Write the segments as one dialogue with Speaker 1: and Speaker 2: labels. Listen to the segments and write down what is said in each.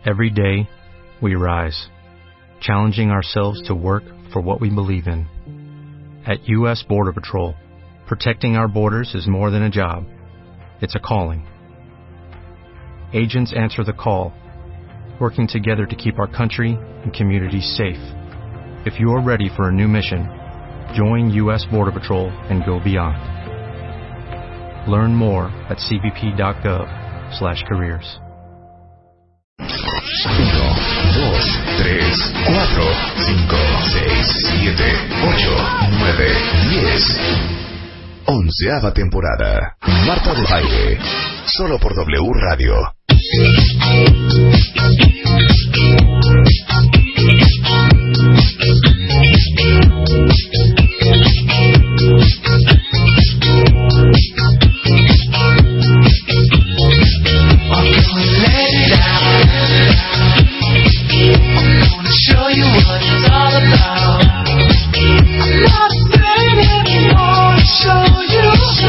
Speaker 1: Every day, we rise, challenging ourselves to work for what we believe in. At U.S. Border Patrol, protecting our borders is more than a job. It's a calling. Agents answer the call, working together to keep our country and communities safe. If you are ready for a new mission, join U.S. Border Patrol and go beyond. Learn more at cbp.gov/careers.
Speaker 2: 1, 2, 3, 4, 5, 6, 7, 8, 9, 10. 11ª temporada. Marta de Baile. Solo por W Radio.
Speaker 3: Show you what it's all about. I'm not afraid anymore to show you.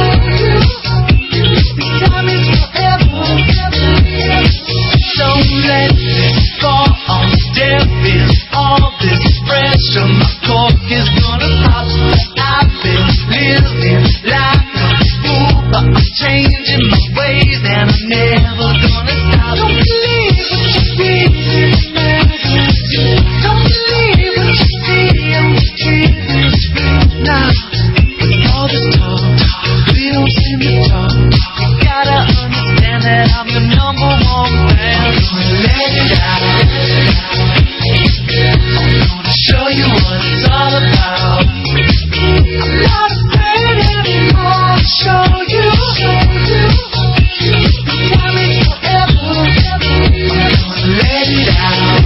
Speaker 3: Time is forever. Don't let this fall on deaf ears. All this pressure, my cork is gonna pop. I've been living like a fool, but I'm changing my ways and I'm never gonna stop. Don't believe what you read in the magazine. Don't believe what you see on the TV screen now. With all this talk, we don't seem to talk. You gotta understand that I'm your number one fan. I'm gonna let it out. I'm gonna show you what it's all about. I'm not afraid anymore to show you. Time is forever. I'm gonna let it out.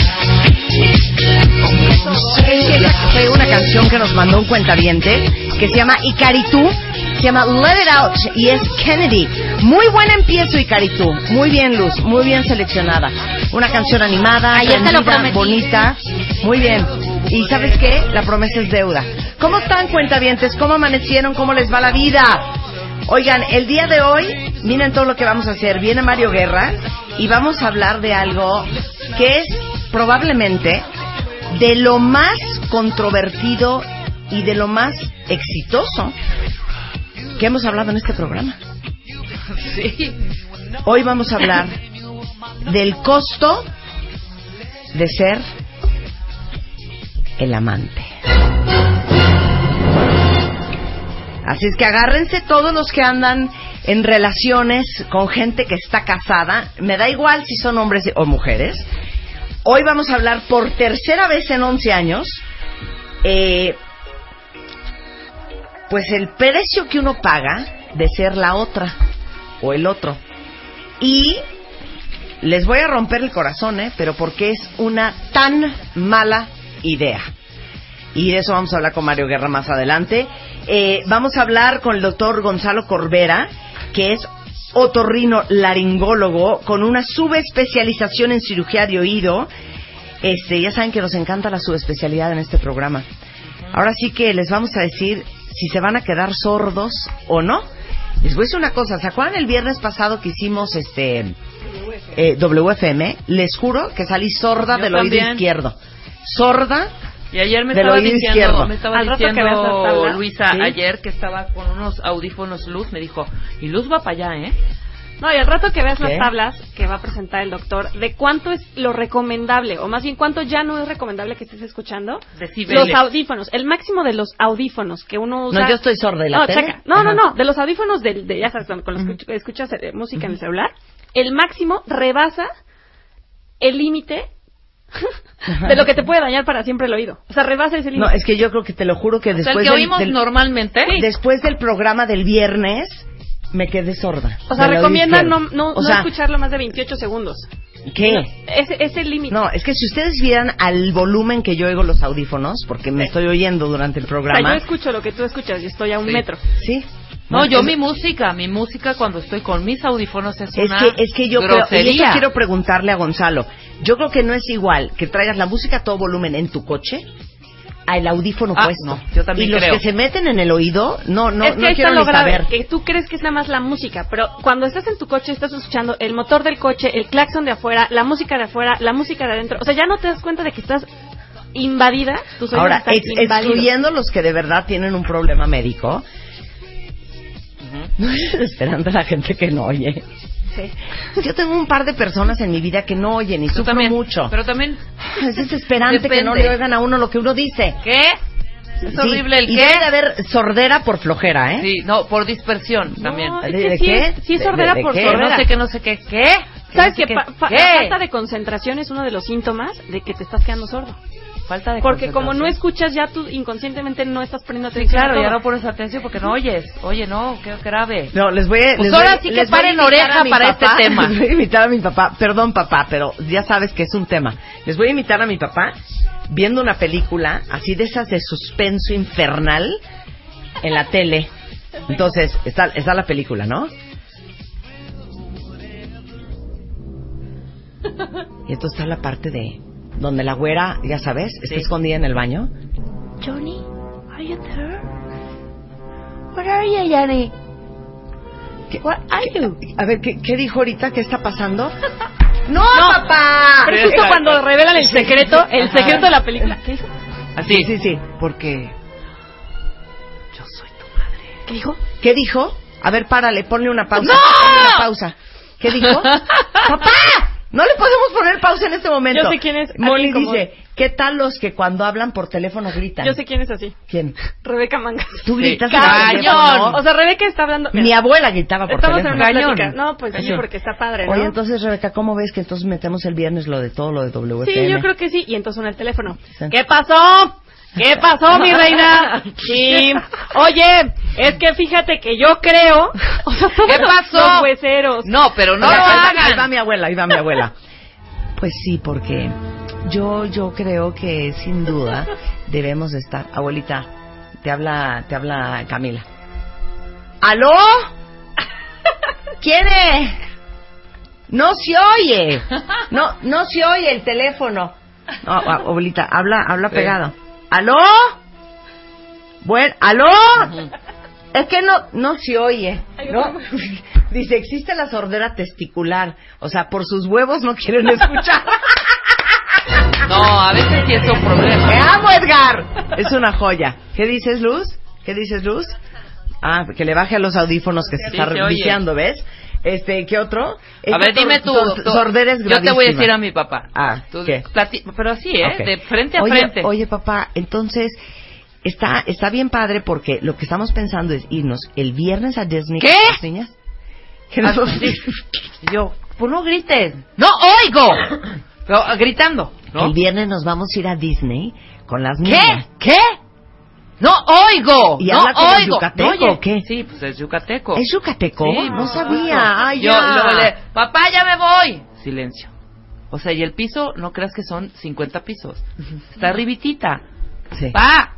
Speaker 4: Fue una canción que nos mandó un cuentaviente que se llama Icaritu, se llama Let It Out y es Kennedy. Muy buen empiezo, Icaritu. Muy bien, Luz, muy bien seleccionada. Una canción animada,
Speaker 5: ayer te lo prometí,
Speaker 4: bonita. Muy bien. Y ¿sabes qué? La promesa es deuda. ¿Cómo están, cuentavientes? ¿Cómo amanecieron? ¿Cómo les va la vida? Oigan, el día de hoy, miren todo lo que vamos a hacer. Viene Mario Guerra y vamos a hablar de algo que es probablemente de lo más controvertido y de lo más exitoso que hemos hablado en este programa.
Speaker 5: Sí.
Speaker 4: Hoy vamos a hablar del costo de ser el amante. Así es que agárrense todos los que andan en relaciones con gente que está casada. Me da igual si son hombres o mujeres. Hoy vamos a hablar por tercera vez en 11 años, pues el precio que uno paga de ser la otra o el otro. Y les voy a romper el corazón, pero porque es una tan mala idea. Y de eso vamos a hablar con Mario Guerra más adelante. Vamos a hablar con el doctor Gonzalo Corbera, que es otorrino laringólogo con una subespecialización en cirugía de oído. Ya saben que nos encanta la subespecialidad en este programa. Ahora sí que les vamos a decir si se van a quedar sordos o no. Les voy a decir una cosa. ¿Se acuerdan el viernes pasado que hicimos WFM? Les juro que salí sorda del oído izquierdo. Sorda.
Speaker 5: Y ayer me
Speaker 4: del
Speaker 5: estaba
Speaker 4: oído
Speaker 5: diciendo,
Speaker 4: izquierdo.
Speaker 5: me estaba
Speaker 6: Al rato
Speaker 5: diciendo
Speaker 6: que veas las tablas.
Speaker 5: Luisa,
Speaker 4: ¿sí?
Speaker 5: Ayer que estaba con unos audífonos Luz, me dijo, y Luz va para allá, ¿eh?
Speaker 6: No, y al rato que veas
Speaker 4: ¿qué?
Speaker 6: las tablas que va a presentar el doctor, de cuánto es lo recomendable, o más bien cuánto ya no es recomendable que estés escuchando.
Speaker 5: Decibeles.
Speaker 6: Los audífonos, el máximo de los audífonos que uno usa.
Speaker 4: No, yo estoy sorda de la tele.
Speaker 6: Checa. No, de los audífonos de ya sabes, con los que escuchas música en el celular, el máximo rebasa el límite de lo que te puede dañar para siempre el oído. O sea, rebasa ese límite.
Speaker 4: No, es que yo creo que te lo juro que
Speaker 5: O sea,
Speaker 4: después
Speaker 5: el que oímos normalmente.
Speaker 4: después del programa del viernes me quedé sorda.
Speaker 6: O sea,
Speaker 4: del oído
Speaker 6: recomiendan
Speaker 4: izquierdo.
Speaker 6: no
Speaker 4: O sea,
Speaker 6: escucharlo más de 28 segundos.
Speaker 4: ¿qué?
Speaker 6: Es el límite.
Speaker 4: No, es que si ustedes vieran al volumen que yo oigo los audífonos, porque me estoy oyendo durante el
Speaker 6: O sea,
Speaker 4: programa.
Speaker 6: yo escucho lo que tú escuchas y estoy a un metro.
Speaker 4: Sí.
Speaker 5: No, yo
Speaker 4: es-
Speaker 5: mi música cuando estoy con mis audífonos es
Speaker 4: Es
Speaker 5: una
Speaker 4: que yo creo, y
Speaker 5: grosería.
Speaker 4: eso quiero preguntarle a Gonzalo. Yo creo que no es igual que traigas la música a todo volumen en tu coche al audífono puesto.
Speaker 5: No, yo también
Speaker 4: y los
Speaker 5: creo.
Speaker 4: que se meten en el oído, no
Speaker 6: es que ahí
Speaker 4: quiero
Speaker 6: está
Speaker 4: ni
Speaker 6: lo grave,
Speaker 4: saber.
Speaker 6: que tú crees que es nada más la música, pero cuando estás en tu coche estás escuchando el motor del coche, el claxon de afuera, la música de afuera, la música de adentro. O sea, ya no te das cuenta de que estás invadida. Tus oídos
Speaker 4: Ahora,
Speaker 6: están invadidos.
Speaker 4: excluyendo los que de verdad tienen un problema médico, no es desesperante la gente que no oye.
Speaker 6: Sí.
Speaker 4: Yo tengo un par de personas en mi vida que no oyen y
Speaker 5: Tú
Speaker 4: sufro
Speaker 5: también,
Speaker 4: mucho.
Speaker 5: Pero también...
Speaker 4: Es desesperante que no
Speaker 5: Depende.
Speaker 4: le oigan a uno lo que uno dice.
Speaker 5: ¿Qué? Es
Speaker 4: Sí,
Speaker 5: horrible el
Speaker 4: y
Speaker 5: qué.
Speaker 4: debe de haber sordera por flojera, ¿eh?
Speaker 5: Sí, no, por dispersión también.
Speaker 6: No, es
Speaker 4: ¿De
Speaker 6: que sí
Speaker 4: qué?
Speaker 6: es, sí es sordera
Speaker 4: ¿De
Speaker 6: por
Speaker 4: qué?
Speaker 5: Que
Speaker 6: sordera.
Speaker 5: no sé qué. ¿Qué?
Speaker 6: ¿Sabes
Speaker 5: no sé
Speaker 6: que
Speaker 5: qué.
Speaker 6: la
Speaker 5: ¿Qué?
Speaker 6: falta de concentración es uno de los síntomas de que te estás quedando sordo?
Speaker 5: Falta de
Speaker 6: Porque como no
Speaker 5: concentración.
Speaker 6: escuchas, ya tú inconscientemente no estás poniendo
Speaker 5: Sí,
Speaker 6: atención. a
Speaker 5: claro,
Speaker 6: todo.
Speaker 5: ya no pones atención porque no oyes. Oye, no, qué grave.
Speaker 4: No, les voy a...
Speaker 5: Pues
Speaker 4: les voy-
Speaker 5: ahora sí que
Speaker 4: les voy a
Speaker 5: paren
Speaker 4: invitar
Speaker 5: oreja
Speaker 4: a mi
Speaker 5: para
Speaker 4: papá.
Speaker 5: este tema.
Speaker 4: Les voy a invitar a mi papá. Perdón, papá, pero ya sabes que es un tema. Les voy a invitar a mi papá viendo una película así de esas de suspenso infernal en la tele. Entonces, está la película, ¿no? Y entonces está la parte de donde la güera, ya sabes, está
Speaker 5: Sí.
Speaker 4: escondida en el baño.
Speaker 6: Johnny, are you there?
Speaker 5: Where are you, Yanni?
Speaker 6: What are you?
Speaker 4: A ver, ¿qué dijo ahorita? ¿Qué está pasando? ¡No, papá!
Speaker 6: Pero justo cuando revelan el secreto de la película. ¿Qué dijo?
Speaker 5: Así.
Speaker 4: Sí, porque...
Speaker 5: Yo soy tu madre.
Speaker 6: ¿Qué dijo?
Speaker 4: ¿Qué dijo? A ver, párale, ponle una pausa.
Speaker 5: ¡No!
Speaker 4: Ponle una pausa. ¿Qué dijo? ¡Papá! No le podemos poner pausa en este momento.
Speaker 6: Yo sé quién es.
Speaker 4: Molly
Speaker 6: Alguien como-
Speaker 4: dice, ¿qué tal los que cuando hablan por teléfono gritan?
Speaker 6: Yo sé quién es así.
Speaker 4: ¿Quién?
Speaker 6: Rebeca Mangas.
Speaker 4: ¿Tú
Speaker 5: Sí.
Speaker 4: gritas
Speaker 5: ¡Cañón!
Speaker 4: por teléfono?
Speaker 6: O sea, Rebeca está hablando.
Speaker 4: Mi abuela gritaba por
Speaker 6: Estamos en
Speaker 4: teléfono.
Speaker 6: una
Speaker 5: Cañón.
Speaker 6: plática. No, pues sí,
Speaker 4: Sí.
Speaker 6: porque está padre, ¿no?
Speaker 4: Oye, entonces, Rebeca, ¿cómo ves que entonces metemos el viernes lo de todo lo de WFM?
Speaker 6: Sí, yo creo que sí. Y entonces suena el teléfono.
Speaker 4: Sí.
Speaker 6: ¿Qué pasó? ¿Qué pasó, mi reina? Sí. Oye, es que fíjate que yo creo... O sea, todos
Speaker 5: ¿Qué pasó?
Speaker 6: Los hueseros.
Speaker 5: No, pero no
Speaker 4: Oye,
Speaker 5: lo
Speaker 4: ahí va
Speaker 5: hagan.
Speaker 4: mi abuela, ahí va mi abuela. Pues sí, porque yo creo que sin duda debemos de estar. Abuelita, te habla Camila. ¿Aló? ¿Quién es? No se oye. No se oye el teléfono. No, abuelita, habla pegado. ¿Aló? Bueno, ¿aló? Es que no se oye, ¿no? Dice, existe la sordera testicular. O sea, por sus huevos no quieren escuchar.
Speaker 5: No, a veces sí es un
Speaker 4: ¡Te
Speaker 5: problema.
Speaker 4: amo, Edgar! Es una joya. ¿Qué dices, Luz? ¿Qué dices, Luz? Ah, que le baje a los audífonos que se
Speaker 5: Sí,
Speaker 4: está
Speaker 5: se oye.
Speaker 4: viciando, ¿ves? ¿Qué otro?
Speaker 5: A ver, dime tú.
Speaker 4: Sordera es
Speaker 5: Yo te voy a
Speaker 4: gravísima.
Speaker 5: decir a mi papá.
Speaker 4: Ah,
Speaker 5: Tú
Speaker 4: ¿qué?
Speaker 5: Pero así, ¿eh?
Speaker 4: Ok.
Speaker 5: De frente a
Speaker 4: Oye,
Speaker 5: frente.
Speaker 4: Oye, papá, entonces está bien padre porque lo que estamos pensando es irnos el viernes a Disney
Speaker 5: ¿Qué?
Speaker 4: con las niñas. Que
Speaker 5: Ah,
Speaker 4: nos-
Speaker 5: sí. Yo, pues no grites. ¡No oigo! Pero, gritando, ¿no?
Speaker 4: El viernes nos vamos a ir a Disney con las
Speaker 5: ¿Qué?
Speaker 4: niñas.
Speaker 5: ¿Qué? ¡No oigo!
Speaker 4: ¿Y
Speaker 5: ¡No
Speaker 4: habla como
Speaker 5: oigo!
Speaker 4: yucateco
Speaker 5: ¿No oye?
Speaker 4: o qué?
Speaker 5: Sí, pues es yucateco.
Speaker 4: ¿Es yucateco?
Speaker 5: Sí,
Speaker 4: No
Speaker 5: por
Speaker 4: sabía. Ay,
Speaker 5: Yo
Speaker 4: ya.
Speaker 5: luego le... ¡Papá, ya me voy! Silencio. O sea, y el piso, no creas que son 50 pisos. Está arribitita.
Speaker 4: Sí.
Speaker 5: ¡Pa!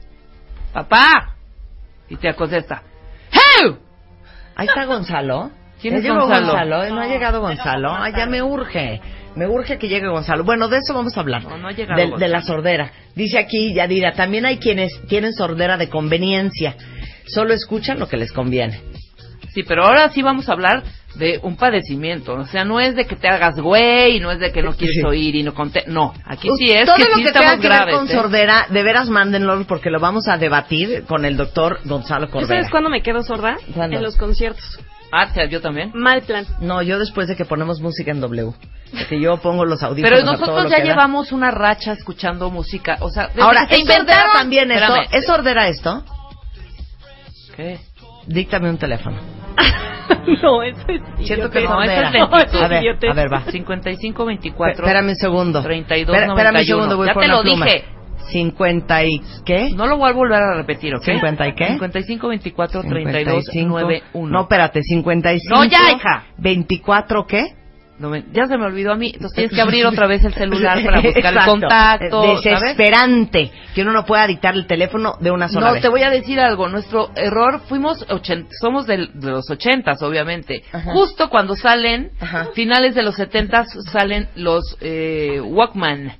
Speaker 5: ¡Papá! Y te contesta. ¡Hey!
Speaker 4: Ahí está Gonzalo.
Speaker 5: ¿Quién
Speaker 4: ¿Ya
Speaker 5: es
Speaker 4: llegó
Speaker 5: Gonzalo?
Speaker 4: No ha llegado Gonzalo. Ay, ya me urge. Me urge que llegue Gonzalo. Bueno, de eso vamos a hablar.
Speaker 5: No, no ha llegado
Speaker 4: de
Speaker 5: Gonzalo.
Speaker 4: la sordera. Dice aquí Yadira, también hay quienes tienen sordera de conveniencia. Solo escuchan lo que les conviene.
Speaker 5: Sí, pero ahora sí vamos a hablar de un padecimiento. O sea, no es de que te hagas güey, no es de que no quieres
Speaker 4: Sí.
Speaker 5: oír y no conté. No, aquí sí es
Speaker 4: Todo
Speaker 5: que
Speaker 4: lo
Speaker 5: sí
Speaker 4: que tenga
Speaker 5: estamos
Speaker 4: que ver
Speaker 5: graves.
Speaker 4: con
Speaker 5: ¿eh?
Speaker 4: sordera, de veras mándenlo porque lo vamos a debatir con el doctor Gonzalo
Speaker 6: ¿Tú
Speaker 4: Corbera.
Speaker 6: sabes cuándo me quedo sorda?
Speaker 4: ¿Cuándo?
Speaker 6: En los conciertos.
Speaker 5: Ah, yo también.
Speaker 6: Mal plan.
Speaker 4: No, yo después de que ponemos música en W. Porque yo pongo los audífonos
Speaker 5: Pero
Speaker 4: a todo
Speaker 5: nosotros
Speaker 4: lo
Speaker 5: ya
Speaker 4: que da.
Speaker 5: llevamos una racha escuchando música. O sea, desde
Speaker 4: Ahora,
Speaker 5: que se
Speaker 4: ¿es sordera
Speaker 5: inventaron
Speaker 4: también esto?
Speaker 5: Espérame.
Speaker 4: ¿Es sordera esto?
Speaker 5: ¿Qué?
Speaker 4: Díctame un teléfono.
Speaker 6: No, eso es
Speaker 4: Siento que
Speaker 6: idiotez.
Speaker 5: no, eso es
Speaker 4: sordera.
Speaker 6: No, eso
Speaker 4: A
Speaker 6: es
Speaker 4: ver,
Speaker 6: idiotez.
Speaker 4: a ver, va.
Speaker 5: 55 24
Speaker 4: Espérame un segundo.
Speaker 5: 32
Speaker 4: Espérame un segundo,
Speaker 5: 91.
Speaker 4: voy
Speaker 5: Ya
Speaker 4: por
Speaker 5: te
Speaker 4: una
Speaker 5: lo
Speaker 4: pluma.
Speaker 5: dije.
Speaker 4: 50 y ¿qué?
Speaker 5: No lo voy a volver a repetir, ¿ok?
Speaker 4: 50 y qué?
Speaker 5: 55 24 32 91.
Speaker 4: No, espérate, 55.
Speaker 5: No, ya, hija.
Speaker 4: 24 ¿qué?
Speaker 5: Ya se me olvidó a mí. Entonces tienes que abrir otra vez el celular para buscar el
Speaker 4: Exacto.
Speaker 5: contacto. ¿sabes?
Speaker 4: Desesperante que uno no pueda dictar el teléfono de una sola
Speaker 5: No,
Speaker 4: vez.
Speaker 5: te voy a decir algo. Nuestro error, somos de los 80s, obviamente.
Speaker 4: Ajá.
Speaker 5: Justo cuando salen,
Speaker 4: Ajá.
Speaker 5: finales de los 70s, salen los Walkman.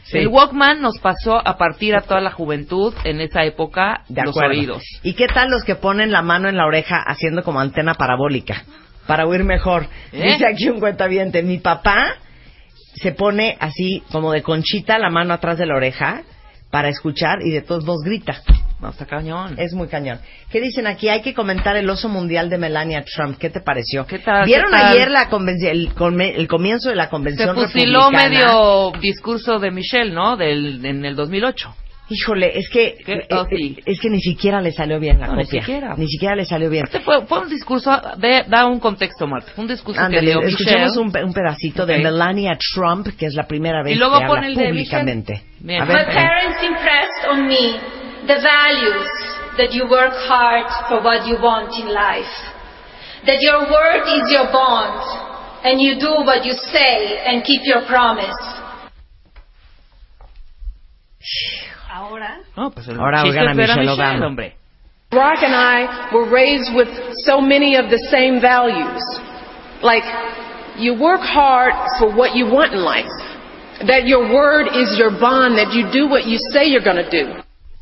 Speaker 4: Sí.
Speaker 5: El Walkman nos pasó a partir a toda la juventud en esa época
Speaker 4: De
Speaker 5: los
Speaker 4: acuerdo.
Speaker 5: oídos.
Speaker 4: ¿Y qué tal los que ponen la mano en la oreja haciendo como antena parabólica para oír mejor? Dice aquí un cuentaviente, mi papá se pone así como de conchita la mano atrás de la oreja para escuchar y de todos modos grita.
Speaker 5: No, está cañón.
Speaker 4: Es muy cañón. ¿Qué dicen aquí? Hay que comentar el oso mundial de Melania Trump. ¿Qué te pareció?
Speaker 5: ¿Qué tal?
Speaker 4: ¿Vieron
Speaker 5: ¿Qué tal?
Speaker 4: ayer el comienzo de la
Speaker 5: Se
Speaker 4: convención
Speaker 5: fusiló
Speaker 4: republicana?
Speaker 5: medio discurso de Michelle, ¿no? En el 2008.
Speaker 4: Híjole, es que
Speaker 5: sí.
Speaker 4: es que ni siquiera le salió bien la
Speaker 5: No, ni
Speaker 4: copia.
Speaker 5: siquiera.
Speaker 4: Ni siquiera le salió bien.
Speaker 5: Este fue un discurso, da un contexto, Marta. Fue un discurso
Speaker 4: Ándale,
Speaker 5: que dio
Speaker 4: escuchemos
Speaker 5: Michelle.
Speaker 4: un pedacito de
Speaker 5: Ok.
Speaker 4: Melania Trump, que es la primera vez
Speaker 5: Y luego
Speaker 4: que
Speaker 5: pon
Speaker 4: habla
Speaker 5: el de
Speaker 4: públicamente.
Speaker 5: Michelle. Bien.
Speaker 4: A
Speaker 7: My
Speaker 4: ver,
Speaker 7: parents impressed on me the values that you work hard for what you want in life. That your word is your bond, and you do what you say and keep your promise.
Speaker 6: Ahora.
Speaker 5: No, pues el
Speaker 4: Ahora
Speaker 5: chiste
Speaker 4: oigan a
Speaker 5: era
Speaker 4: Michelle Obama.
Speaker 5: hombre.
Speaker 8: Barack and I were raised with so many of the same values. Like, you work hard for what you want in life. That your word is your bond, that you do what you say you're going to do.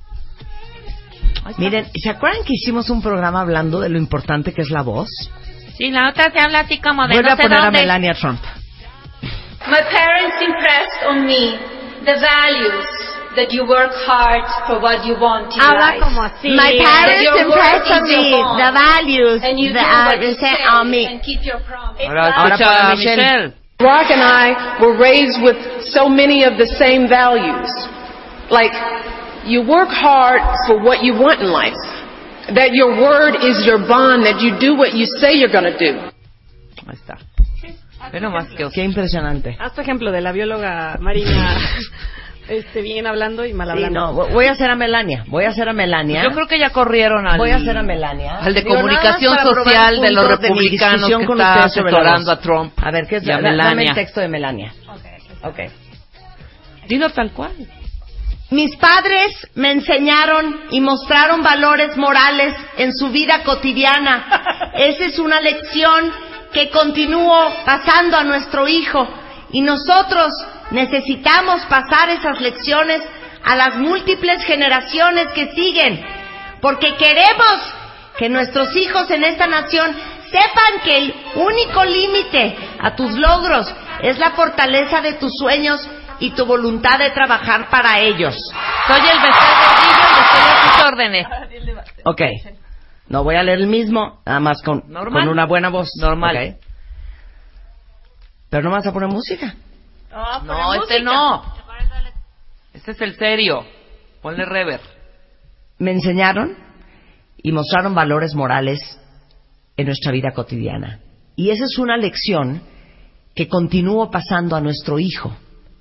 Speaker 4: miren, ¿se acuerdan que hicimos un programa hablando de lo importante que es la voz?
Speaker 5: Sí, la otra se habla así como de
Speaker 4: Vuelve
Speaker 5: no
Speaker 4: a
Speaker 5: sé
Speaker 4: poner
Speaker 5: dónde.
Speaker 4: a Melania Trump.
Speaker 7: My parents impressed on me the values that you work hard for what you want in
Speaker 6: Habla
Speaker 7: life.
Speaker 6: como así.
Speaker 4: My parents
Speaker 7: Your word
Speaker 4: impressed on
Speaker 7: is your
Speaker 4: me
Speaker 7: bond,
Speaker 4: the values
Speaker 7: and you do
Speaker 4: that
Speaker 7: what you
Speaker 4: say
Speaker 7: say
Speaker 4: on me.
Speaker 7: and keep your promise.
Speaker 5: Ahora
Speaker 4: pon
Speaker 5: escucha
Speaker 4: a
Speaker 5: a Michelle.
Speaker 8: Barack and I were raised with so many of the same values. Like, you work hard for what you want in life. That your word is your bond, that you do what you say you're going to do.
Speaker 5: Ahí está. Ve nomás que
Speaker 4: Qué impresionante.
Speaker 6: Haz tu ejemplo de la bióloga Marina bien hablando y mal
Speaker 4: Sí,
Speaker 6: hablando.
Speaker 4: no, voy a hacer a Melania.
Speaker 5: Yo creo que ya corrieron al...
Speaker 4: Voy a hacer a Melania.
Speaker 5: Al de
Speaker 4: Digo,
Speaker 5: comunicación
Speaker 4: nada más para
Speaker 5: social
Speaker 4: probar
Speaker 5: de los
Speaker 4: puntos de mi
Speaker 5: republicanos
Speaker 4: discusión
Speaker 5: que
Speaker 4: con
Speaker 5: está
Speaker 4: ustedes sobre la
Speaker 5: asesorando
Speaker 4: voz.
Speaker 5: a Trump.
Speaker 4: A ver, ¿qué es?
Speaker 5: Y a
Speaker 4: Dame
Speaker 5: Melania.
Speaker 4: el texto de Melania. Okay.
Speaker 5: Dilo tal cual.
Speaker 4: Mis padres me enseñaron y mostraron valores morales en su vida cotidiana. Esa es una lección que continúo pasando a nuestro hijo. Y nosotros necesitamos pasar esas lecciones a las múltiples generaciones que siguen. Porque queremos que nuestros hijos en esta nación sepan que el único límite a tus logros es la fortaleza de tus sueños y tu voluntad de trabajar para ellos.
Speaker 5: Soy el becerro y estoy a tus órdenes.
Speaker 4: Ok. No voy a leer el mismo, nada más con una buena voz.
Speaker 5: Normal.
Speaker 4: Okay. Pero no me vas a poner música.
Speaker 5: No, este no. Este es el serio. Ponle rever.
Speaker 4: Me enseñaron y mostraron valores morales en nuestra vida cotidiana. Y esa es una lección que continúo pasando a nuestro hijo.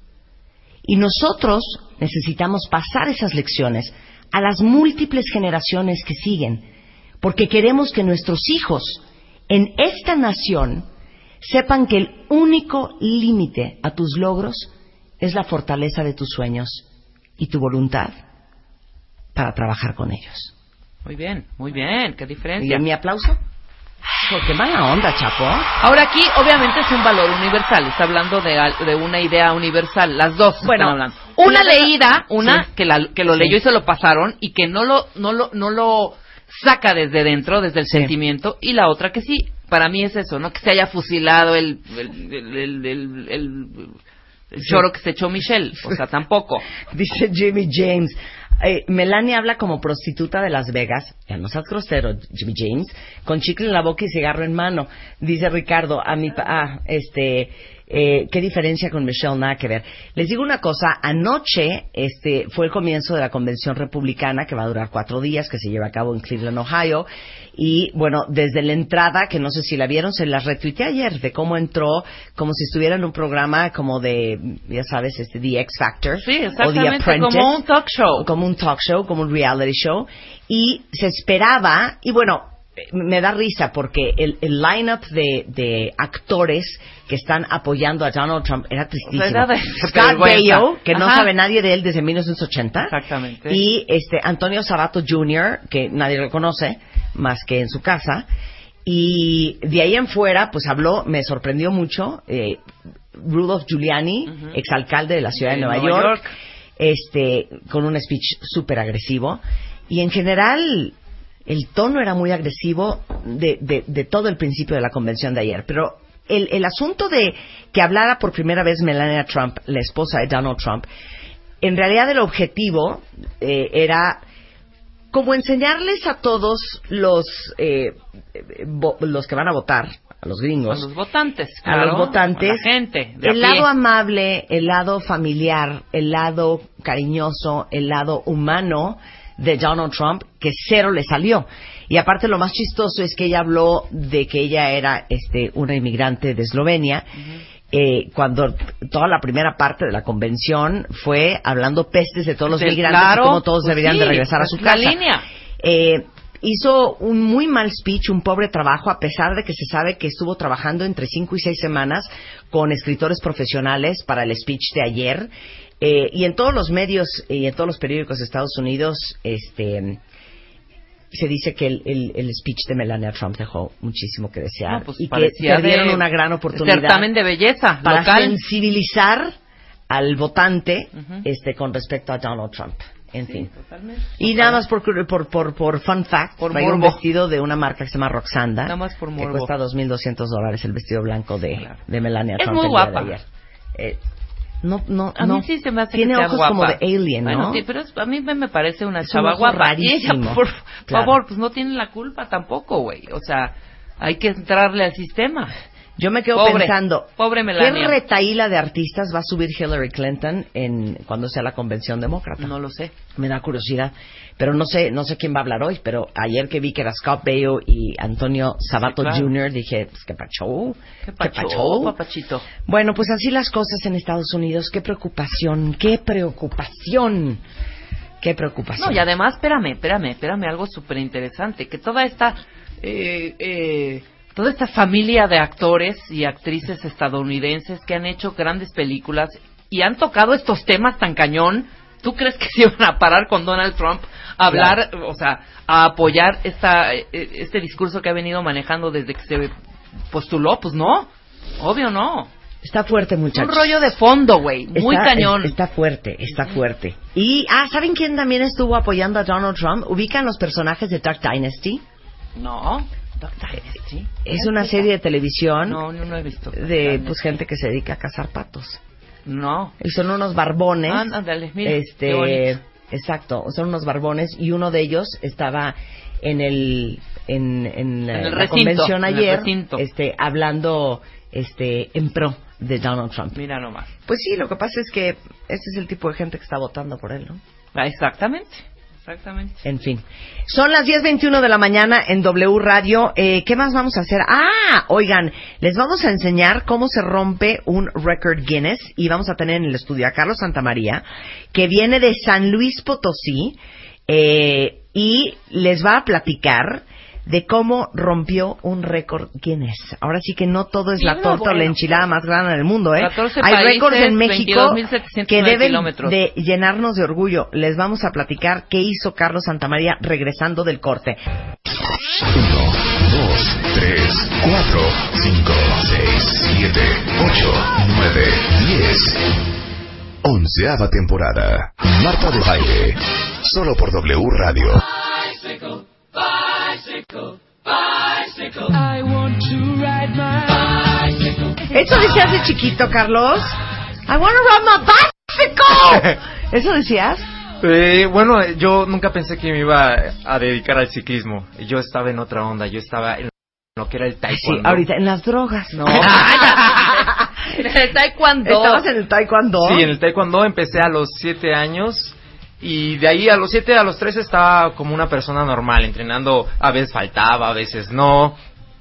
Speaker 4: Y nosotros necesitamos pasar esas lecciones a las múltiples generaciones que siguen, porque queremos que nuestros hijos en esta nación sepan que el único límite a tus logros es la fortaleza de tus sueños y tu voluntad para trabajar con ellos.
Speaker 5: Muy bien, qué diferencia.
Speaker 4: ¿Y mi aplauso? Qué mala onda, Chapo.
Speaker 5: Ahora aquí, obviamente, es un valor universal. Está hablando de una idea universal. Las dos
Speaker 4: Bueno,
Speaker 5: están hablando. Una
Speaker 4: la-
Speaker 5: leída, una
Speaker 4: sí.
Speaker 5: que lo leyó y se lo pasaron y que no lo saca desde dentro, desde el
Speaker 4: Sí.
Speaker 5: sentimiento, y la otra que sí. Para mí es eso, no que se haya fusilado el choro que se echó Michelle. O sea, tampoco.
Speaker 4: Dice Jimmy James. Melania habla como prostituta de Las Vegas. Ya no seas grosero, Jimmy James. Con chicle en la boca y cigarro en mano. Dice Ricardo, ¿qué diferencia con Michelle? Nada que ver. Les digo una cosa. Anoche, fue el comienzo de la convención republicana que va a durar 4 días, que se lleva a cabo en Cleveland, Ohio. Y bueno, desde la entrada, que no sé si la vieron, se las retuiteé ayer, de cómo entró, como si estuviera en un programa como de, ya sabes, The X Factor.
Speaker 5: Sí,
Speaker 4: O The
Speaker 5: exactamente,
Speaker 4: Apprentice.
Speaker 5: como un talk show.
Speaker 4: Como un talk show, como un reality show. Y se esperaba, y bueno, me da risa porque el line-up de actores que están apoyando a Donald Trump era tristísimo.
Speaker 5: O sea, era de
Speaker 4: Scott
Speaker 5: vergüenza.
Speaker 4: Baio, que no
Speaker 5: Ajá.
Speaker 4: sabe nadie de él desde 1980.
Speaker 5: Exactamente.
Speaker 4: Y Antonio Sabato Jr., que nadie lo conoce más que en su casa. Y de ahí en fuera, pues habló, me sorprendió mucho. Rudolph Giuliani, exalcalde de la ciudad de Nueva York, con un speech súper agresivo. Y en general, el tono era muy agresivo de todo el principio de la convención de ayer. Pero el asunto de que hablara por primera vez Melania Trump, la esposa de Donald Trump, en realidad el objetivo era como enseñarles a todos los que van a votar, a los gringos,
Speaker 5: a los votantes,
Speaker 4: claro, a los votantes,
Speaker 5: a la gente,
Speaker 4: el lado amable, el lado familiar, el lado cariñoso, el lado humano de Donald Trump, que cero le salió. Y aparte lo más chistoso es que ella habló de que ella era una inmigrante de Eslovenia, cuando toda la primera parte de la convención fue hablando pestes de todos los migrantes,
Speaker 5: claro,
Speaker 4: y cómo todos
Speaker 5: pues
Speaker 4: deberían de regresar a su casa.
Speaker 5: Línea.
Speaker 4: Hizo un muy mal speech, un pobre trabajo, a pesar de que se sabe que estuvo trabajando entre 5 y 6 semanas con escritores profesionales para el speech de ayer. Y en todos los medios y en todos los periódicos de Estados Unidos se dice que el speech de Melania Trump dejó muchísimo que desear,
Speaker 5: no, pues
Speaker 4: y que perdieron una gran oportunidad,
Speaker 5: certamen de belleza
Speaker 4: para
Speaker 5: local,
Speaker 4: sensibilizar al votante con respecto a Donald Trump. En fin.
Speaker 5: Totalmente.
Speaker 4: Y nada más por fun fact, trae un vestido de una marca que se llama Roxanda,
Speaker 5: nada más por
Speaker 4: que cuesta $2,200 el vestido blanco de Melania
Speaker 5: es
Speaker 4: Trump.
Speaker 5: muy guapa.
Speaker 4: No,
Speaker 5: a mí sí se me hace
Speaker 4: tiene
Speaker 5: que sea
Speaker 4: ojos
Speaker 5: guapa.
Speaker 4: como de alien, ¿no?
Speaker 5: Bueno, sí, pero a mí me parece una
Speaker 4: es
Speaker 5: chava
Speaker 4: un
Speaker 5: guapa.
Speaker 4: Rarísimo.
Speaker 5: Y ella, por favor, pues no tiene la culpa tampoco, güey. O sea, hay que entrarle al sistema.
Speaker 4: Yo me quedo pensando,
Speaker 5: pobre Melania.
Speaker 4: ¿qué retaíla de artistas va a subir Hillary Clinton cuando sea la convención demócrata?
Speaker 5: No lo sé.
Speaker 4: Me da curiosidad. Pero no sé quién va a hablar hoy. Pero ayer que vi que era Scott Baio y Antonio Sabato Jr., dije, pues qué pacho.
Speaker 5: Qué pacho, papachito.
Speaker 4: Bueno, pues así las cosas en Estados Unidos. Qué preocupación.
Speaker 5: No, y además, espérame, algo súper interesante. Que toda esta familia de actores y actrices estadounidenses que han hecho grandes películas y han tocado estos temas tan cañón, ¿tú crees que se iban a parar con Donald Trump a hablar, o sea, a apoyar este discurso que ha venido manejando desde que se postuló? Pues no, obvio no.
Speaker 4: Está fuerte, muchachos.
Speaker 5: Un rollo de fondo, güey, muy cañón.
Speaker 4: Está fuerte. Y, ¿saben quién también estuvo apoyando a Donald Trump? ¿Ubican los personajes de Duck Dynasty?
Speaker 5: No.
Speaker 4: Es una serie de televisión.
Speaker 5: No he visto.
Speaker 4: De gente que se dedica a cazar patos.
Speaker 5: No.
Speaker 4: Y son unos barbones.
Speaker 5: Ándale, mira. Qué bonito.
Speaker 4: Exacto, son unos barbones y uno de ellos estaba en la convención ayer, hablando en pro de Donald Trump.
Speaker 5: Mira nomás.
Speaker 4: Pues sí, lo que pasa es que este es el tipo de gente que está votando por él, ¿no?
Speaker 5: Exactamente.
Speaker 4: En fin. Son las 10:21 de la mañana en W Radio. ¿Qué más vamos a hacer? Oigan, les vamos a enseñar cómo se rompe un récord Guinness y vamos a tener en el estudio a Carlos Santamaría, que viene de San Luis Potosí, y les va a platicar de cómo rompió un récord Guinness. Ahora sí que no todo es la torta o la enchilada más grande del mundo, ¿eh?
Speaker 5: 14
Speaker 4: Hay
Speaker 5: países,
Speaker 4: récords en México que deben
Speaker 5: kilómetros.
Speaker 4: de llenarnos de orgullo. Les vamos a platicar qué hizo Carlos Santamaría regresando del corte.
Speaker 2: 1, 2, 3, 4, 5, 6, 7, 8, 9, 10. 11ª temporada. Marta de Baile. Solo por W Radio.
Speaker 3: Bicycle, bicycle, bicycle. I want to ride my bicycle.
Speaker 4: ¿Eso decías de chiquito, Carlos? I want to ride my bicycle. ¿Eso decías?
Speaker 9: Bueno, yo nunca pensé que me iba a dedicar al ciclismo. Yo estaba en otra onda. Yo estaba en lo que era el taekwondo.
Speaker 4: Sí, ahorita en las drogas.
Speaker 5: No. En el taekwondo.
Speaker 4: ¿Estabas en el taekwondo?
Speaker 9: Sí, en el taekwondo empecé a los 7 años. Y de ahí a los 7, a los 13 estaba como una persona normal, entrenando. A veces faltaba, a veces no.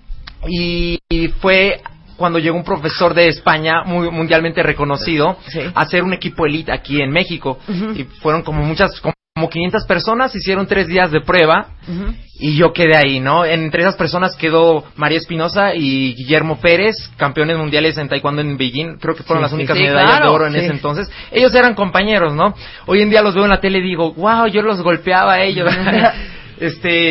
Speaker 9: Y fue cuando llegó un profesor de España, muy mundialmente reconocido, a hacer un equipo elite aquí en México. Y fueron como 500 personas, hicieron 3 días de prueba, y yo quedé ahí, ¿no? Entre esas personas quedó María Espinosa y Guillermo Pérez, campeones mundiales en taekwondo en Beijing. Creo que fueron las únicas medallas de oro en ese entonces. Ellos eran compañeros, ¿no? Hoy en día los veo en la tele y digo, wow, yo los golpeaba a ellos.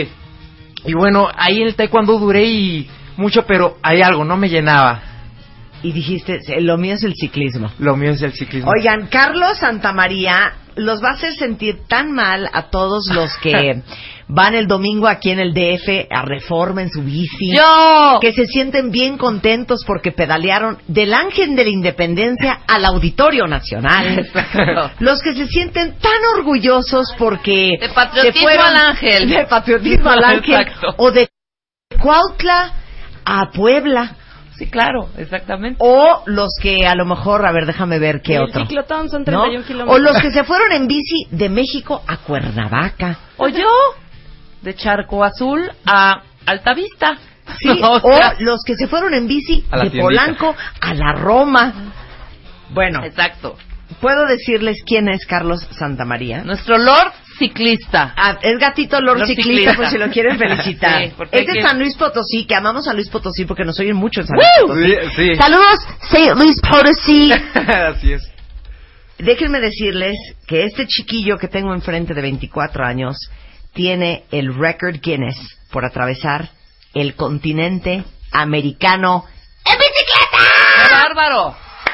Speaker 9: Y bueno, ahí en el taekwondo duré mucho, pero hay algo, no me llenaba.
Speaker 4: y dijiste, lo mío es el ciclismo.
Speaker 9: Lo mío es el ciclismo.
Speaker 4: Oigan, Carlos Santamaría los va a hacer sentir tan mal a todos los que van el domingo aquí en el DF a Reforma en su bici.
Speaker 5: ¡Yo!
Speaker 4: Que se sienten bien contentos porque pedalearon del Ángel de la Independencia al Auditorio Nacional. Los que se sienten tan orgullosos porque
Speaker 5: De patriotismo
Speaker 4: se fueron
Speaker 5: al Ángel.
Speaker 4: de patriotismo al Ángel.
Speaker 5: Exacto.
Speaker 4: O de Cuautla a Puebla.
Speaker 5: Sí, claro, exactamente.
Speaker 4: O los que a lo mejor, a ver, déjame ver qué
Speaker 6: el
Speaker 4: otro.
Speaker 6: ciclotón son
Speaker 4: ¿No?
Speaker 6: 31 kilómetros.
Speaker 4: O los que se fueron en bici de México a Cuernavaca.
Speaker 5: O yo, de Charco Azul a Altavista.
Speaker 4: Sí,
Speaker 5: O sea,
Speaker 4: o los que se fueron en bici
Speaker 9: A la
Speaker 4: de
Speaker 9: tiendita.
Speaker 4: Polanco a la Roma. Bueno,
Speaker 5: exacto.
Speaker 4: ¿puedo decirles quién es Carlos Santamaría?
Speaker 5: Nuestro Lord ciclista.
Speaker 4: Ah, es gatito Lord Ciclista, por si lo quieren felicitar.
Speaker 5: Sí, porque
Speaker 4: es de
Speaker 5: hay que-
Speaker 4: San Luis Potosí, que amamos a Luis Potosí porque nos oyen mucho en San Luis Potosí.
Speaker 9: Sí.
Speaker 4: Saludos, St. Luis Potosí.
Speaker 9: Así es.
Speaker 4: Déjenme decirles que este chiquillo que tengo enfrente de 24 años tiene el récord Guinness por atravesar el continente americano en bicicleta.
Speaker 5: ¡Qué bárbaro!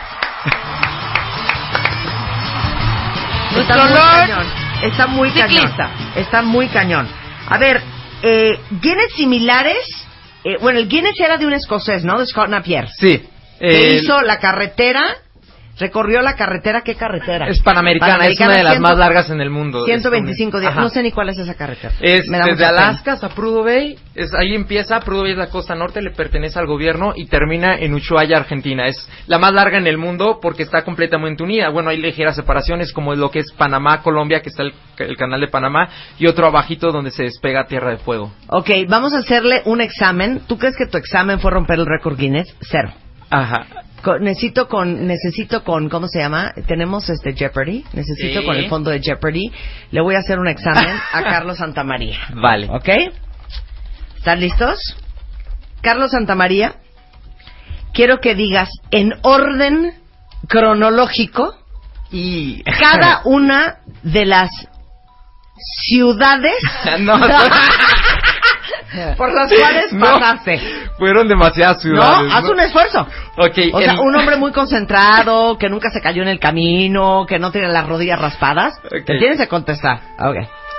Speaker 4: Está
Speaker 5: Nuestro
Speaker 4: muy
Speaker 5: Lord
Speaker 4: cañón. Está muy
Speaker 5: ciclista.
Speaker 4: cañón. Está muy cañón. A ver, Guinness similares. Bueno, el Guinness era de un escocés, ¿no? De Scott Napier.
Speaker 9: Sí.
Speaker 4: Que hizo la carretera. Recorrió la carretera. ¿Qué carretera?
Speaker 9: Es panamericana, es una de las más largas en el mundo.
Speaker 4: 125 días.
Speaker 9: Ajá.
Speaker 4: No sé ni cuál es esa carretera.
Speaker 9: Es
Speaker 4: Me da
Speaker 9: desde
Speaker 4: mucha pena.
Speaker 9: Alaska hasta Prudhoe Bay, ahí empieza. Prudhoe Bay es la costa norte, le pertenece al gobierno y termina en Ushuaia, Argentina. Es la más larga en el mundo porque está completamente unida. Bueno, hay ligeras separaciones como es lo que es Panamá, Colombia, que está el canal de Panamá, y otro abajito donde se despega Tierra de Fuego.
Speaker 4: Ok, vamos a hacerle un examen. ¿Tú crees que tu examen fue romper el récord Guinness? 0.
Speaker 9: Ajá.
Speaker 4: Necesito con, ¿cómo se llama? Tenemos Jeopardy. Necesito
Speaker 5: Sí.
Speaker 4: con el fondo de Jeopardy. Le voy a hacer un examen a Carlos Santamaría.
Speaker 9: Vale.
Speaker 4: ¿Ok? ¿Están listos? Carlos Santamaría, quiero que digas en orden cronológico
Speaker 9: Y
Speaker 4: cada una de las ciudades
Speaker 9: no,
Speaker 4: por las cuales
Speaker 9: no,
Speaker 4: pasaste.
Speaker 9: fueron demasiadas ciudades.
Speaker 4: No, haz un esfuerzo.
Speaker 9: Ok,
Speaker 4: O sea, un hombre muy concentrado, que nunca se cayó en el camino, que no tiene las rodillas raspadas.
Speaker 9: Ok.
Speaker 4: Te tienes que contestar. Ok.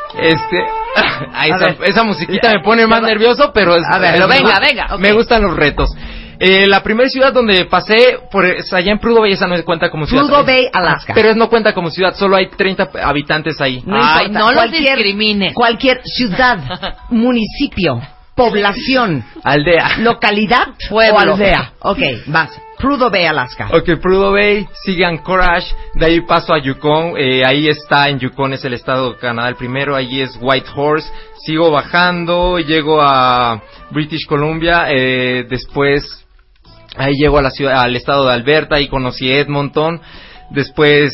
Speaker 9: Ay,
Speaker 4: A ver.
Speaker 9: esa musiquita me pone más nervioso, pero
Speaker 4: A ver,
Speaker 5: pero venga, ok.
Speaker 9: me gustan los retos. La primera ciudad donde pasé es allá en Prudhoe Bay, esa no cuenta como ciudad.
Speaker 4: Prudhoe Bay, Alaska.
Speaker 9: Pero no cuenta como ciudad, solo hay 30 habitantes ahí.
Speaker 4: No
Speaker 5: Ay,
Speaker 4: importa.
Speaker 5: no los discrimines.
Speaker 4: Cualquier ciudad, municipio, población,
Speaker 9: Aldea.
Speaker 4: localidad
Speaker 5: Pueblo.
Speaker 4: o aldea. Ok, vas. Prudhoe Bay, Alaska.
Speaker 9: Ok, Prudhoe Bay, sigue Anchorage, de ahí paso a Yukon, ahí está, en Yukon es el estado de Canadá el primero, ahí es Whitehorse, sigo bajando, llego a British Columbia, después ahí llego a la ciudad, al estado de Alberta y conocí Edmonton, después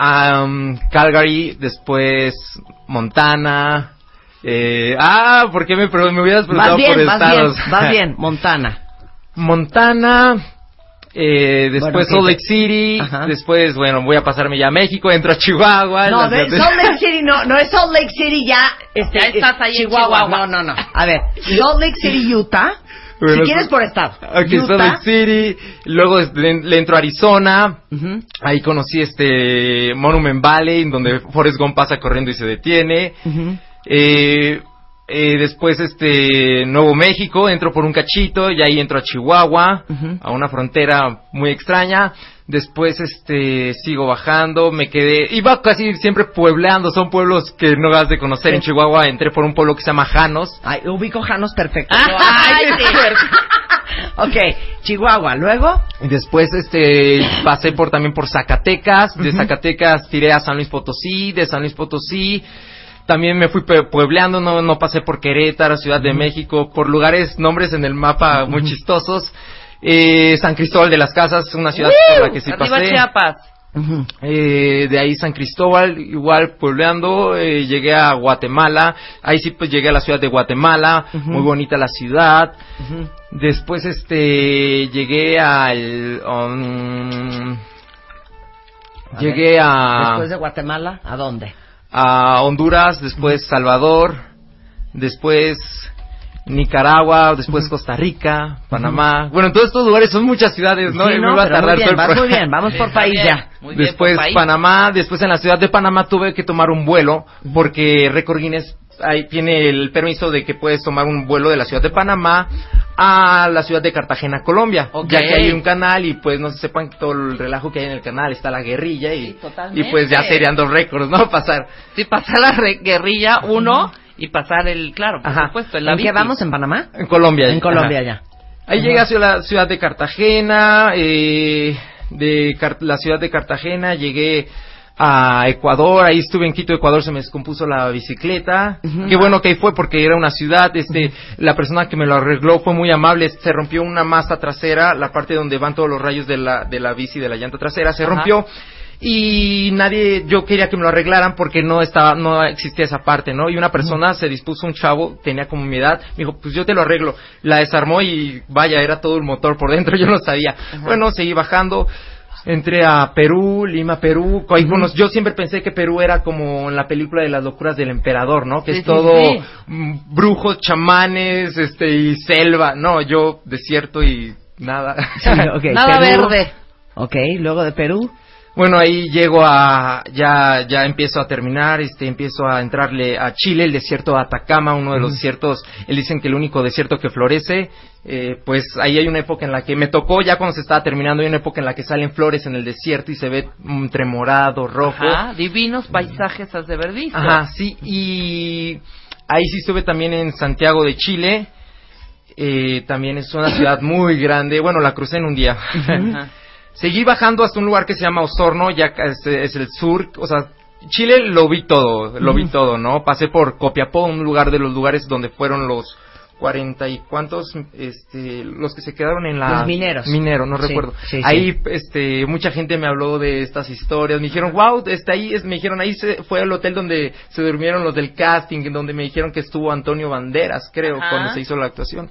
Speaker 9: Calgary, después Montana, ¿por qué me hubieras preguntado por estados?
Speaker 4: Vas bien, Montana.
Speaker 9: Montana, después
Speaker 4: Bueno,
Speaker 9: Salt Lake City,
Speaker 4: Ajá.
Speaker 9: después, bueno, voy a pasarme ya a México, entro a Chihuahua.
Speaker 4: No, Salt Lake City no es Salt Lake City ya.
Speaker 5: Ya estás ahí en
Speaker 4: Chihuahua.
Speaker 5: Chihuahua.
Speaker 4: No. A ver, Salt Lake City, Utah.
Speaker 9: Bueno,
Speaker 4: si quieres por estado.
Speaker 9: Ok, Salt
Speaker 4: Utah.
Speaker 9: Lake City, luego le entro a Arizona,
Speaker 4: Ujú.
Speaker 9: ahí conocí Monument Valley, donde Forrest Gump pasa corriendo y se detiene.
Speaker 4: Ujú.
Speaker 9: Después Nuevo México, entro por un cachito y ahí entro a Chihuahua,
Speaker 4: Ujú.
Speaker 9: a una frontera muy extraña. Después sigo bajando, iba casi siempre puebleando, son pueblos que no has de conocer.
Speaker 4: Sí.
Speaker 9: En Chihuahua entré por un pueblo que se llama Janos.
Speaker 4: Ay, ubico Janos perfecto.
Speaker 5: Ay, sí.
Speaker 4: Ok, Chihuahua, luego.
Speaker 9: Y después pasé también por Zacatecas, de Zacatecas tiré a San Luis Potosí, de San Luis Potosí también me fui puebleando, no pasé por Querétaro, Ciudad de México, por nombres en el mapa muy chistosos. San Cristóbal de las Casas, una ciudad por la que sí
Speaker 5: Arriba
Speaker 9: pasé.
Speaker 5: Chiapas.
Speaker 4: Ujú.
Speaker 9: De ahí San Cristóbal, igual puebleando, llegué a Guatemala, ahí sí pues llegué a la ciudad de Guatemala,
Speaker 4: Ujú.
Speaker 9: muy bonita la ciudad.
Speaker 4: Ujú.
Speaker 9: Después llegué llegué
Speaker 4: Después de Guatemala, ¿a dónde?
Speaker 9: a Honduras, después Salvador, después Nicaragua, después Costa Rica, Panamá. Bueno, en todos estos lugares son muchas ciudades, ¿no?
Speaker 4: Sí,
Speaker 9: Me iba a
Speaker 4: pero
Speaker 9: tardar
Speaker 4: muy bien,
Speaker 9: todo el
Speaker 4: vas muy bien, vamos por país ya.
Speaker 5: Muy bien,
Speaker 9: Después
Speaker 5: por país.
Speaker 9: Panamá, después en la ciudad de Panamá tuve que tomar un vuelo porque Récord Guinness ahí tiene el permiso de que puedes tomar un vuelo de la ciudad de Panamá a la ciudad de Cartagena, Colombia,
Speaker 5: Ok.
Speaker 9: ya que hay un canal y pues no se sepan todo el relajo que hay en el canal, está la guerrilla y,
Speaker 5: Sí, totalmente.
Speaker 9: y pues ya serían 2 récords, ¿no? Pasar.
Speaker 5: Sí, pasar la guerrilla, uno, y pasar el, claro, por
Speaker 9: Ajá.
Speaker 5: supuesto,
Speaker 4: ¿En qué
Speaker 5: bici.
Speaker 4: vamos? ¿En Panamá?
Speaker 9: En Colombia.
Speaker 4: En Colombia
Speaker 9: Ajá.
Speaker 4: ya.
Speaker 9: Ahí llegué hacia la ciudad de Cartagena, la ciudad de Cartagena llegué a Ecuador, ahí estuve en Quito, Ecuador, se me descompuso la bicicleta. Qué bueno que ahí fue porque era una ciudad, la persona que me lo arregló fue muy amable, se rompió una masa trasera, la parte donde van todos los rayos de la bici, de la llanta trasera, se rompió. Y yo quería que me lo arreglaran porque no existía esa parte, ¿no? Y una persona se dispuso, un chavo, tenía como mi edad, me dijo, pues yo te lo arreglo. La desarmó y vaya, era todo el motor por dentro, yo no sabía. Bueno, seguí bajando, entré a Perú, Lima, Perú. Yo siempre pensé que Perú era como en la película de las locuras del emperador, ¿no? Que
Speaker 5: Sí,
Speaker 9: es
Speaker 5: sí,
Speaker 9: todo
Speaker 5: sí.
Speaker 9: brujos, chamanes, y selva. No, yo desierto y nada.
Speaker 4: Sí, okay,
Speaker 5: Nada
Speaker 4: Perú.
Speaker 5: verde.
Speaker 4: Ok, luego de Perú.
Speaker 9: Bueno, ahí llego ya empiezo a terminar, empiezo a entrarle a Chile, el desierto de Atacama, uno de los desiertos, dicen que el único desierto que florece, pues ahí hay una época en la que me tocó, ya cuando se estaba terminando, hay una época en la que salen flores en el desierto y se ve entre morado, rojo.
Speaker 5: Ajá, divinos paisajes has de haber visto.
Speaker 9: Ajá, sí, y ahí sí estuve también en Santiago de Chile, también es una ciudad muy grande, bueno, la crucé en un día.
Speaker 5: Ajá.
Speaker 9: Seguí bajando hasta un lugar que se llama Osorno, ya es el sur, o sea, Chile lo vi todo, ¿no? Pasé por Copiapó, un lugar de los lugares donde fueron los 40 y cuantos, los que se quedaron en la...
Speaker 4: Los mineros.
Speaker 9: No
Speaker 4: Sí,
Speaker 9: recuerdo.
Speaker 4: sí,
Speaker 9: ahí, mucha gente me habló de estas historias, me dijeron, wow, me dijeron, ahí fue el hotel donde se durmieron los del casting, donde me dijeron que estuvo Antonio Banderas, creo,
Speaker 5: Ajá.
Speaker 9: cuando se hizo la actuación.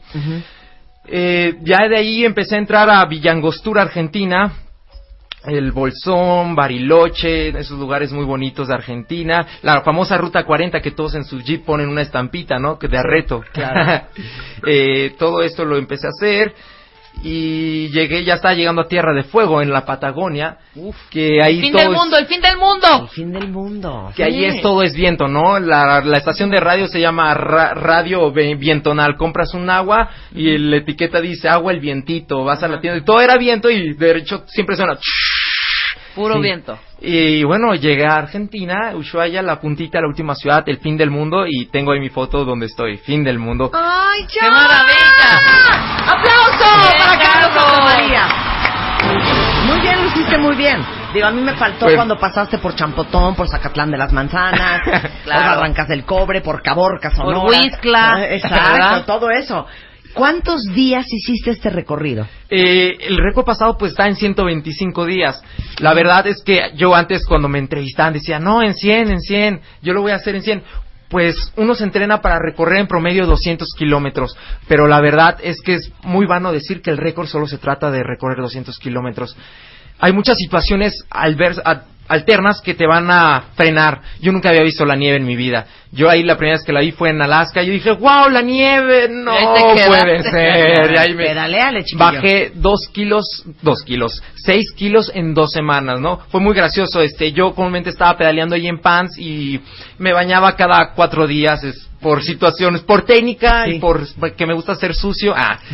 Speaker 9: Ya de ahí empecé a entrar a Villangostura, Argentina, el Bolsón, Bariloche, esos lugares muy bonitos de Argentina, la famosa Ruta 40 que todos en su jeep ponen una estampita, ¿no? Que de arreto.
Speaker 4: Claro.
Speaker 9: Todo esto lo empecé a hacer y ya estaba llegando a Tierra de Fuego en la Patagonia, que ahí
Speaker 5: El fin
Speaker 9: todo
Speaker 5: del mundo, el fin del mundo.
Speaker 4: El fin del mundo.
Speaker 9: que ahí todo es viento, ¿no? La estación de radio se llama Radio Vientonal. Compras un agua y la etiqueta dice agua el vientito. Vas a la tienda y todo era viento y de hecho siempre suena...
Speaker 5: Puro
Speaker 9: Sí.
Speaker 5: viento.
Speaker 9: Y bueno, llegué a Argentina, Ushuaia, la puntita, la última ciudad, el fin del mundo, y tengo ahí mi foto donde estoy, fin del mundo.
Speaker 4: ¡Ay, ya!
Speaker 5: ¡Qué maravilla!
Speaker 4: ¡Aplauso
Speaker 5: Bien,
Speaker 4: para Carlos
Speaker 5: Carlos!
Speaker 4: María! Muy bien, lo hiciste muy bien. Digo, a mí me faltó
Speaker 9: Pues-
Speaker 4: cuando pasaste por Champotón, por Zacatlán de las Manzanas, por
Speaker 5: Claro.
Speaker 4: Barrancas del Cobre, por Caborca, Sonora.
Speaker 5: Por Huixla,
Speaker 4: Exacto,
Speaker 5: ¿verdad?
Speaker 4: todo eso. ¿Cuántos días hiciste este recorrido?
Speaker 9: El récord pasado pues está en 125 días. La verdad es que yo antes cuando me entrevistaban decía, no, en 100, yo lo voy a hacer en 100. Pues uno se entrena para recorrer en promedio 200 kilómetros, pero la verdad es que es muy vano decir que el récord solo se trata de recorrer 200 kilómetros. Hay muchas situaciones alternas que te van a frenar. Yo nunca había visto la nieve en mi vida. Yo ahí la primera vez que la vi fue en Alaska. Yo dije, wow, la nieve, no
Speaker 5: Y ahí te quedaste.
Speaker 9: puede ser. Y ahí
Speaker 4: Pedaleale, chiquillo.
Speaker 9: bajé 6 kilos en 2 semanas, ¿no? Fue muy gracioso. Yo comúnmente estaba pedaleando ahí en Pants y me bañaba cada 4 días, por situaciones, por técnica
Speaker 4: Sí.
Speaker 9: y porque me gusta ser sucio.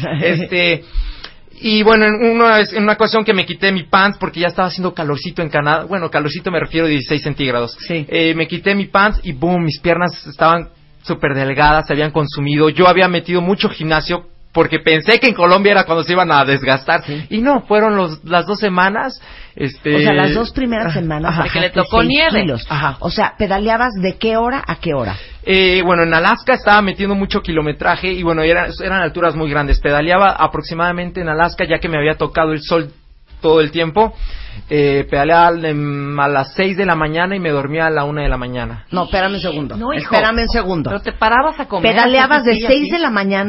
Speaker 9: Y bueno, en una ocasión que me quité mi pants porque ya estaba haciendo calorcito en Canadá. Bueno, calorcito me refiero a 16 centígrados.
Speaker 4: Sí.
Speaker 9: Me quité mi pants y boom, mis piernas estaban súper delgadas, se habían consumido. Yo había metido mucho gimnasio porque pensé que en Colombia era cuando se iban a desgastar.
Speaker 4: Sí.
Speaker 9: Y no, fueron las 2 semanas.
Speaker 4: O sea, las 2 primeras semanas
Speaker 9: Ajá.
Speaker 5: Porque le
Speaker 4: bajaste
Speaker 5: tocó
Speaker 4: 6
Speaker 5: nieve.
Speaker 4: kilos.
Speaker 9: Ajá.
Speaker 4: O sea, pedaleabas de qué hora a qué hora.
Speaker 9: Bueno, en Alaska estaba metiendo mucho kilometraje y bueno, eran alturas muy grandes. Pedaleaba aproximadamente en Alaska, ya que me había tocado el sol todo el tiempo. Pedaleaba a las 6 de la mañana y me dormía a la 1 de la mañana.
Speaker 4: No, espérame un segundo.
Speaker 5: No, hijo.
Speaker 4: Espérame un segundo.
Speaker 5: Pero te parabas a comer.
Speaker 4: Pedaleabas de
Speaker 5: así,
Speaker 4: 6
Speaker 5: así.
Speaker 4: de la mañana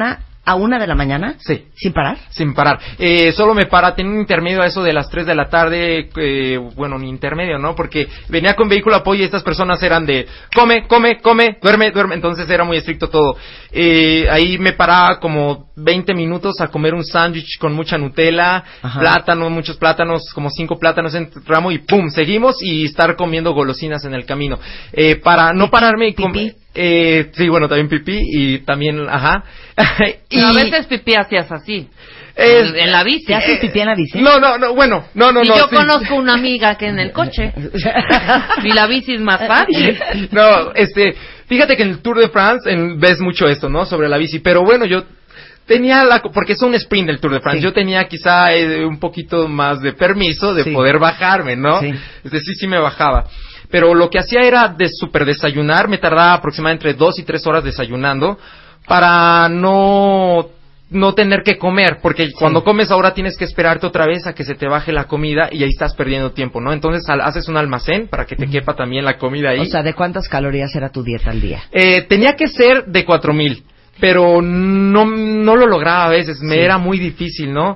Speaker 4: a 1 de la mañana?
Speaker 9: Sí.
Speaker 4: ¿Sin parar?
Speaker 9: Sin parar. Solo me para, tenía un intermedio a eso de las 3 de la tarde, bueno, ni intermedio, ¿no? Porque venía con vehículo de apoyo y estas personas eran de come, duerme, entonces era muy estricto todo. Ahí me paraba como 20 minutos a comer un sándwich con mucha Nutella, muchos plátanos, como 5 plátanos en ramo y ¡pum! Seguimos y estar comiendo golosinas en el camino. Para no pararme y comer... sí, bueno, también pipí y también, y
Speaker 5: a veces pipí hacías así. En la bici.
Speaker 4: ¿Te haces pipí en la bici?
Speaker 9: No, bueno, no.
Speaker 5: Y yo conozco una amiga que en el coche. Y la bici es más fácil.
Speaker 9: No, fíjate que en el Tour de France ves mucho esto, ¿no? Sobre la bici, pero bueno, yo tenía porque es un sprint del Tour de France, yo tenía quizá un poquito más de permiso de poder bajarme, ¿no? Sí me bajaba. Pero lo que hacía era super desayunar, me tardaba aproximadamente entre 2 y 3 horas desayunando para no tener que comer, porque cuando comes ahora tienes que esperarte otra vez a que se te baje la comida y ahí estás perdiendo tiempo, ¿no? Entonces haces un almacén para que te quepa también la comida ahí.
Speaker 4: O sea, ¿de cuántas calorías era tu dieta al día?
Speaker 9: Tenía que ser de 4,000, pero no lo lograba a veces, me era muy difícil, ¿no?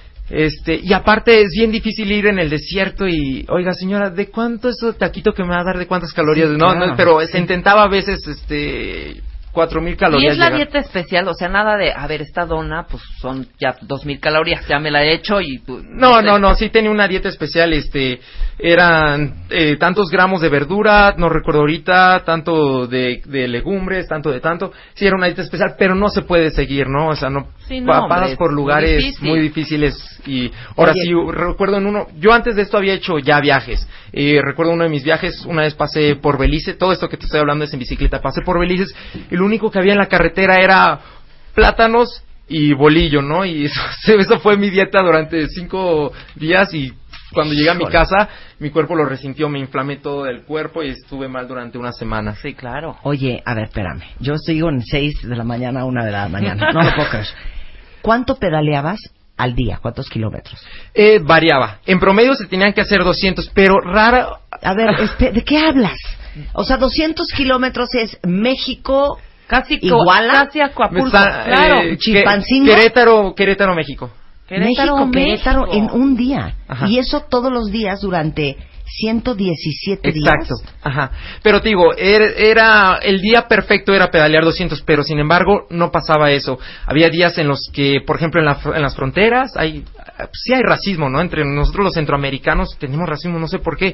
Speaker 9: Y aparte es bien difícil ir en el desierto y, oiga señora, ¿de cuánto es el taquito que me va a dar? ¿De cuántas calorías? Sí, claro. No, pero se intentaba a veces, 4,000 calorías.
Speaker 5: Y es la dieta especial, o sea, nada de, a ver, esta dona, pues son ya 2,000 calorías, ya me la he hecho y...
Speaker 9: No, sí tenía una dieta especial, eran tantos gramos de verdura, no recuerdo ahorita, tanto de legumbres, tanto, sí era una dieta especial, pero no se puede seguir, ¿no? O sea, pasas por lugares muy difíciles y ahora sí, recuerdo yo antes de esto había hecho ya viajes, recuerdo uno de mis viajes, una vez pasé por Belice, todo esto que te estoy hablando es en bicicleta, pasé por Belice y lo único que había en la carretera era plátanos y bolillo, ¿no? Y eso fue mi dieta durante 5 días y cuando llegué a mi casa, mi cuerpo lo resintió, me inflamé todo el cuerpo y estuve mal durante una semana.
Speaker 5: Sí, claro.
Speaker 4: Oye, a ver, espérame. Yo sigo en 6 de la mañana a 1 de la mañana. No lo puedo creer. ¿Cuánto pedaleabas al día? ¿Cuántos kilómetros?
Speaker 9: Variaba. En promedio se tenían que hacer 200, pero rara...
Speaker 4: A ver, ¿de qué hablas? O sea, 200 kilómetros es México...
Speaker 5: Casi
Speaker 4: Iguala,
Speaker 5: casi Acapulco, claro.
Speaker 4: Chilpancingo.
Speaker 9: Querétaro, México.
Speaker 4: Querétaro en un día. Ajá. Y eso todos los días durante 117 días.
Speaker 9: Exacto. Ajá. Pero te digo, era el día perfecto era pedalear 200, pero sin embargo no pasaba eso. Había días en los que, por ejemplo, en las fronteras sí hay racismo, ¿no? Entre nosotros los centroamericanos tenemos racismo, no sé por qué.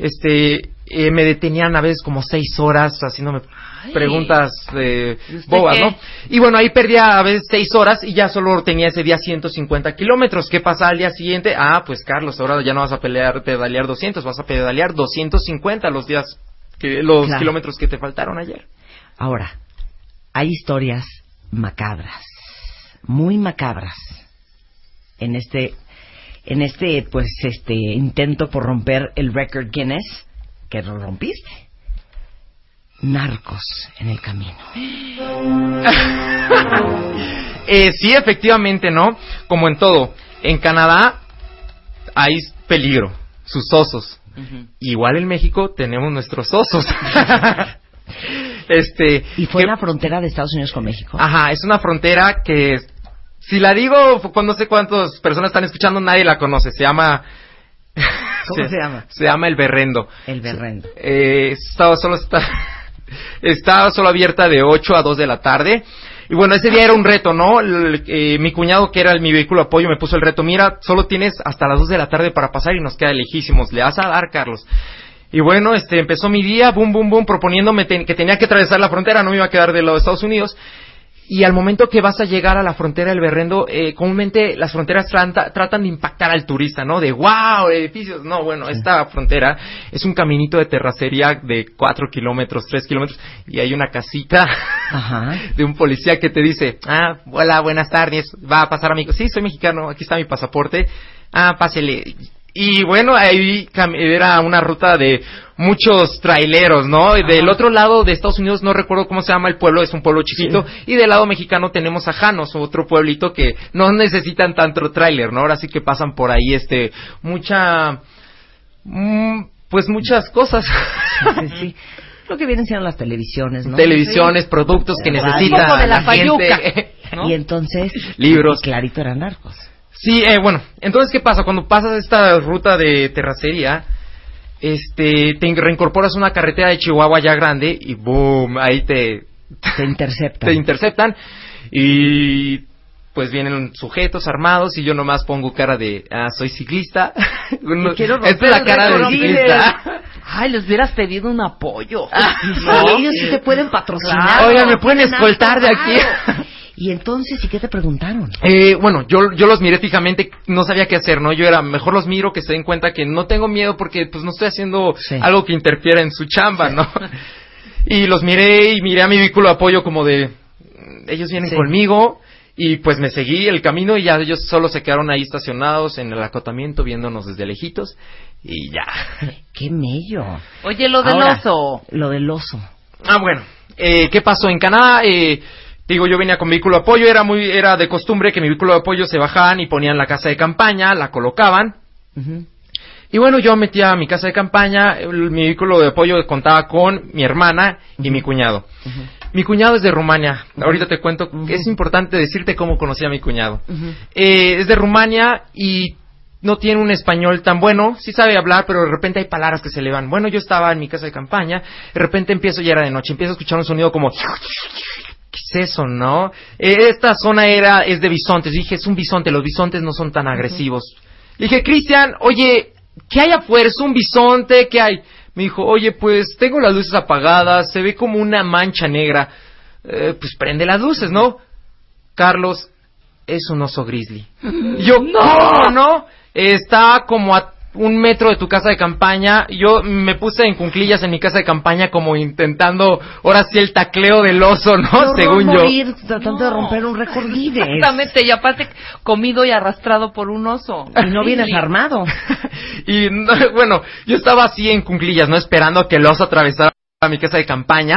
Speaker 9: Me detenían a veces como 6 horas haciéndome preguntas bobas, ¿no? Y bueno, ahí perdía a veces 6 horas y ya solo tenía ese día 150 kilómetros. ¿Qué pasa al día siguiente? Pues Carlos, ahora ya no vas a pedalear 200, vas a pedalear 250 los kilómetros que te faltaron ayer.
Speaker 4: Ahora, hay historias macabras, muy macabras, en este intento por romper el récord Guinness, que lo rompiste. Narcos en el camino.
Speaker 9: Sí, efectivamente, ¿no? Como en todo. En Canadá hay peligro, sus osos. Uh-huh. Igual en México tenemos nuestros osos.
Speaker 4: ¿Y fue en la frontera de Estados Unidos con México?
Speaker 9: Ajá, es una frontera que, si la digo, no sé cuántas personas están escuchando, nadie la conoce. Se llama...
Speaker 4: ¿Cómo se llama?
Speaker 9: Se llama El Berrendo.
Speaker 4: El Berrendo.
Speaker 9: Estaba solo abierta de 8 a 2 de la tarde. Y bueno, ese día era un reto, ¿no? Mi cuñado, que era mi vehículo de apoyo, me puso el reto. Mira, solo tienes hasta las 2 de la tarde para pasar y nos queda lejísimos. ¿Le vas a dar, Carlos? Y bueno, empezó mi día, boom, proponiéndome que tenía que atravesar la frontera, no me iba a quedar de lado de Estados Unidos. Y al momento que vas a llegar a la frontera del Berrendo, comúnmente las fronteras tratan de impactar al turista, ¿no? De wow, edificios. No, bueno, esta frontera es un caminito de terracería de 4 kilómetros, 3 kilómetros, y hay una casita de un policía que te dice, hola, buenas tardes, va a pasar, amigo. Sí, soy mexicano, aquí está mi pasaporte. Pásele. Y bueno, ahí era una ruta de muchos traileros, ¿no? Del otro lado de Estados Unidos, no recuerdo cómo se llama el pueblo, es un pueblo chiquito, y del lado mexicano tenemos a Janos, otro pueblito que no necesitan tanto tráiler, ¿no? Ahora sí que pasan por ahí, muchas cosas.
Speaker 4: Sí. Lo que vienen siendo las televisiones, ¿no?
Speaker 9: Televisiones, productos que necesitan
Speaker 5: de la
Speaker 9: gente.
Speaker 5: ¿no?
Speaker 4: Y entonces,
Speaker 9: libros.
Speaker 4: Clarito eran narcos.
Speaker 9: Sí, bueno, entonces, ¿qué pasa? Cuando pasas esta ruta de terracería, te reincorporas a una carretera de Chihuahua ya grande y boom, ahí te
Speaker 4: interceptan.
Speaker 9: Te interceptan y pues vienen sujetos armados y yo nomás pongo cara de, soy ciclista. Esta es la cara del ciclista.
Speaker 5: Ay, les hubieras pedido un apoyo.
Speaker 4: No, ellos sí te pueden patrocinar.
Speaker 9: Oigan, ¿me pueden escoltar de aquí?
Speaker 4: Y entonces, ¿y qué te preguntaron?
Speaker 9: Bueno, yo los miré fijamente, no sabía qué hacer, ¿no? Yo era, mejor los miro, que se den cuenta que no tengo miedo porque pues no estoy haciendo algo que interfiera en su chamba, ¿no? Y los miré y miré a mi vehículo de apoyo como de, ellos vienen conmigo, y pues me seguí el camino y ya ellos solo se quedaron ahí estacionados en el acotamiento viéndonos desde lejitos y ya.
Speaker 4: ¡Qué mello!
Speaker 5: Oye, lo del oso.
Speaker 4: Lo del oso.
Speaker 9: Bueno, ¿qué pasó? En Canadá, digo, yo venía con vehículo de apoyo, era de costumbre que mi vehículo de apoyo se bajaban y ponían la casa de campaña, la colocaban. Uh-huh. Y bueno, yo metía mi casa de campaña, mi vehículo de apoyo contaba con mi hermana y mi cuñado. Uh-huh. Mi cuñado es de Rumania. Uh-huh. Ahorita te cuento, es importante decirte cómo conocí a mi cuñado. Uh-huh. Es de Rumania y no tiene un español tan bueno, sí sabe hablar, pero de repente hay palabras que se le van. Bueno, yo estaba en mi casa de campaña, de repente ya era de noche, empiezo a escuchar un sonido como... ¿Qué es eso, no? Esta zona es de bisontes. Dije, es un bisonte, los bisontes no son tan agresivos. Le dije, Cristian, oye, ¿qué hay afuera? ¿Es un bisonte? ¿Qué hay? Me dijo, oye, pues tengo las luces apagadas, se ve como una mancha negra. Pues prende las luces, ¿no? Carlos, es un oso grizzly. Y yo, no, está como a 1 metro de tu casa de campaña. Yo me puse en cuclillas en mi casa de campaña como intentando, ahora sí, el tacleo del oso, ¿no? Según
Speaker 4: morir, tratando de romper un récord Guinness.
Speaker 5: Exactamente, y aparte comido y arrastrado por un oso.
Speaker 4: Y no vienes armado.
Speaker 9: Y bueno, yo estaba así en cuclillas, ¿no? Esperando a que el oso atravesara mi casa de campaña.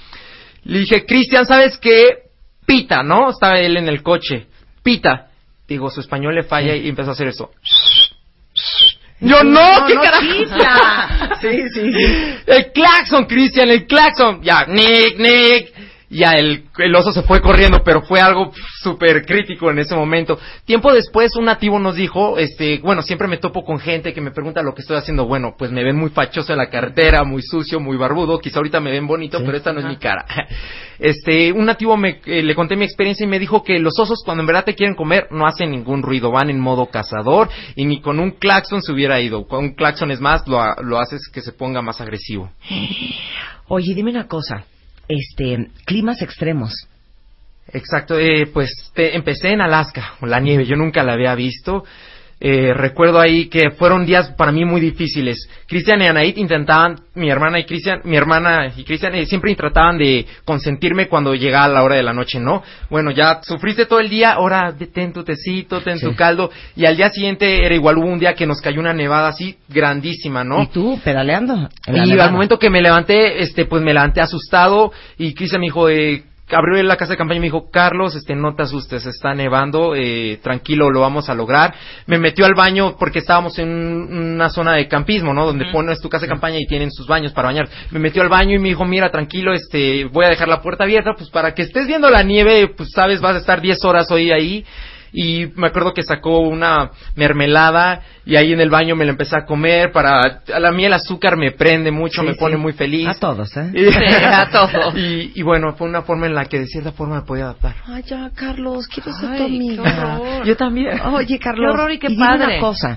Speaker 9: Le dije, Cristian, ¿sabes qué? Pita, ¿no? Estaba él en el coche. Pita. Digo, su español le falla y empezó a hacer eso. Yo ¿qué carajo?
Speaker 4: Sí.
Speaker 9: El claxon, Cristian, el claxon. Ya, Nick. Ya el oso se fue corriendo, pero fue algo súper crítico en ese momento. Tiempo después, un nativo nos dijo, bueno, siempre me topo con gente que me pregunta lo que estoy haciendo. Bueno, pues me ven muy fachoso en la carretera, muy sucio, muy barbudo. Quizá ahorita me ven bonito, pero esta no es mi cara. Un nativo le conté mi experiencia y me dijo que los osos, cuando en verdad te quieren comer, no hacen ningún ruido, van en modo cazador y ni con un claxon se hubiera ido. Con un claxon es más, lo haces que se ponga más agresivo.
Speaker 4: Oye, dime una cosa. Climas extremos.
Speaker 9: Exacto, pues empecé en Alaska, con la nieve, yo nunca la había visto. Recuerdo ahí que fueron días para mí muy difíciles. Cristian y Anaid intentaban, mi hermana y Cristian siempre trataban de consentirme cuando llegaba la hora de la noche, ¿no? Bueno, ya sufriste todo el día, ahora ten tu tecito, ten tu caldo, y al día siguiente era igual, hubo un día que nos cayó una nevada así grandísima, ¿no?
Speaker 4: ¿Y tú pedaleando?
Speaker 9: Y al momento que me levanté, pues me levanté asustado, y Cristian me dijo, abrió la casa de campaña y me dijo, Carlos, no te asustes, está nevando, tranquilo, lo vamos a lograr. Me metió al baño porque estábamos en una zona de campismo, ¿no? Donde pones tu casa de campaña y tienen sus baños para bañar. Me metió al baño y me dijo, mira, tranquilo, voy a dejar la puerta abierta, pues para que estés viendo la nieve, pues sabes, vas a estar 10 horas hoy ahí. Y me acuerdo que sacó una mermelada y ahí en el baño me la empecé a comer. A mí el azúcar me prende mucho, me pone muy feliz.
Speaker 4: A todos,
Speaker 5: Sí, a todos.
Speaker 9: Y bueno, fue una forma en la que de cierta forma me podía adaptar.
Speaker 4: Ay, ya, Carlos, quiero ser tu amiga.
Speaker 9: Yo también.
Speaker 4: Oye, Carlos,
Speaker 5: qué horror y qué
Speaker 4: dime
Speaker 5: padre.
Speaker 4: una cosa.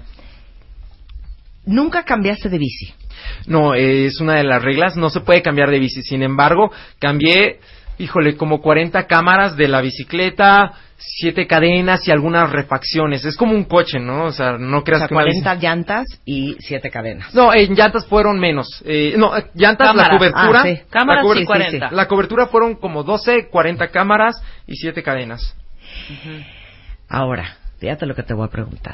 Speaker 4: ¿Nunca cambiaste de bici?
Speaker 9: No, es una de las reglas, no se puede cambiar de bici. Sin embargo, cambié, como 40 cámaras de la bicicleta, 7 cadenas y algunas refacciones. Es como un coche, ¿no? O sea, no creas que
Speaker 4: 40 llantas y 7 cadenas.
Speaker 9: No, en llantas fueron menos. Llantas,
Speaker 5: cámaras.
Speaker 9: la cobertura.
Speaker 5: Cámaras y 40.
Speaker 9: La cobertura fueron como 12, 40 cámaras y 7 cadenas.
Speaker 4: Ahora, fíjate lo que te voy a preguntar.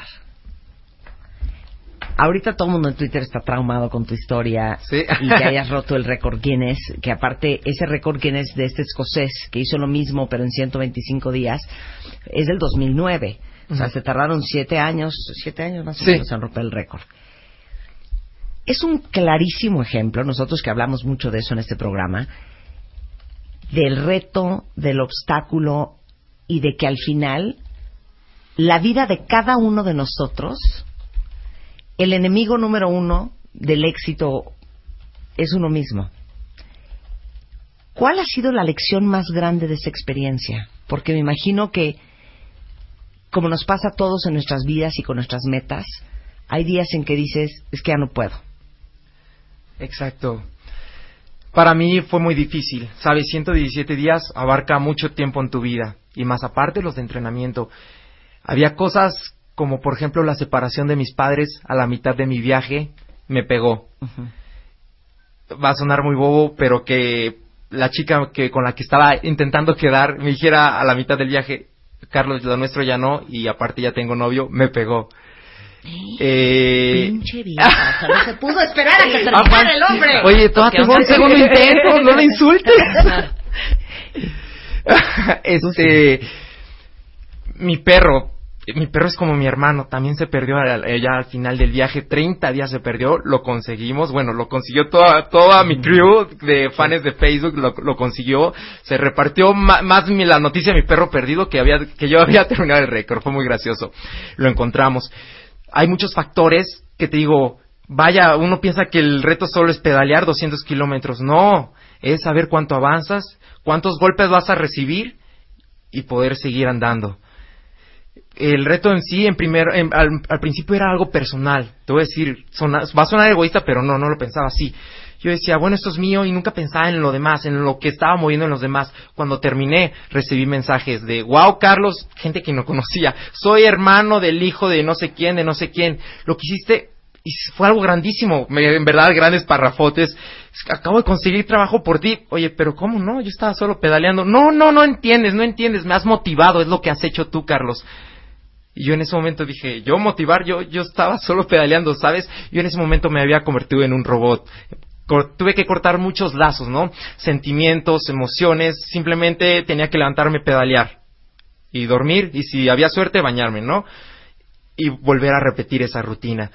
Speaker 4: Ahorita todo el mundo en Twitter está traumado con tu historia y que hayas roto el récord Guinness, que aparte ese récord Guinness de este escocés que hizo lo mismo pero en 125 días es del 2009. O sea, se tardaron 7 años más o menos en romper el récord. Es un clarísimo ejemplo, nosotros que hablamos mucho de eso en este programa, del reto, del obstáculo y de que al final la vida de cada uno de nosotros, el enemigo número uno del éxito es uno mismo. ¿Cuál ha sido la lección más grande de esa experiencia? Porque me imagino que, como nos pasa a todos en nuestras vidas y con nuestras metas, hay días en que dices, es que ya no puedo.
Speaker 9: Exacto. Para mí fue muy difícil, ¿sabes? 117 días abarca mucho tiempo en tu vida, y más aparte los de entrenamiento. Había cosas como, por ejemplo, la separación de mis padres a la mitad de mi viaje, me pegó. Uh-huh. Va a sonar muy bobo, pero que la chica con la que estaba intentando quedar me dijera a la mitad del viaje, Carlos, lo nuestro ya no, y aparte ya tengo novio, me pegó.
Speaker 4: Pinche vieja, o sea, no se pudo esperar a que terminara el hombre.
Speaker 9: Oye, todavía tuvo un segundo intento, no me insultes. Mi perro es como mi hermano, también se perdió ya al final del viaje, 30 días se perdió, lo conseguimos, bueno, lo consiguió toda mi crew de fans de Facebook, lo consiguió, se repartió más la noticia de mi perro perdido que yo había terminado el récord, fue muy gracioso, lo encontramos. Hay muchos factores que te digo, vaya, uno piensa que el reto solo es pedalear 200 kilómetros, no, es saber cuánto avanzas, cuántos golpes vas a recibir y poder seguir andando. El reto en sí, al principio era algo personal. Te voy a decir, va a sonar egoísta, pero no lo pensaba así. Yo decía, bueno, esto es mío, y nunca pensaba en lo demás, en lo que estaba moviendo en los demás. Cuando terminé, recibí mensajes de, wow, Carlos, gente que no conocía, soy hermano del hijo de no sé quién, lo que hiciste, y fue algo grandísimo, en verdad, grandes parrafotes. Acabo de conseguir trabajo por ti. Oye, pero ¿cómo no? Yo estaba solo pedaleando. No entiendes, me has motivado, es lo que has hecho tú, Carlos. Y yo en ese momento dije, yo estaba solo pedaleando, ¿sabes? Yo en ese momento me había convertido en un robot. Tuve que cortar muchos lazos, ¿no? Sentimientos, emociones, simplemente tenía que levantarme, pedalear y dormir, y si había suerte, bañarme, ¿no? Y volver a repetir esa rutina.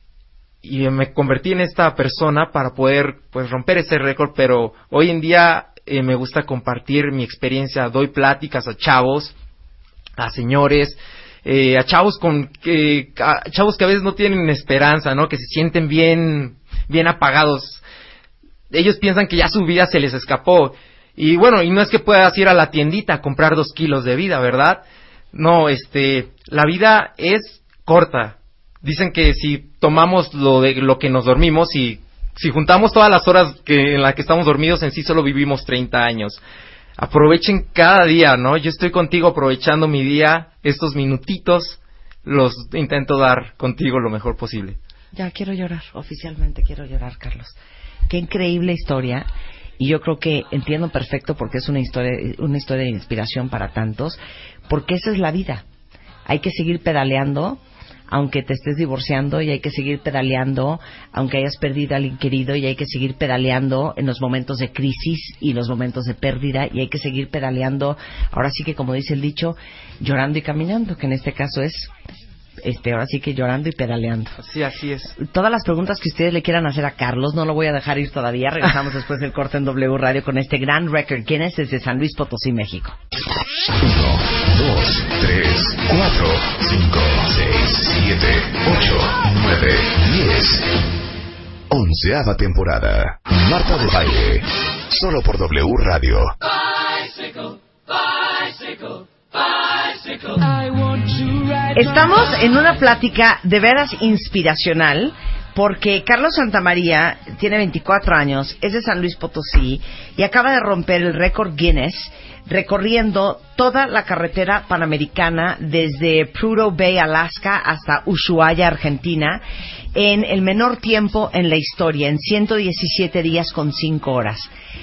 Speaker 9: Y me convertí en esta persona para poder, pues, romper ese récord, pero hoy en día me gusta compartir mi experiencia, doy pláticas a chavos, a señores, a chavos que a veces no tienen esperanza, ¿no? Que se sienten bien apagados. Ellos piensan que ya su vida se les escapó. Y bueno, y no es que puedas ir a la tiendita a comprar 2 kilos de vida, ¿verdad? No, la vida es corta. Dicen que si tomamos lo que nos dormimos y si juntamos todas las horas en las que estamos dormidos, en sí solo vivimos 30 años. Aprovechen cada día, ¿no? Yo estoy contigo aprovechando mi día, estos minutitos los intento dar contigo lo mejor posible.
Speaker 4: Ya quiero llorar, oficialmente quiero llorar, Carlos. Qué increíble historia, y yo creo que entiendo perfecto porque es una historia de inspiración para tantos, porque esa es la vida. Hay que seguir pedaleando aunque te estés divorciando, y hay que seguir pedaleando aunque hayas perdido a alguien querido, y hay que seguir pedaleando en los momentos de crisis y los momentos de pérdida, y hay que seguir pedaleando, ahora sí que como dice el dicho, llorando y caminando, que en este caso es ahora sí que llorando y pedaleando.
Speaker 9: Sí, así es.
Speaker 4: Todas las preguntas que ustedes le quieran hacer a Carlos, no lo voy a dejar ir todavía. Regresamos después del corte en W Radio con este gran record Guinness desde San Luis Potosí, México.
Speaker 2: 1, 2, 3, 4, 5, 6, 7, 8, 9, 10. 11ª temporada. Marta de Baile. Solo por W Radio.
Speaker 3: Bicycle, bicycle, bicycle.
Speaker 4: Estamos en una plática de veras inspiracional porque Carlos Santamaría tiene 24 años, es de San Luis Potosí y acaba de romper el récord Guinness recorriendo toda la carretera panamericana desde Prudhoe Bay, Alaska, hasta Ushuaia, Argentina, en el menor tiempo en la historia, en 117 días con 5 horas.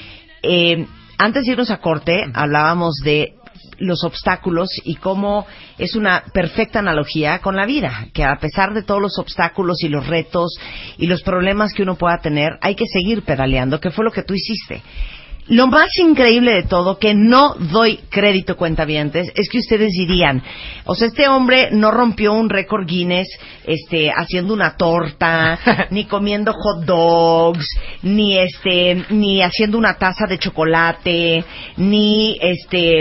Speaker 4: Antes de irnos a corte, hablábamos de los obstáculos y cómo es una perfecta analogía con la vida, que a pesar de todos los obstáculos y los retos y los problemas que uno pueda tener, hay que seguir pedaleando, que fue lo que tú hiciste. Lo más increíble de todo, que no doy crédito, cuentavientes, es que ustedes dirían, o sea, este hombre no rompió un récord Guinness haciendo una torta, ni comiendo hot dogs, ni haciendo una taza de chocolate, ni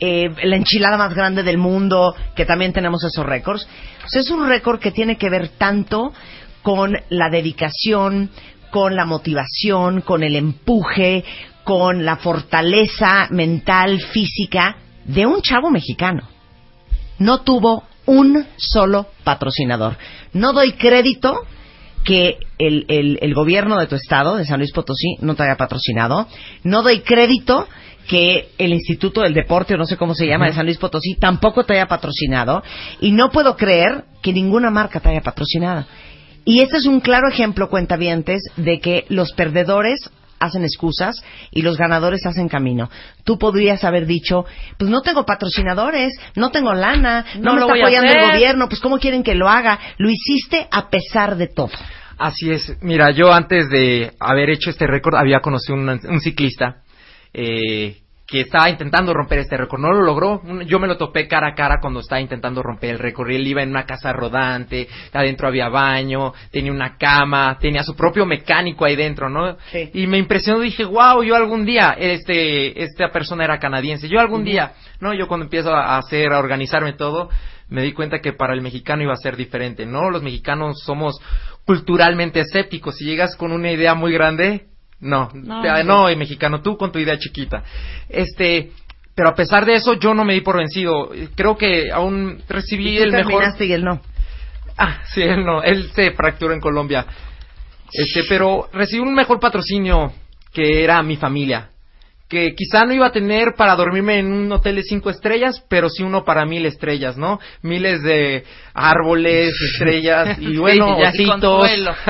Speaker 4: la enchilada más grande del mundo, que también tenemos esos récords. O sea, es un récord que tiene que ver tanto con la dedicación, con la motivación, con el empuje, con la fortaleza mental, física de un chavo mexicano. No tuvo un solo patrocinador. No doy crédito que el gobierno de tu estado, de San Luis Potosí, no te haya patrocinado. No doy crédito que el Instituto del Deporte, o no sé cómo se llama, de San Luis Potosí, tampoco te haya patrocinado. Y no puedo creer que ninguna marca te haya patrocinado. Y este es un claro ejemplo, cuentavientes, de que los perdedores hacen excusas y los ganadores hacen camino. Tú podrías haber dicho, pues no tengo patrocinadores, no tengo lana, no me está apoyando el gobierno, pues ¿cómo quieren que lo haga? Lo hiciste a pesar de todo.
Speaker 9: Así es. Mira, yo antes de haber hecho este récord había conocido un ciclista que estaba intentando romper este récord. No lo logró. Yo me lo topé cara a cara cuando estaba intentando romper el récord. Él iba en una casa rodante, adentro había baño, tenía una cama, tenía su propio mecánico ahí dentro, ¿no? Sí. Y me impresionó, dije, wow, yo algún día, esta persona era canadiense, yo algún día, ¿no? Yo cuando empiezo a organizarme todo, me di cuenta que para el mexicano iba a ser diferente, ¿no? Los mexicanos somos culturalmente escépticos. Si llegas con una idea muy grande, no, mexicano, tú con tu idea chiquita. Pero a pesar de eso, yo no me di por vencido. Creo que aún recibí el mejor.
Speaker 4: Y él no.
Speaker 9: Sí, él no. Él se fracturó en Colombia. Pero recibí un mejor patrocinio que era mi familia. Que quizá no iba a tener para dormirme en un hotel de 5 estrellas, pero sí uno para 1000 estrellas, ¿no? Miles de árboles, estrellas y bueno, ositos.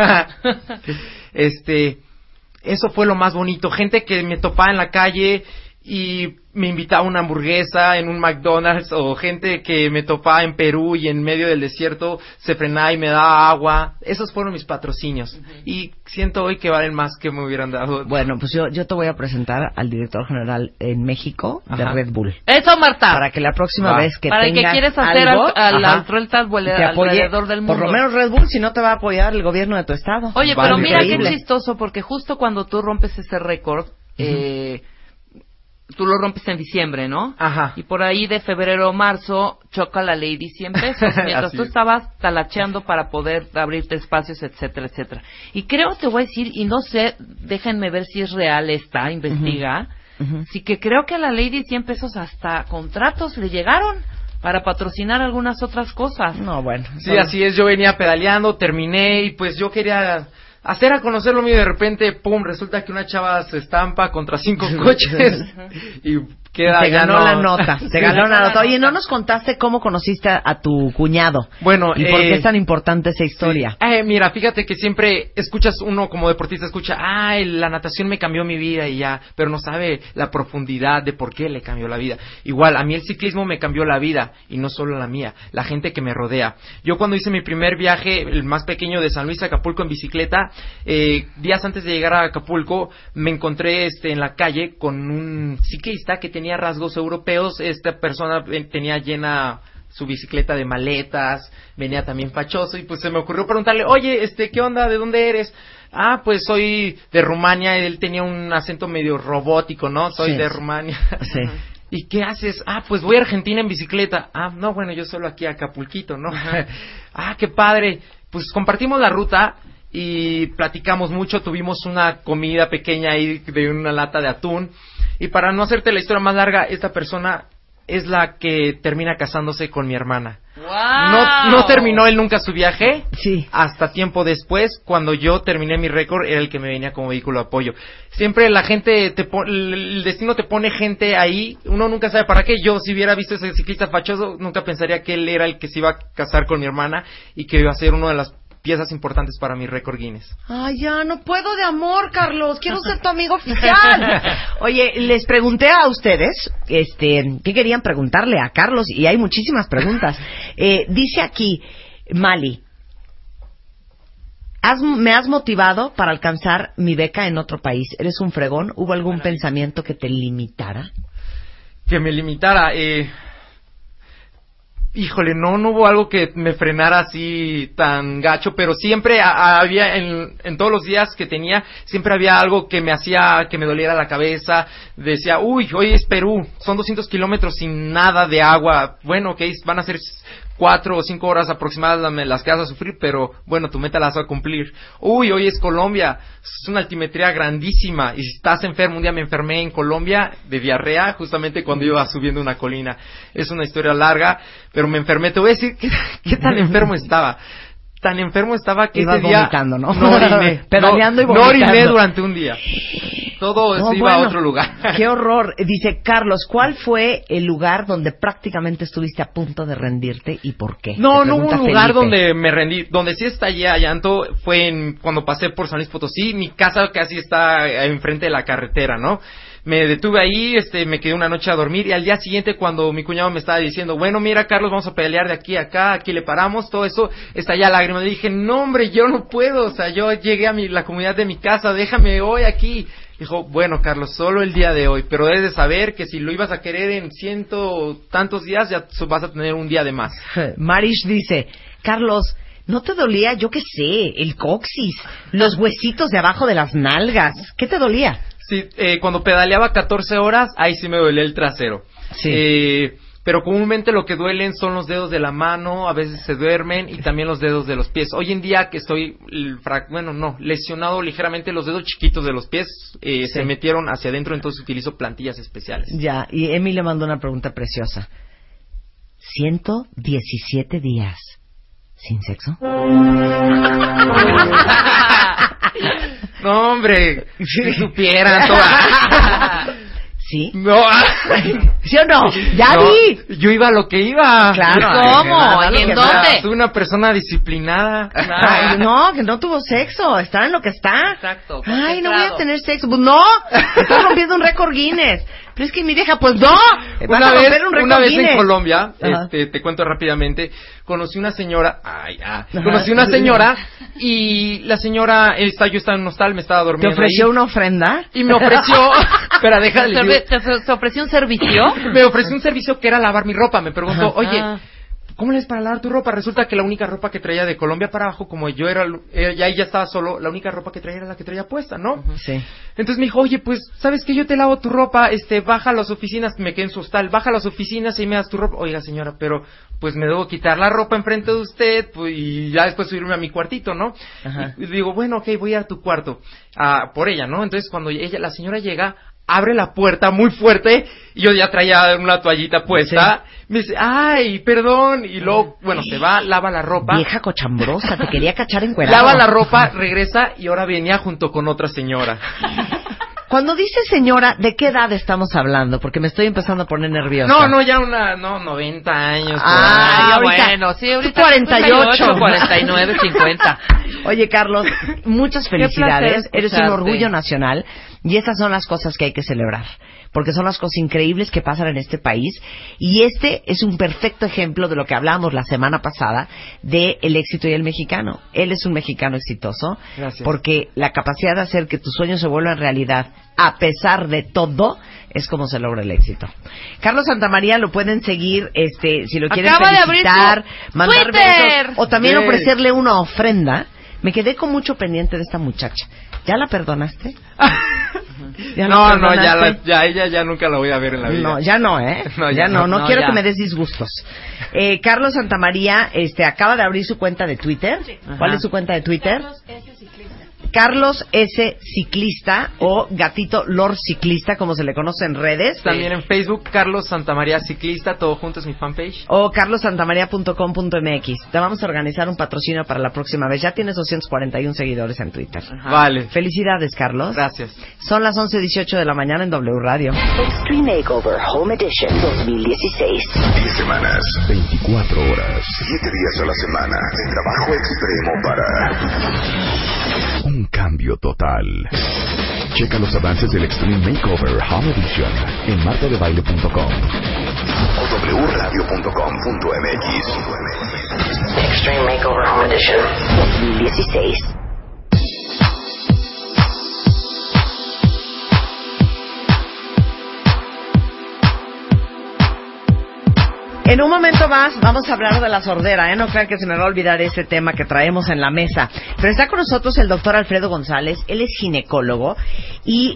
Speaker 9: Eso fue lo más bonito. Gente que me topaba en la calle y me invitaba a una hamburguesa en un McDonald's, o gente que me topaba en Perú y en medio del desierto se frenaba y me daba agua. Esos fueron mis patrocinios. Y siento hoy que valen más que me hubieran dado.
Speaker 4: Bueno, pues yo te voy a presentar al director general en México de Red Bull.
Speaker 5: Eso, Marta.
Speaker 4: Para que la próxima vez que
Speaker 5: para
Speaker 4: tengas
Speaker 5: que quieres hacer
Speaker 4: algo,
Speaker 5: al vuelta alrededor del mundo.
Speaker 4: Por lo menos Red Bull, si no te va a apoyar el gobierno de tu estado.
Speaker 5: Oye, pero mira qué chistoso, porque justo cuando tú rompes ese récord, tú lo rompes en diciembre, ¿no?
Speaker 9: Ajá.
Speaker 5: Y por ahí de febrero o marzo choca la ley 100 pesos, mientras tú estabas talacheando para poder abrirte espacios, etcétera, etcétera. Y creo, te voy a decir, y no sé, déjenme ver si es real esta, investiga, sí que creo que a la ley de 100 pesos hasta contratos le llegaron para patrocinar algunas otras cosas.
Speaker 4: No, bueno.
Speaker 9: Sí, así es, yo venía pedaleando, terminé y pues yo quería hacer a conocer lo mío, y de repente, pum, resulta que una chava se estampa contra 5 coches y queda.
Speaker 4: Te ganó la nota. Te ganó la nota. Oye, ¿no nos contaste cómo conociste a tu cuñado?
Speaker 9: Bueno,
Speaker 4: ¿y por qué es tan importante esa historia?
Speaker 9: Sí. Mira, fíjate que siempre escuchas, uno como deportista escucha, la natación me cambió mi vida y ya, pero no sabe la profundidad de por qué le cambió la vida. Igual, a mí el ciclismo me cambió la vida, y no solo la mía, la gente que me rodea. Yo cuando hice mi primer viaje, el más pequeño, de San Luis a Acapulco en bicicleta, días antes de llegar a Acapulco, me encontré en la calle con un ciclista que tenía rasgos europeos. Esta persona tenía llena su bicicleta de maletas, venía también fachoso, y pues se me ocurrió preguntarle, oye, ¿qué onda? ¿De dónde eres? Pues soy de Rumania. Él tenía un acento medio robótico, ¿no? Soy de Rumania.
Speaker 4: Sí.
Speaker 9: ¿Y qué haces? Pues voy a Argentina en bicicleta. No, bueno, yo solo aquí a Acapulquito, ¿no? Qué padre. Pues compartimos la ruta y platicamos mucho, tuvimos una comida pequeña ahí de una lata de atún. Y para no hacerte la historia más larga, esta persona es la que termina casándose con mi hermana.
Speaker 5: ¡Wow!
Speaker 9: No terminó él nunca su viaje.
Speaker 4: Sí.
Speaker 9: Hasta tiempo después, cuando yo terminé mi récord, era el que me venía como vehículo de apoyo. Siempre la gente, el destino te pone gente ahí, uno nunca sabe para qué. Yo, si hubiera visto ese ciclista fachoso, nunca pensaría que él era el que se iba a casar con mi hermana y que iba a ser uno de las piezas importantes para mi récord Guinness.
Speaker 4: Ya no puedo de amor, Carlos. Quiero ser tu amigo oficial. Oye, les pregunté a ustedes, ¿qué querían preguntarle a Carlos? Y hay muchísimas preguntas. Dice aquí, Mali, me has motivado para alcanzar mi beca en otro país. ¿Eres un fregón? ¿Hubo algún pensamiento que te limitara?
Speaker 9: Que me limitara, híjole, no hubo algo que me frenara así tan gacho, pero siempre había, en todos los días que tenía, siempre había algo que me hacía que me doliera la cabeza. Decía, uy, hoy es Perú, son 200 kilómetros sin nada de agua. Bueno, ok, van a ser 4 o 5 horas aproximadas las que vas a sufrir, pero bueno, tu meta la vas a cumplir. Uy, hoy es Colombia, es una altimetría grandísima, y si estás enfermo, un día me enfermé en Colombia de diarrea, justamente cuando iba subiendo una colina. Es una historia larga, pero me enfermé. Te voy a decir qué tan enfermo estaba. Tan enfermo estaba que
Speaker 4: ibas
Speaker 9: ese día
Speaker 4: vomitando, ¿no?
Speaker 9: no oriné.
Speaker 4: Pedaleando y
Speaker 9: No
Speaker 4: vomitando.
Speaker 9: oriné durante un día. Todo
Speaker 4: No,
Speaker 9: se iba
Speaker 4: bueno,
Speaker 9: a otro lugar.
Speaker 4: Qué horror. Dice Carlos, ¿cuál fue el lugar donde prácticamente estuviste a punto de rendirte y por qué?
Speaker 9: No
Speaker 4: Te
Speaker 9: hubo
Speaker 4: pregunta
Speaker 9: un lugar
Speaker 4: Felipe.
Speaker 9: donde me rendí, donde sí estallé a llanto fue cuando pasé por San Luis Potosí. Mi casa casi está enfrente de la carretera, ¿no? Me detuve ahí, me quedé una noche a dormir, y al día siguiente, cuando mi cuñado me estaba diciendo, bueno, mira, Carlos, vamos a pelear de aquí a acá, aquí le paramos, todo eso, estallé a lágrimas. Le dije, no, hombre, yo no puedo, o sea, yo llegué a la comunidad de mi casa, déjame hoy aquí. Dijo, bueno, Carlos, solo el día de hoy, pero debes de saber que si lo ibas a querer en 100 tantos días, ya vas a tener un día de más.
Speaker 4: Marish dice, Carlos, ¿no te dolía, yo qué sé, el coxis, los huesitos de abajo de las nalgas? ¿Qué te dolía?
Speaker 9: Sí, cuando pedaleaba 14 horas, ahí sí me dolía el trasero.
Speaker 4: Sí.
Speaker 9: Pero comúnmente lo que duelen son los dedos de la mano, a veces se duermen, y también los dedos de los pies. Hoy en día que estoy, lesionado ligeramente, los dedos chiquitos de los pies se metieron hacia adentro, entonces utilizo plantillas especiales.
Speaker 4: Ya, y Emi le mandó una pregunta preciosa. 117 días sin sexo.
Speaker 9: No, hombre, si supieran toda.
Speaker 4: ¿Sí?
Speaker 9: No.
Speaker 4: ¿Sí o no? ¡Ya
Speaker 9: no,
Speaker 4: vi!
Speaker 9: Yo iba a lo que iba.
Speaker 4: Claro.
Speaker 5: ¿Cómo? ¿Y en dónde?
Speaker 9: Soy una persona disciplinada.
Speaker 4: Ay, no, que no tuvo sexo. Está en lo que está.
Speaker 5: Exacto.
Speaker 4: Ay, no voy a
Speaker 5: concentrado.
Speaker 4: tener sexo. Pues no, estás rompiendo un récord Guinness. Pero es que mi vieja, pues no. Vas a romper un récord
Speaker 9: Una vez
Speaker 4: Guinness.
Speaker 9: en Colombia,
Speaker 4: Ajá.
Speaker 9: te cuento rápidamente, conocí una señora, conocí una señora, y la señora, yo estaba en un hostal, me estaba
Speaker 4: ¿Te
Speaker 9: durmiendo
Speaker 4: ofreció
Speaker 9: ahí,
Speaker 4: una ofrenda?
Speaker 9: y me ofreció, espera, déjale.
Speaker 5: ¿Te ofreció un servicio?
Speaker 9: Me ofreció un servicio que era lavar mi ropa. Me preguntó,
Speaker 4: Ajá.
Speaker 9: oye, ¿cómo le es para lavar tu ropa? Resulta que la única ropa que traía de Colombia para abajo, como yo ya estaba solo, la única ropa que traía era la que traía puesta, ¿no?
Speaker 4: Sí.
Speaker 9: Entonces me dijo, oye, pues, ¿sabes qué? Yo te lavo tu ropa, baja a las oficinas, me quedé en su hostal, baja a las oficinas y me das tu ropa. Oiga, señora, pero, pues, me debo quitar la ropa enfrente de usted, pues, y ya después subirme a mi cuartito, ¿no?
Speaker 4: Ajá.
Speaker 9: Y digo, bueno, ok, voy a tu cuarto, por ella, ¿no? Entonces, cuando la señora llega, abre la puerta muy fuerte, y yo ya traía una toallita puesta. Sí. Me dice, ay, perdón, y luego, bueno, se va, lava la ropa.
Speaker 4: Vieja cochambrosa, te quería cachar encuerado.
Speaker 9: Lava la ropa, regresa, y ahora venía junto con otra señora.
Speaker 4: Cuando dice señora, ¿de qué edad estamos hablando? Porque me estoy empezando a poner nerviosa.
Speaker 9: No, ya 90 años.
Speaker 4: Ahorita,
Speaker 5: bueno, sí, ahorita
Speaker 4: 48,
Speaker 5: 49, 50.
Speaker 4: Oye, Carlos, muchas felicidades.
Speaker 5: Qué placer
Speaker 4: Eres un
Speaker 5: escucharte.
Speaker 4: orgullo nacional, y estas son las cosas que hay que celebrar, porque son las cosas increíbles que pasan en este país, y este es un perfecto ejemplo de lo que hablábamos la semana pasada de el éxito y el mexicano. Él es un mexicano exitoso.
Speaker 9: Gracias.
Speaker 4: Porque la capacidad de hacer que tus sueños se vuelvan realidad a pesar de todo es como se logra el éxito. Carlos Santamaría lo pueden seguir, si lo quieren
Speaker 5: Acaba de abrir
Speaker 4: felicitar,
Speaker 5: su
Speaker 4: mandar
Speaker 5: Twitter.
Speaker 4: besos, o también
Speaker 9: Sí.
Speaker 4: ofrecerle una ofrenda. Me quedé con mucho pendiente de esta muchacha. ¿Ya la perdonaste? ¿Ya la
Speaker 9: No,
Speaker 4: perdonaste?
Speaker 9: ya ella ya nunca la voy a ver en la vida.
Speaker 4: No, ya no, ¿eh?
Speaker 9: No,
Speaker 4: ya
Speaker 9: ya
Speaker 4: no.
Speaker 9: no.
Speaker 4: No quiero
Speaker 5: ya.
Speaker 4: que me des disgustos. Carlos Santamaría, acaba de abrir su cuenta de Twitter. ¿Cuál
Speaker 5: Ajá.
Speaker 4: es su cuenta de Twitter? Carlos S. Ciclista o Gatito Lord Ciclista, como se le conoce en redes.
Speaker 9: También en Facebook, Carlos Santamaría Ciclista, todo junto es mi fanpage.
Speaker 4: O carlosantamaria.com.mx. Te vamos a organizar un patrocinio para la próxima vez. Ya tienes 241 seguidores en Twitter.
Speaker 9: Vale.
Speaker 4: Felicidades, Carlos.
Speaker 9: Gracias.
Speaker 4: Son las 11:18 de la mañana en W Radio.
Speaker 10: Extreme Makeover Home Edition 2016.
Speaker 2: 10 semanas, 24 horas, 7 días a la semana de trabajo extremo para un cambio total. Checa los avances del Extreme Makeover Home Edition en martadebaile.com o wradio.com.mx.
Speaker 10: Extreme Makeover Home Edition 2016.
Speaker 4: En un momento más vamos a hablar de la sordera, ¿eh? No crean que se me va a olvidar ese tema que traemos en la mesa. Pero está con nosotros el doctor Alfredo González, él es ginecólogo y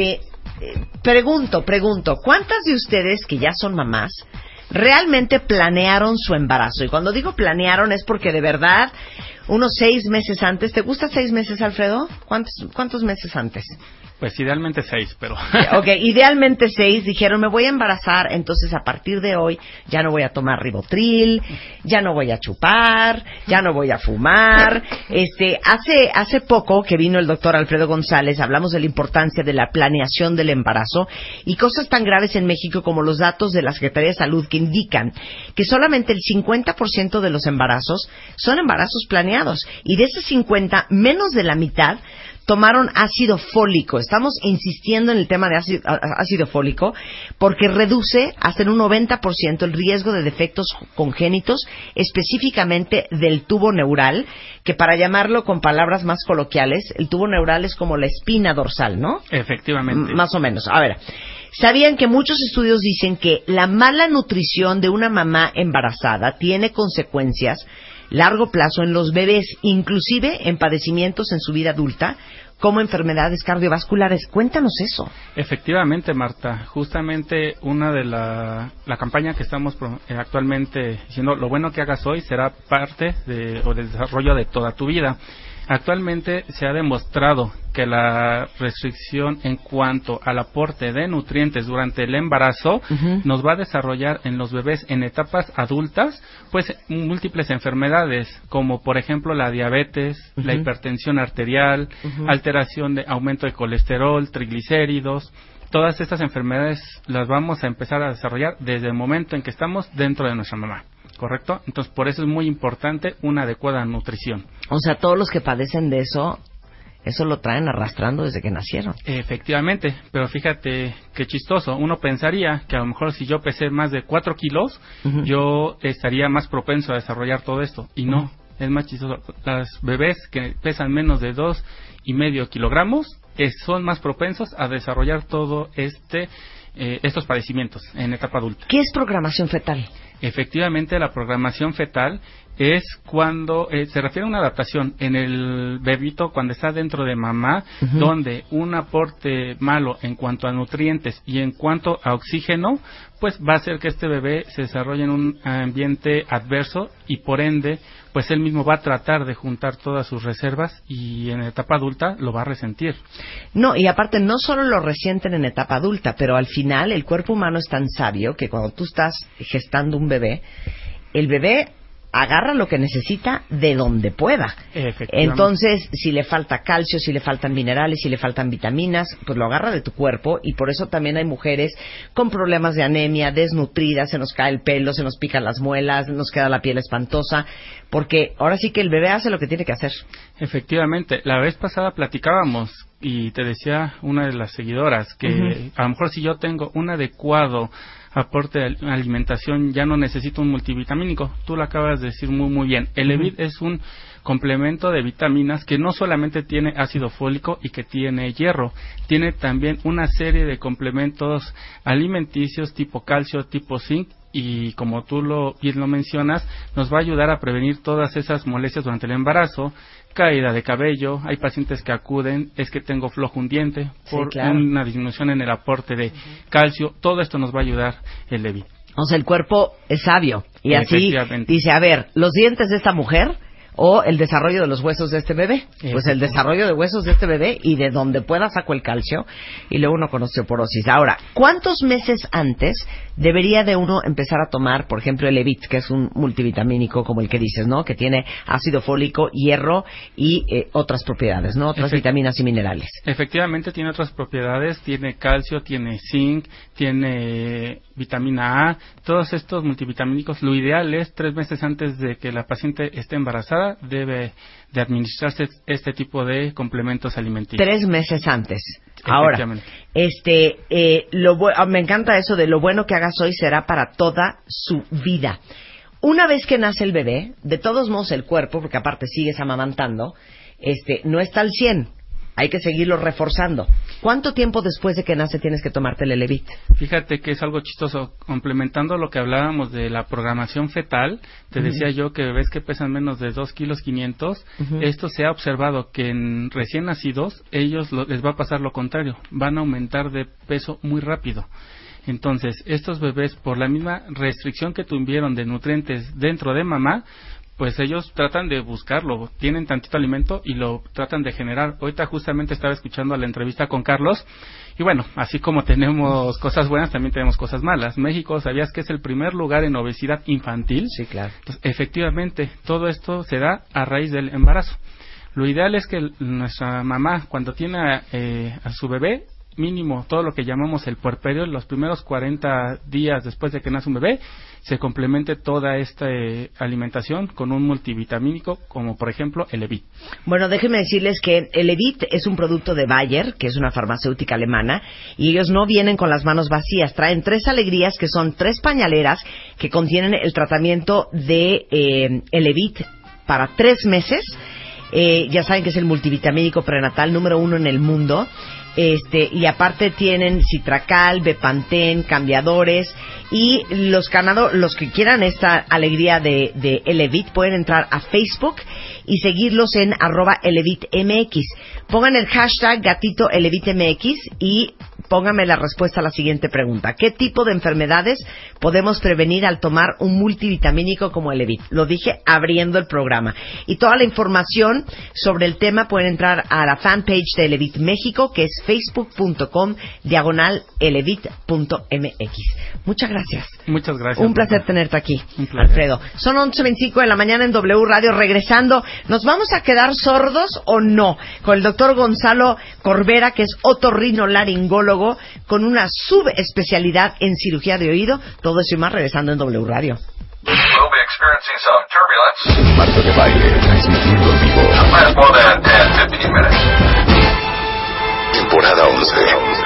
Speaker 4: pregunto, ¿cuántas de ustedes que ya son mamás realmente planearon su embarazo? Y cuando digo planearon es porque de verdad unos 6 meses antes. ¿Te gusta 6 meses, Alfredo? ¿Cuántos meses antes?
Speaker 11: Pues idealmente 6, pero...
Speaker 4: Ok, idealmente 6. Dijeron, me voy a embarazar, entonces a partir de hoy ya no voy a tomar Rivotril, ya no voy a chupar, ya no voy a fumar. Hace poco que vino el doctor Alfredo González, hablamos de la importancia de la planeación del embarazo y cosas tan graves en México como los datos de la Secretaría de Salud que indican que solamente el 50% de los embarazos son embarazos planeados. Y de ese 50, menos de la mitad tomaron ácido fólico. Estamos insistiendo en el tema de ácido fólico porque reduce hasta en un 90% el riesgo de defectos congénitos, específicamente del tubo neural, que para llamarlo con palabras más coloquiales, el tubo neural es como la espina dorsal, ¿no?
Speaker 11: Efectivamente.
Speaker 4: Más o menos. A ver, ¿sabían que muchos estudios dicen que la mala nutrición de una mamá embarazada tiene consecuencias largo plazo en los bebés, inclusive en padecimientos en su vida adulta, como enfermedades cardiovasculares? Cuéntanos eso.
Speaker 11: Efectivamente, Marta. Justamente una de la campaña que estamos actualmente diciendo, lo bueno que hagas hoy será parte del desarrollo de toda tu vida. Actualmente se ha demostrado que la restricción en cuanto al aporte de nutrientes durante el embarazo nos va a desarrollar en los bebés en etapas adultas pues múltiples enfermedades como por ejemplo la diabetes, la hipertensión arterial, alteración de aumento de colesterol, triglicéridos. Todas estas enfermedades las vamos a empezar a desarrollar desde el momento en que estamos dentro de nuestra mamá. ¿Correcto? Entonces, por eso es muy importante una adecuada nutrición.
Speaker 4: O sea, todos los que padecen de eso lo traen arrastrando desde que nacieron.
Speaker 11: Efectivamente, pero fíjate qué chistoso. Uno pensaría que a lo mejor si yo pesé más de 4 kilos, yo estaría más propenso a desarrollar todo esto. Y no, es más chistoso. Las bebés que pesan menos de 2,5 kilogramos son más propensos a desarrollar todo estos padecimientos en etapa adulta.
Speaker 4: ¿Qué es programación fetal?
Speaker 11: Efectivamente, la programación fetal es cuando se refiere a una adaptación en el bebito cuando está dentro de mamá, donde un aporte malo en cuanto a nutrientes y en cuanto a oxígeno, pues va a hacer que este bebé se desarrolle en un ambiente adverso y por ende, pues él mismo va a tratar de juntar todas sus reservas y en etapa adulta lo va a resentir.
Speaker 4: No, y aparte no solo lo resienten en etapa adulta, pero al final el cuerpo humano es tan sabio que cuando tú estás gestando un bebé, el bebé agarra lo que necesita de donde pueda. Entonces, si le falta calcio, si le faltan minerales, si le faltan vitaminas, pues lo agarra de tu cuerpo y por eso también hay mujeres con problemas de anemia, desnutridas, se nos cae el pelo, se nos pican las muelas, nos queda la piel espantosa, porque ahora sí que el bebé hace lo que tiene que hacer.
Speaker 11: Efectivamente, la vez pasada platicábamos y te decía una de las seguidoras que a lo mejor si yo tengo un adecuado aporte de alimentación, ya no necesito un multivitamínico. Tú lo acabas de decir muy bien. El Levit es un complemento de vitaminas que no solamente tiene ácido fólico y que tiene hierro, tiene también una serie de complementos alimenticios tipo calcio, tipo zinc y como tú bien lo mencionas, nos va a ayudar a prevenir todas esas molestias durante el embarazo, caída de cabello. Hay pacientes que acuden, es que tengo flojo un diente por una disminución en el aporte de calcio. Todo esto nos va a ayudar el Levit.
Speaker 4: O sea, el cuerpo es sabio y así dice, a ver, los dientes de esta mujer o el desarrollo de los huesos de este bebé. Pues el desarrollo de huesos de este bebé y de donde pueda saco el calcio y luego uno con osteoporosis. Ahora, ¿cuántos meses antes debería de uno empezar a tomar, por ejemplo, el Levit, que es un multivitamínico como el que dices, ¿no? Que tiene ácido fólico, hierro y otras propiedades, ¿no? Otras vitaminas y minerales.
Speaker 11: Efectivamente tiene otras propiedades, tiene calcio, tiene zinc, tiene vitamina A, todos estos multivitamínicos. Lo ideal es 3 meses antes de que la paciente esté embarazada debe de administrarse este tipo de complementos alimenticios.
Speaker 4: 3 meses antes. Ahora, me encanta eso de lo bueno que hagas hoy será para toda su vida. Una vez que nace el bebé, de todos modos el cuerpo, porque aparte sigues amamantando, no está al 100. hay que seguirlo reforzando. ¿Cuánto tiempo después de que nace tienes que tomarte el Elevit?
Speaker 11: Fíjate que es algo chistoso. Complementando lo que hablábamos de la programación fetal, te decía yo que bebés que pesan menos de 2 kilos 500, esto se ha observado que en recién nacidos, ellos les va a pasar lo contrario, van a aumentar de peso muy rápido. Entonces, estos bebés, por la misma restricción que tuvieron de nutrientes dentro de mamá, pues ellos tratan de buscarlo, tienen tantito alimento y lo tratan de generar. Ahorita justamente estaba escuchando la entrevista con Carlos, y bueno, así como tenemos cosas buenas, también tenemos cosas malas. México, ¿sabías que es el primer lugar en obesidad infantil?
Speaker 4: Sí, claro.
Speaker 11: Pues, efectivamente, todo esto se da a raíz del embarazo. Lo ideal es que nuestra mamá, cuando tiene a su bebé, mínimo todo lo que llamamos el puerperio, los primeros 40 días después de que nace un bebé, se complemente toda esta alimentación con un multivitamínico, como por ejemplo el Elevit.
Speaker 4: Bueno, déjenme decirles que el Elevit es un producto de Bayer, que es una farmacéutica alemana, y ellos no vienen con las manos vacías, traen 3 alegrías, que son 3 pañaleras que contienen el tratamiento de Elevit para 3 meses. Ya saben que es el multivitamínico prenatal número 1 en el mundo. Y aparte tienen Citracal, Bepantén, cambiadores, y los que quieran esta alegría de Elevit pueden entrar a Facebook y seguirlos en @ElevitMX. Pongan el hashtag gatito ElevitMX y pónganme la respuesta a la siguiente pregunta. ¿Qué tipo de enfermedades podemos prevenir al tomar un multivitamínico como Elevit? Lo dije abriendo el programa. Y toda la información sobre el tema pueden entrar a la fanpage de Elevit México, que es facebook.com/elevit.mx. Muchas gracias.
Speaker 11: Muchas gracias.
Speaker 4: Un placer tenerte aquí,
Speaker 11: Un placer.
Speaker 4: Alfredo. Son 11:25 de la mañana en W Radio. Regresando, ¿nos vamos a quedar sordos o no? Con el doctor Gonzalo Corbera, que es otorrinolaringólogo con una subespecialidad en cirugía de oído. Todo eso y más regresando en W Radio.
Speaker 12: We'll be experiencing some turbulence.
Speaker 2: Marta de Baile, transmitiendo en vivo.
Speaker 12: Last more than 10-15 minutes.
Speaker 2: Temporada 11.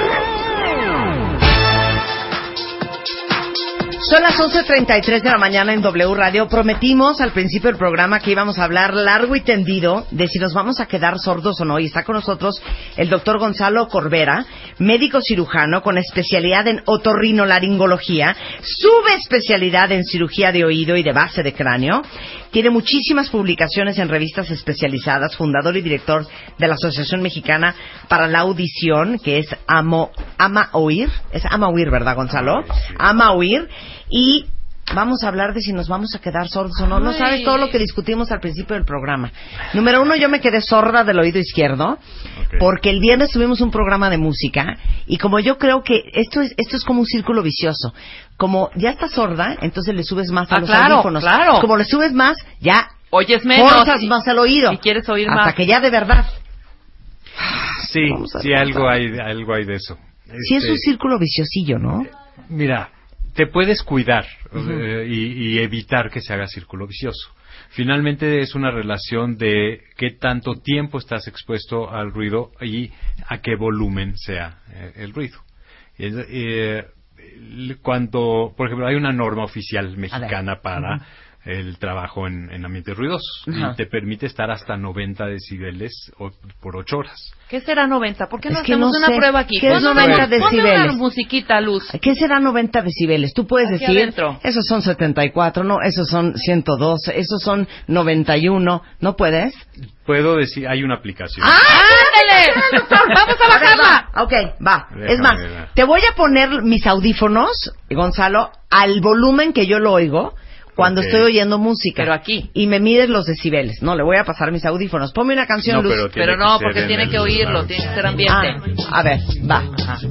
Speaker 4: Son las 11:33 de la mañana en W Radio. Prometimos al principio del programa que íbamos a hablar largo y tendido de si nos vamos a quedar sordos o no. Y está con nosotros el doctor Gonzalo Corbera, médico cirujano con especialidad en otorrinolaringología, subespecialidad en cirugía de oído y de base de cráneo. Tiene muchísimas publicaciones en revistas especializadas, fundador y director de la Asociación Mexicana para la Audición, que es Ama Oír. Es Ama Oír, ¿verdad, Gonzalo?
Speaker 12: Sí.
Speaker 4: Ama Oír. Y vamos a hablar de si nos vamos a quedar sordos o no. No sabes todo lo que discutimos al principio del programa. Número 1, yo me quedé sorda del oído izquierdo, porque el viernes tuvimos un programa de música, y como yo creo que esto es como un círculo vicioso. Como ya estás sorda, entonces le subes más a los audífonos.
Speaker 5: Claro.
Speaker 4: Como le subes más, ya
Speaker 5: oyes menos,
Speaker 4: forzas más al oído.
Speaker 5: Y quieres oír
Speaker 4: hasta
Speaker 5: más.
Speaker 4: que ya de verdad.
Speaker 13: Sí, sí, algo hay de eso.
Speaker 4: Sí, es un círculo viciosillo, ¿no?
Speaker 13: Mira, te puedes cuidar y evitar que se haga círculo vicioso. Finalmente es una relación de qué tanto tiempo estás expuesto al ruido y a qué volumen sea el ruido. Cuando, por ejemplo, hay una norma oficial mexicana para el trabajo en ambientes ruidosos y te permite estar hasta 90 decibeles por 8 horas.
Speaker 5: ¿Qué será 90? ¿Por qué no
Speaker 4: Es que
Speaker 5: hacemos
Speaker 4: no
Speaker 5: una
Speaker 4: sé.
Speaker 5: prueba aquí?
Speaker 4: ¿Qué es 90 decibeles?
Speaker 5: Ponme una musiquita, Luz.
Speaker 4: ¿Qué será 90 decibeles? Tú puedes
Speaker 5: Aquí
Speaker 4: decir,
Speaker 5: adentro.
Speaker 4: esos son 74, no, esos son 112, esos son 91, ¿no puedes?
Speaker 13: Puedo decir, hay una aplicación.
Speaker 5: ¡Ándale! ¡Vamos a bajarla!
Speaker 4: Ok, va.
Speaker 13: Déjame
Speaker 4: Es más,
Speaker 13: ver.
Speaker 4: te voy a poner mis audífonos, Gonzalo, al volumen que yo lo oigo cuando estoy oyendo música.
Speaker 5: Pero aquí.
Speaker 4: Y me mides los decibeles. No, le voy a pasar mis audífonos. Ponme una canción,
Speaker 13: No,
Speaker 4: Luz.
Speaker 5: Pero no, porque tiene que oírlo, tiene que ser ambiente.
Speaker 4: A ver, va.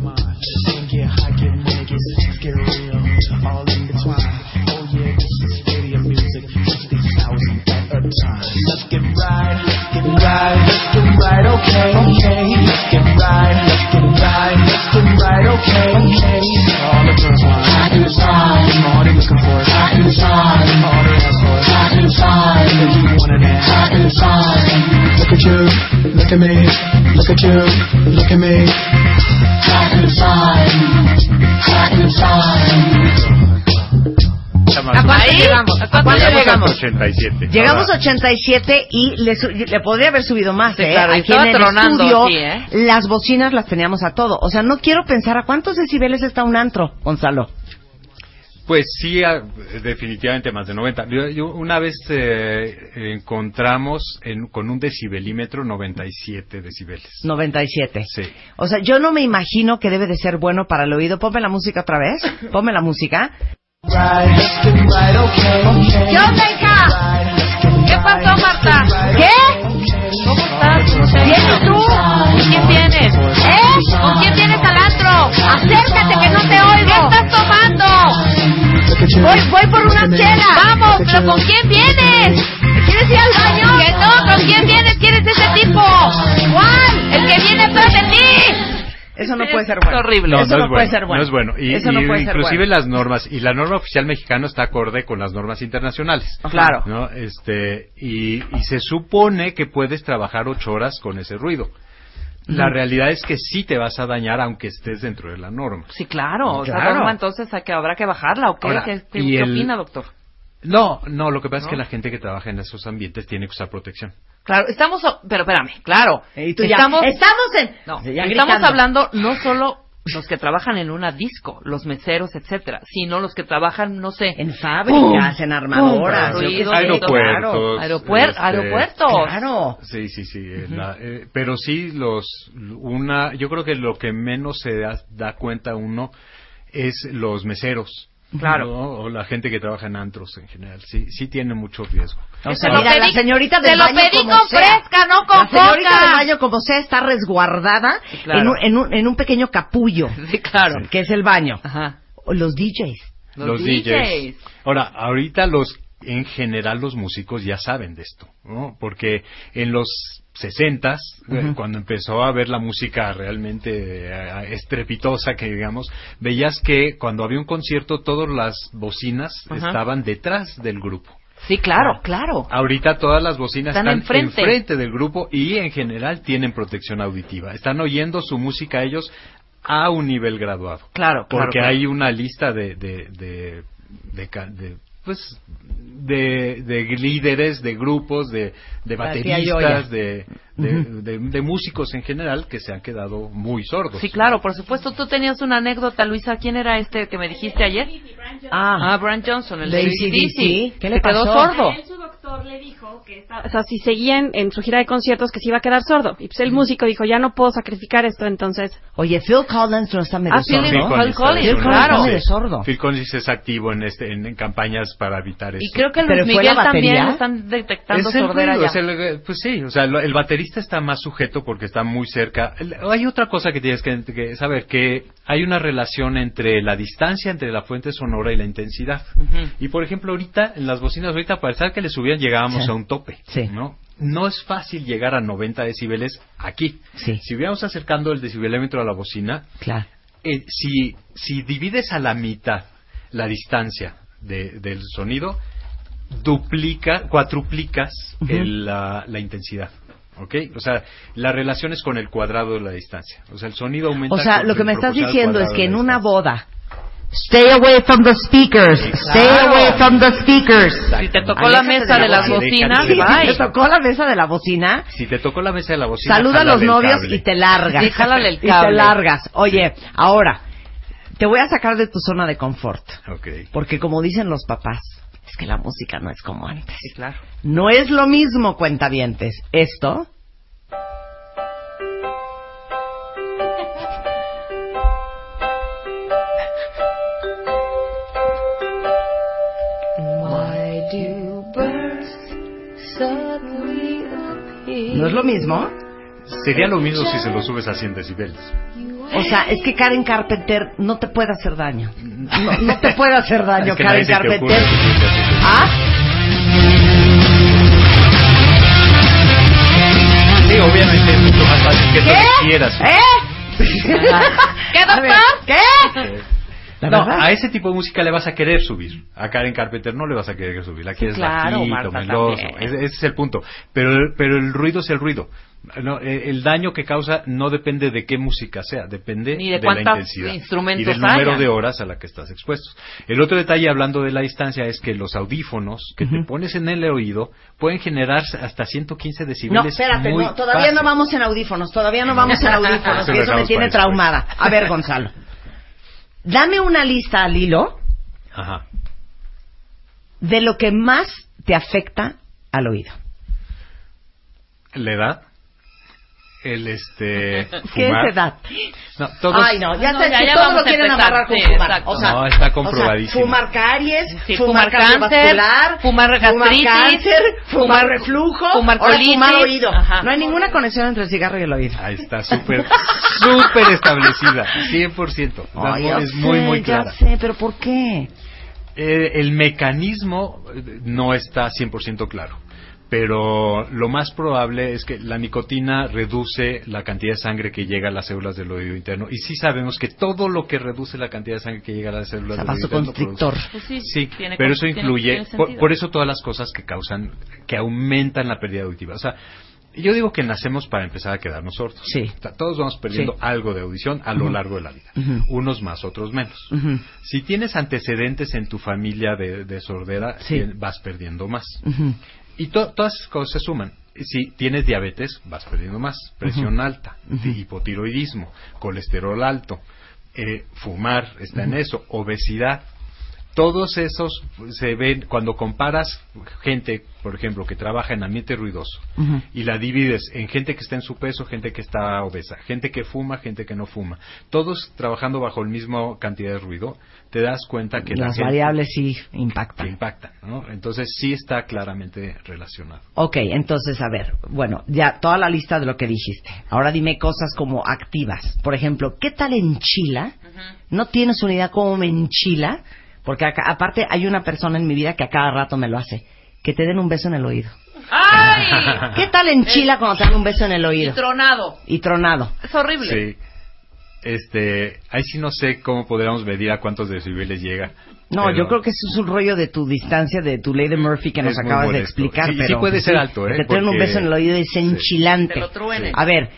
Speaker 3: Look at you, look at me, look at you, look at me. Hot inside, hot inside.
Speaker 13: más.
Speaker 4: ¿A cuánto
Speaker 5: Ahí,
Speaker 4: llegamos? ¿A cuánto
Speaker 13: Llegamos
Speaker 4: llegamos?
Speaker 13: hasta 87.
Speaker 4: Llegamos a
Speaker 13: Ahora,
Speaker 4: 87 y le podría haber subido más,
Speaker 5: Sí, claro,
Speaker 4: Aquí
Speaker 5: estaba
Speaker 4: en el
Speaker 5: tronando,
Speaker 4: estudio,
Speaker 5: sí,
Speaker 4: las bocinas las teníamos a todo. O sea, no quiero pensar a cuántos decibeles está un antro, Gonzalo.
Speaker 13: Pues sí, definitivamente más de 90. Yo una vez encontramos con un decibelímetro 97 decibeles.
Speaker 4: 97.
Speaker 13: Sí.
Speaker 4: O sea, yo no me imagino que debe de ser bueno para el oído. Ponme la música otra vez. Ponme la música.
Speaker 3: ¿Qué onda, hija?
Speaker 5: ¿Qué pasó, Marta?
Speaker 4: ¿Qué?
Speaker 5: ¿Cómo estás?
Speaker 4: ¿Bien y tú?
Speaker 5: ¿Quién vienes? ¿Con quién vienes al antro?
Speaker 4: Acércate que no te oigo.
Speaker 5: ¿Qué estás tomando?
Speaker 4: Voy por una chela.
Speaker 5: Vamos, pero ¿con quién vienes?
Speaker 4: ¿Quieres ir al baño?
Speaker 5: Que no, ¿con quién vienes? ¿Quién es ese tipo? ¿Cuál? El que viene atrás de ti.
Speaker 4: Eso no puede ser bueno.
Speaker 5: Es horrible.
Speaker 13: No,
Speaker 4: Eso
Speaker 13: no
Speaker 4: no
Speaker 13: es
Speaker 4: puede
Speaker 13: bueno,
Speaker 4: ser bueno.
Speaker 13: No es bueno. Y,
Speaker 4: Eso no puede ser
Speaker 13: inclusive
Speaker 4: bueno.
Speaker 13: las normas, y la norma oficial mexicana está acorde con las normas internacionales.
Speaker 4: Claro.
Speaker 13: ¿No? Y se supone que puedes trabajar 8 horas con ese ruido. La realidad es que sí te vas a dañar aunque estés dentro de la norma.
Speaker 5: Sí, claro.
Speaker 4: Claro.
Speaker 5: Esa norma entonces habrá que bajarla, ¿o qué?
Speaker 13: Ahora,
Speaker 5: ¿Qué opina, doctor?
Speaker 13: No, lo que pasa es que la gente que trabaja en esos ambientes tiene que usar protección.
Speaker 5: Claro, pero espérame, claro.
Speaker 4: Y tú
Speaker 5: estamos
Speaker 4: ya, estamos en...
Speaker 5: No,
Speaker 4: Ya
Speaker 5: estamos
Speaker 4: gritando.
Speaker 5: hablando no solo los que trabajan en una disco, los meseros, etcétera, sino los que trabajan, no sé,
Speaker 4: En fábricas, en armadoras.
Speaker 5: ¡pum!
Speaker 4: yo qué sé.
Speaker 13: Aeropuertos.
Speaker 5: Aeropuertos.
Speaker 4: Claro.
Speaker 13: Sí. Pero sí yo creo que lo que menos se da cuenta uno es los meseros.
Speaker 5: Claro.
Speaker 13: ¿No? O la gente que trabaja en antros en general. Sí tiene mucho riesgo.
Speaker 4: O sea,
Speaker 5: Te lo
Speaker 4: mira, la
Speaker 5: pedí-
Speaker 4: señorita del
Speaker 5: te lo
Speaker 4: baño
Speaker 5: pedí
Speaker 4: como
Speaker 5: con
Speaker 4: sea.
Speaker 5: fresca, no con
Speaker 4: La señorita
Speaker 5: coca.
Speaker 4: del baño como sea está resguardada
Speaker 5: Sí, claro.
Speaker 4: en un pequeño capullo,
Speaker 5: Sí, claro.
Speaker 4: que es el baño.
Speaker 5: Ajá.
Speaker 4: O los DJs.
Speaker 5: Los DJs.
Speaker 13: Ahora, ahorita en general los músicos ya saben de esto, ¿no? Porque en los 60s, cuando empezó a ver la música realmente estrepitosa, que digamos, veías que cuando había un concierto todas las bocinas estaban detrás del grupo.
Speaker 5: Sí, claro.
Speaker 13: Ahorita todas las bocinas
Speaker 5: Están
Speaker 13: están
Speaker 5: enfrente.
Speaker 13: enfrente del grupo y en general tienen protección auditiva. Están oyendo su música ellos a un nivel graduado.
Speaker 5: Claro.
Speaker 13: Porque
Speaker 5: claro.
Speaker 13: hay una lista de líderes, de grupos, de bateristas, de músicos en general que se han quedado muy sordos.
Speaker 5: Sí, claro, por supuesto. Tú tenías una anécdota, Luisa. ¿Quién era este que me dijiste ayer? Brian Johnson, el de AC/DC.
Speaker 4: ¿Qué le
Speaker 5: se quedó
Speaker 4: pasó?
Speaker 5: sordo.
Speaker 6: A él su doctor le dijo que o sea, si seguían en su gira de conciertos que se iba a quedar sordo. Y pues el músico dijo, ya no puedo sacrificar esto, entonces...
Speaker 4: Oye, Phil Collins no está medio sordo.
Speaker 5: Phil Collins,
Speaker 4: Phil Collins
Speaker 5: claro.
Speaker 4: está medio sordo.
Speaker 13: Phil Collins es activo en campañas para evitar eso.
Speaker 5: Y creo que
Speaker 4: ¿Pero
Speaker 5: Luis
Speaker 4: fue la
Speaker 5: Miguel también
Speaker 4: batería?
Speaker 5: están detectando
Speaker 13: Es el
Speaker 5: sordera
Speaker 13: ruido,
Speaker 5: ya.
Speaker 13: pues sí, o sea, el baterista está más sujeto porque está muy cerca. Hay otra cosa que tienes que saber, que hay una relación entre la distancia entre la fuente sonora y la intensidad. Y por ejemplo, ahorita, en las bocinas, ahorita para pensar que le subían llegábamos a un tope, ¿no? No es fácil llegar a 90 decibeles aquí.
Speaker 4: Sí.
Speaker 13: Si hubiéramos acercando el decibelómetro a la bocina,
Speaker 4: Claro.
Speaker 13: Si divides a la mitad la distancia del sonido, cuatruplicas la intensidad. ¿Ok? O sea, la relación es con el cuadrado de la distancia. O sea, el sonido aumenta.
Speaker 4: O sea, lo que me estás
Speaker 13: proporcional al
Speaker 4: diciendo es
Speaker 13: cuadrado
Speaker 4: que
Speaker 13: de
Speaker 4: en
Speaker 13: la
Speaker 4: una
Speaker 13: distancia.
Speaker 4: boda, stay away from the speakers, stay away from the speakers.
Speaker 5: Si te tocó la mesa de las bocinas,
Speaker 4: Si
Speaker 5: bye.
Speaker 4: te tocó la mesa de la bocina,
Speaker 13: Si te tocó la mesa de la bocina,
Speaker 4: saluda a los
Speaker 13: jálale el
Speaker 4: novios
Speaker 13: cable.
Speaker 4: y te largas.
Speaker 5: Sí, jálale el
Speaker 4: Y te
Speaker 5: cable.
Speaker 4: largas. Oye, ahora, te voy a sacar de tu zona de confort.
Speaker 13: Ok.
Speaker 4: Porque como dicen los papás, es que la música no es como antes.
Speaker 5: Sí, claro.
Speaker 4: No es lo mismo, cuentavientes. Esto... ¿No es lo mismo?
Speaker 13: Sería lo mismo si se lo subes a 100 decibeles.
Speaker 4: O sea, es que Karen Carpenter no te puede hacer daño. No te puede hacer daño,
Speaker 13: Es que
Speaker 4: Karen
Speaker 13: nadie se te ocurre
Speaker 4: Carpenter.
Speaker 13: subirse a 100 decibeles.
Speaker 4: ¿Ah?
Speaker 13: Sí, obviamente es mucho más fácil que tú quieras.
Speaker 4: ¿Qué,
Speaker 5: ¿Qué,
Speaker 4: A ver,
Speaker 5: doctor?
Speaker 4: ¿qué? La verdad.
Speaker 13: A ese tipo de música le vas a querer subir. A Karen Carpenter no le vas a querer subir. La quieres
Speaker 5: claro,
Speaker 13: bajito,
Speaker 5: Marta,
Speaker 13: meloso. Ese es el punto. Pero el ruido es el ruido. No, el daño que causa no depende de qué música sea, depende
Speaker 5: Ni de
Speaker 13: de la
Speaker 5: cuántos
Speaker 13: intensidad
Speaker 5: instrumentos
Speaker 13: y del número
Speaker 5: haya.
Speaker 13: de horas a la que estás expuesto. El otro detalle, hablando de la distancia, es que los audífonos que te pones en el oído pueden generar hasta 115 decibeles.
Speaker 4: No, espérate,
Speaker 13: muy
Speaker 4: todavía
Speaker 13: fácil.
Speaker 4: no vamos en audífonos, que eso me tiene traumada. A ver, Gonzalo, dame una lista al hilo
Speaker 13: Ajá.
Speaker 4: de lo que más te afecta al oído.
Speaker 13: La edad.
Speaker 4: ¿Qué
Speaker 13: Fumar.
Speaker 4: es edad?
Speaker 13: No, todos...
Speaker 4: Ay, no, ya
Speaker 5: No,
Speaker 4: sabes
Speaker 5: ya
Speaker 4: que
Speaker 5: vamos
Speaker 4: todos lo
Speaker 5: a
Speaker 4: quieren
Speaker 5: empezar,
Speaker 4: amarrar con
Speaker 5: sí,
Speaker 4: fumar.
Speaker 5: exacto.
Speaker 4: O sea,
Speaker 13: No, está comprobadísimo.
Speaker 4: fumar caries,
Speaker 5: Sí,
Speaker 4: fumar cardiovascular,
Speaker 5: fumar gastritis,
Speaker 4: cáncer, fumar reflujo,
Speaker 5: fumar
Speaker 4: ahora
Speaker 5: colitis.
Speaker 4: fumar oído.
Speaker 5: Ajá.
Speaker 4: No hay ninguna conexión entre el cigarro y el oído.
Speaker 13: Ahí está, súper establecida, 100%.
Speaker 4: Ay, ya
Speaker 13: Es muy,
Speaker 4: sé,
Speaker 13: muy clara.
Speaker 4: Ya sé, pero ¿por qué?
Speaker 13: El mecanismo no está 100% claro, pero lo más probable es que la nicotina reduce la cantidad de sangre que llega a las células del oído interno, y sí sabemos que todo lo que reduce la cantidad de sangre que llega a las células del oído interno
Speaker 4: vasoconstrictor.
Speaker 5: Pues
Speaker 13: sí, pero eso influye, por eso todas las cosas que aumentan la pérdida auditiva. O sea, yo digo que nacemos para empezar a quedarnos sordos.
Speaker 4: Sí.
Speaker 13: O sea, todos vamos perdiendo algo de audición a lo largo de la vida. Unos más, otros menos. Si tienes antecedentes en tu familia de sordera, vas perdiendo más. Y todas esas cosas se suman. Si tienes diabetes, vas perdiendo más. Presión alta, hipotiroidismo, colesterol alto, fumar, está en eso, obesidad. Todos esos se ven cuando comparas gente, por ejemplo, que trabaja en ambiente ruidoso y la divides en gente que está en su peso, gente que está obesa, gente que fuma, gente que no fuma, todos trabajando bajo el mismo cantidad de ruido, te das cuenta que
Speaker 4: las variables sí impactan.
Speaker 13: ¿no? Entonces sí está claramente relacionado.
Speaker 4: Ok, entonces, a ver, bueno, ya toda la lista de lo que dijiste. Ahora dime cosas como activas. Por ejemplo, ¿qué tal enchila? No tienes una idea cómo me enchila. Porque aparte hay una persona en mi vida que a cada rato me lo hace. Que te den un beso en el oído.
Speaker 5: ¡Ay!
Speaker 4: ¿Qué tal enchila cuando te dan un beso en el oído?
Speaker 5: Y tronado. Es horrible.
Speaker 13: Sí. Ahí sí no sé cómo podríamos medir a cuántos decibeles llega.
Speaker 4: No, pero yo creo que eso es un rollo de tu distancia, de tu ley de Murphy que nos acabas de explicar.
Speaker 13: Sí,
Speaker 4: pero
Speaker 13: sí puede ser alto,
Speaker 4: que te den un beso en el oído es enchilante.
Speaker 5: Te lo truenen.
Speaker 4: A ver,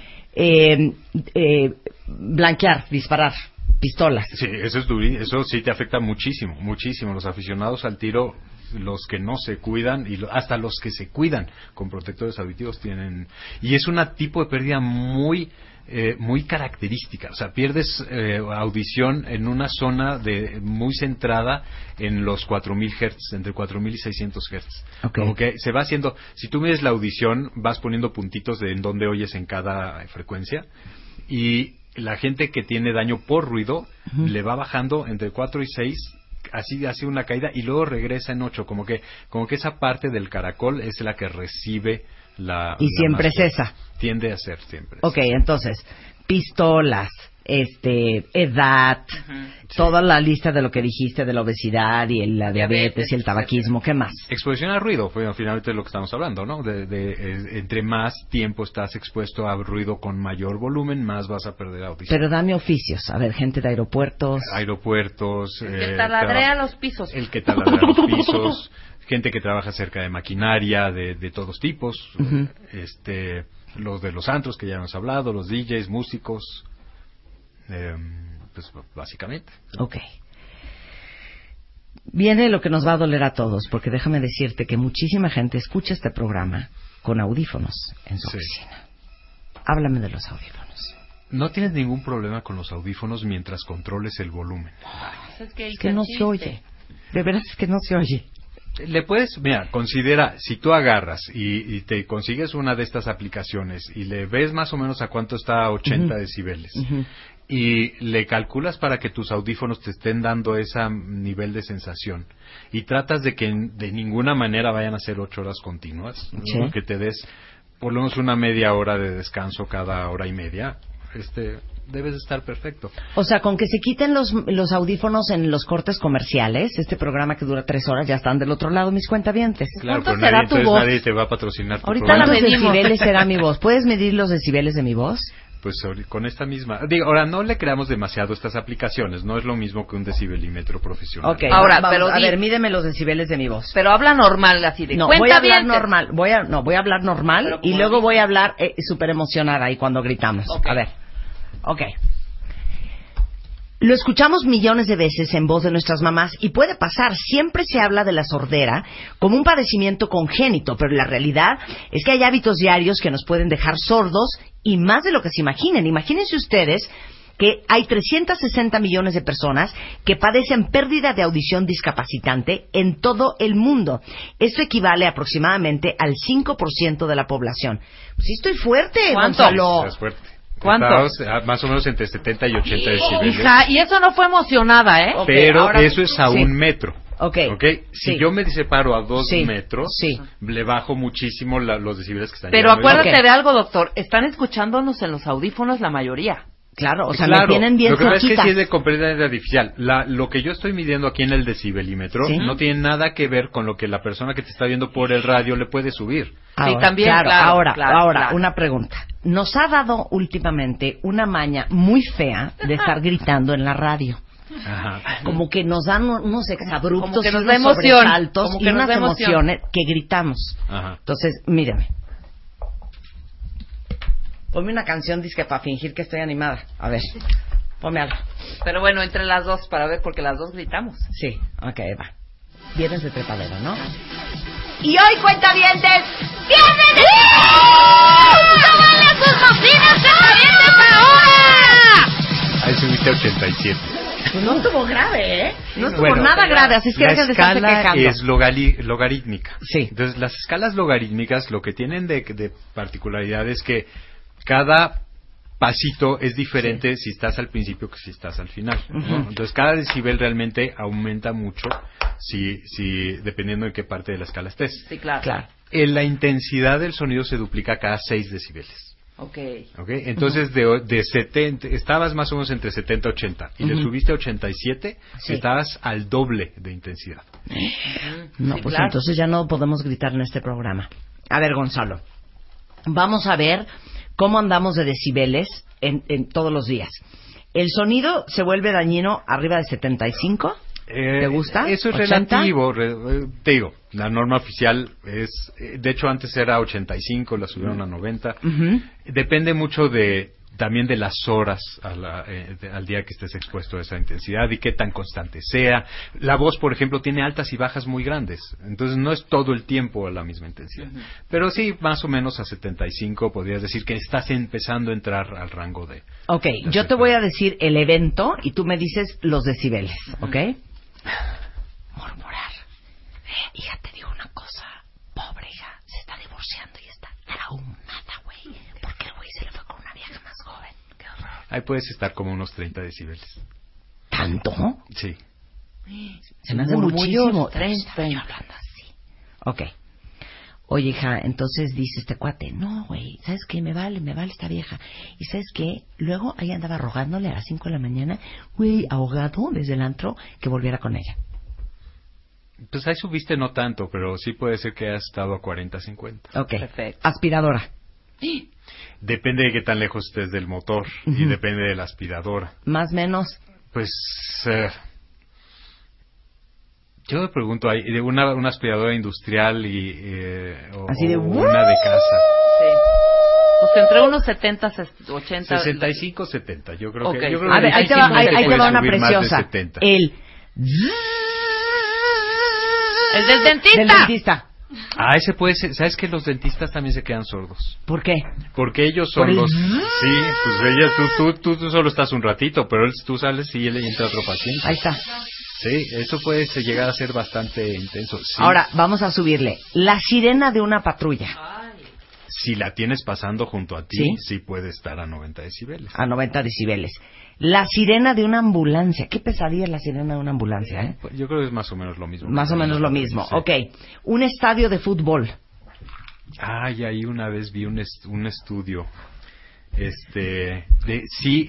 Speaker 4: blanquear, disparar. Pistolas.
Speaker 13: Sí, eso sí te afecta muchísimo, muchísimo. Los aficionados al tiro, los que no se cuidan y hasta los que se cuidan con protectores auditivos tienen, y es un tipo de pérdida muy característica. O sea, pierdes audición en una zona muy centrada en los 4000 Hz, entre 4000 y 600 Hz. Okay. Como que se va haciendo, si tú mides la audición, vas poniendo puntitos de en dónde oyes en cada frecuencia, y la gente que tiene daño por ruido le va bajando entre 4 y 6, así hace una caída y luego regresa en 8, como que esa parte del caracol es la que recibe y siempre es esa. Tiende a ser siempre.
Speaker 4: Ok, entonces, pistolas, edad, toda la lista de lo que dijiste de la obesidad y la diabetes y el tabaquismo, ¿qué más?
Speaker 13: Exposición al ruido, fue finalmente lo que estamos hablando, ¿no? Entre más tiempo estás expuesto a ruido con mayor volumen, más vas a perder audición.
Speaker 4: Pero dame oficios, a ver, gente de aeropuertos.
Speaker 5: El que taladrea los pisos.
Speaker 13: El que taladrea los pisos, gente que trabaja cerca de maquinaria de todos tipos, los de los antros que ya hemos hablado, los DJs, músicos. Pues básicamente.
Speaker 4: Ok. Viene lo que nos va a doler a todos, porque déjame decirte que muchísima gente escucha este programa con audífonos en su oficina. Háblame de los audífonos.
Speaker 13: No tienes ningún problema con los audífonos mientras controles el volumen.
Speaker 4: Es que no se oye. De veras es que no se oye.
Speaker 13: Le puedes, considera, si tú agarras y te consigues una de estas aplicaciones y le ves más o menos a cuánto está a 80 decibeles y le calculas para que tus audífonos te estén dando ese nivel de sensación y tratas de que de ninguna manera vayan a ser 8 horas continuas, ¿no? Que te des por lo menos una media hora de descanso cada hora y media, debes estar perfecto.
Speaker 4: O sea, con que se quiten los audífonos en los cortes comerciales, este programa que dura 3 horas, ya están del otro lado mis cuentavientes.
Speaker 13: Claro, pero nadie te va a patrocinar tu
Speaker 4: Ahorita
Speaker 13: programa.
Speaker 4: ¿Cuántos decibeles será mi voz? ¿Puedes medir los decibeles de mi voz?
Speaker 13: pues con esta misma... Digo, ahora, no le creamos demasiado estas aplicaciones. No es lo mismo que un decibelímetro profesional.
Speaker 4: Ok, ahora, a ver, mídeme los decibeles de mi voz.
Speaker 5: Pero habla normal, así de
Speaker 4: No,
Speaker 5: cuenta
Speaker 4: voy a hablar
Speaker 5: bien.
Speaker 4: normal. Voy a hablar normal y luego voy a hablar súper emocionada ahí cuando gritamos.
Speaker 5: Okay.
Speaker 4: A ver. Ok. Lo escuchamos millones de veces en voz de nuestras mamás y puede pasar. Siempre se habla de la sordera como un padecimiento congénito, pero la realidad es que hay hábitos diarios que nos pueden dejar sordos y más de lo que se imaginen. Imagínense ustedes que hay 360 millones de personas que padecen pérdida de audición discapacitante en todo el mundo. Esto equivale aproximadamente al 5% de la población. Pues sí estoy fuerte,
Speaker 5: ¿Cuánto?
Speaker 4: Gonzalo.
Speaker 13: Es fuerte.
Speaker 5: ¿Cuánto?
Speaker 13: Estamos más o menos entre 70 y 80 decibeles.
Speaker 5: Hija, y eso no fue emocionada, ¿eh?
Speaker 13: Pero
Speaker 4: ahora-
Speaker 13: eso es a
Speaker 4: sí.
Speaker 13: 1 metro.
Speaker 4: Ok.
Speaker 13: Si
Speaker 4: Sí.
Speaker 13: yo me separo a 2
Speaker 4: Sí.
Speaker 13: metros,
Speaker 4: Sí.
Speaker 13: le bajo muchísimo los decibeles que están
Speaker 5: Pero
Speaker 13: llegando.
Speaker 5: acuérdate
Speaker 4: Ok.
Speaker 5: de algo, doctor. Están escuchándonos en los audífonos la mayoría.
Speaker 4: Claro, o sea,
Speaker 13: Claro,
Speaker 4: me tienen bien
Speaker 13: lo que pasa es que
Speaker 4: cerquita.
Speaker 13: sí es de competencia artificial. Lo que yo estoy midiendo aquí en el decibelímetro
Speaker 4: Sí.
Speaker 13: no tiene nada que ver con lo que la persona que te está viendo por el radio le puede subir.
Speaker 4: Ahora,
Speaker 5: también,
Speaker 4: claro,
Speaker 5: claro,
Speaker 4: ahora,
Speaker 5: claro.
Speaker 4: una pregunta. Nos ha dado últimamente una maña muy fea de estar gritando en la radio.
Speaker 13: Ajá.
Speaker 4: Como que nos dan unos exabruptos
Speaker 5: Como que
Speaker 4: y
Speaker 5: nos
Speaker 4: unos
Speaker 5: da emoción.
Speaker 4: sobresaltos
Speaker 5: Como
Speaker 4: y
Speaker 5: que nos
Speaker 4: unas
Speaker 5: da emoción.
Speaker 4: emociones que gritamos.
Speaker 13: Ajá.
Speaker 4: Entonces, míreme. Ponme una canción disque para fingir que estoy animada. A ver, ponme algo.
Speaker 5: Pero bueno, entre las dos, para ver, porque las dos gritamos.
Speaker 4: Sí, ok, va. Viernes de trepadero, ¿no? Y hoy, cuentavientes, ¡viernes de ¡súbanle sus bocinas, cuentavientes, ahora!
Speaker 13: Ahí subiste a 87.
Speaker 4: Pues no estuvo grave, ¿eh? No estuvo
Speaker 13: Bueno,
Speaker 4: nada grave, así es que
Speaker 13: la
Speaker 4: dejen de estarse
Speaker 13: escala
Speaker 4: quejando.
Speaker 13: es logarítmica.
Speaker 4: Sí.
Speaker 13: Entonces, las escalas logarítmicas lo que tienen de particularidad es que cada pasito es diferente si estás al principio que si estás al final, ¿no?
Speaker 4: Ujú.
Speaker 13: Entonces, cada decibel realmente aumenta mucho si dependiendo en qué parte de la escala estés.
Speaker 5: Sí, claro.
Speaker 4: Claro.
Speaker 13: La intensidad del sonido se duplica cada 6 decibeles.
Speaker 5: Ok.
Speaker 13: ¿Ok? Entonces, de 70, estabas más o menos entre 70 y 80, y le
Speaker 4: Ujú.
Speaker 13: subiste a 87,
Speaker 4: Sí.
Speaker 13: estabas al doble de intensidad.
Speaker 4: No,
Speaker 5: Sí,
Speaker 4: pues
Speaker 5: claro.
Speaker 4: entonces ya no podemos gritar en este programa. A ver, Gonzalo, vamos a ver cómo andamos de decibeles en todos los días. ¿El sonido se vuelve dañino arriba de 75? ¿Te gusta?
Speaker 13: Eso es
Speaker 4: 80.
Speaker 13: relativo. Te digo, la norma oficial es... de hecho, antes era 85, la subieron a 90.
Speaker 4: Ujú.
Speaker 13: Depende mucho también de las horas al día que estés expuesto a esa intensidad y qué tan constante sea. La voz, por ejemplo, tiene altas y bajas muy grandes, entonces no es todo el tiempo a la misma intensidad. Pero sí, más o menos a 75 podrías decir que estás empezando a entrar al rango de...
Speaker 4: Ok, yo te voy a decir el evento y tú me dices los decibeles, ¿ok? Murmurar. Hija, te digo una cosa. Pobre hija, se está divorciando y está traumada, güey. Porque el güey se le fue con una vieja más joven. Qué horror.
Speaker 13: Ahí puedes estar como unos 30 decibeles.
Speaker 4: ¿Tanto?
Speaker 13: Sí.
Speaker 4: Se me hace
Speaker 5: Murmullos,
Speaker 4: muchísimo.
Speaker 5: 30.
Speaker 4: Estaba yo hablando así. Ok. Oye, hija, entonces dice este cuate, no, güey, ¿sabes qué? Me vale esta vieja. ¿Y sabes qué? Luego ahí andaba rogándole a las 5 de la mañana, güey, ahogado desde el antro, que volviera con ella.
Speaker 13: Pues ahí subiste no tanto, pero sí puede ser que hayas estado a 40, 50.
Speaker 4: Ok.
Speaker 5: Perfecto.
Speaker 4: Aspiradora.
Speaker 13: Depende de qué tan lejos estés del motor y
Speaker 4: Ujú.
Speaker 13: depende de la aspiradora.
Speaker 4: Más o menos.
Speaker 13: Pues yo me pregunto, ¿hay de una aspiradora industrial o
Speaker 4: Así de,
Speaker 13: una de casa?
Speaker 5: Sí. Pues entre unos 70, 80...
Speaker 13: 65, 70. Yo creo
Speaker 5: Ok.
Speaker 13: que... Yo creo
Speaker 4: A
Speaker 13: que
Speaker 4: ver, ahí te va,
Speaker 13: 25
Speaker 4: ahí te
Speaker 13: puedes
Speaker 4: va una
Speaker 13: subir más de
Speaker 4: preciosa.
Speaker 13: 70.
Speaker 4: El
Speaker 5: ¡El del dentista!
Speaker 4: del dentista.
Speaker 13: Ah, ese puede ser... ¿Sabes que los dentistas también se quedan sordos?
Speaker 4: ¿Por qué?
Speaker 13: Porque ellos
Speaker 4: ¿Por
Speaker 13: son
Speaker 4: el
Speaker 13: los... Sí, pues ellos, tú solo estás un ratito, pero tú sales y él entra otro paciente.
Speaker 4: Ahí está.
Speaker 13: Sí, eso puede llegar a ser bastante intenso. Sí.
Speaker 4: Ahora, vamos a subirle. La sirena de una patrulla.
Speaker 13: Si la tienes pasando junto a ti,
Speaker 4: ¿Sí?
Speaker 13: sí puede estar a 90 decibeles.
Speaker 4: A 90 decibeles. La sirena de una ambulancia. Qué pesadilla es la sirena de una ambulancia, ¿eh?
Speaker 13: Yo creo que es más o menos lo mismo.
Speaker 4: Más o menos lo mismo.
Speaker 13: Sí.
Speaker 4: Ok. Un estadio de fútbol.
Speaker 13: Ay, ahí una vez vi un estudio. Sí,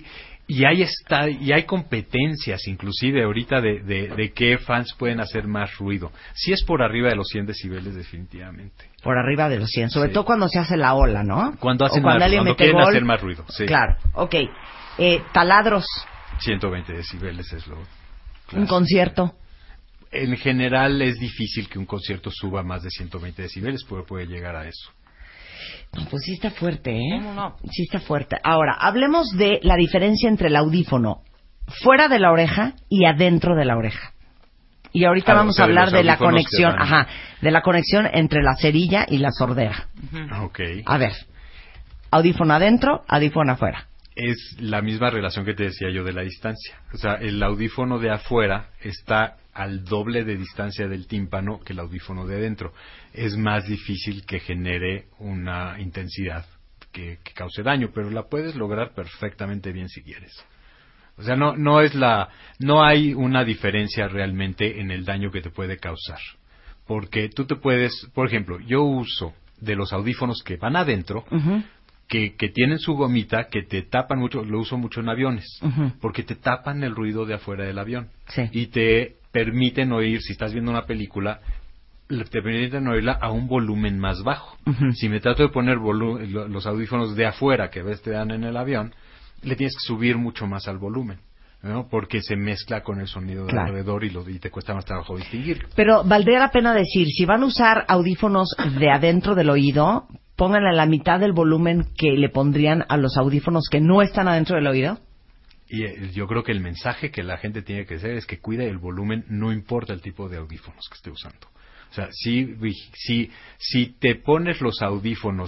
Speaker 13: Y hay competencias, inclusive ahorita, de qué fans pueden hacer más ruido. Si es por arriba de los 100 decibeles, definitivamente.
Speaker 4: Por arriba de los 100, sobre
Speaker 13: Sí.
Speaker 4: todo cuando se hace la ola, ¿no?
Speaker 13: Cuando hacen
Speaker 4: cuando
Speaker 13: más, cuando quieren hacer más ruido. Sí.
Speaker 4: Claro, ok. Taladros,
Speaker 13: 120 decibeles es lo
Speaker 4: un
Speaker 13: clásico.
Speaker 4: concierto.
Speaker 13: En general es difícil que un concierto suba más de 120 decibeles, pero puede llegar a eso.
Speaker 4: No, pues sí está fuerte, ¿eh?
Speaker 5: ¿Cómo no?
Speaker 4: Sí está fuerte. Ahora, hablemos de la diferencia entre el audífono fuera de la oreja y adentro de la oreja. Y ahorita vamos a hablar de la conexión, de la conexión entre la cerilla y la sordera.
Speaker 13: Okay.
Speaker 4: A ver, audífono adentro, audífono afuera.
Speaker 13: Es la misma relación que te decía yo de la distancia. O sea, el audífono de afuera está al doble de distancia del tímpano que el audífono de dentro. Es más difícil que genere una intensidad que cause daño, pero la puedes lograr perfectamente bien si quieres. O sea, no hay una diferencia realmente en el daño que te puede causar. Porque tú te puedes, por ejemplo, yo uso de los audífonos que van adentro, que tienen su gomita, que te tapan mucho, lo uso mucho en aviones, porque te tapan el ruido de afuera del avión.
Speaker 4: Sí.
Speaker 13: Y te permiten oír, si estás viendo una película, te permiten oírla a un volumen más bajo. Si me trato de poner los audífonos de afuera que ves te dan en el avión, le tienes que subir mucho más al volumen, ¿no? Porque se mezcla con el sonido de alrededor y te cuesta más trabajo distinguir.
Speaker 4: Pero valdría la pena decir, si van a usar audífonos de adentro del oído, pónganle la mitad del volumen que le pondrían a los audífonos que no están adentro del oído.
Speaker 13: Y yo creo que el mensaje que la gente tiene que hacer es que cuide el volumen, no importa el tipo de audífonos que esté usando. O sea, si te pones los audífonos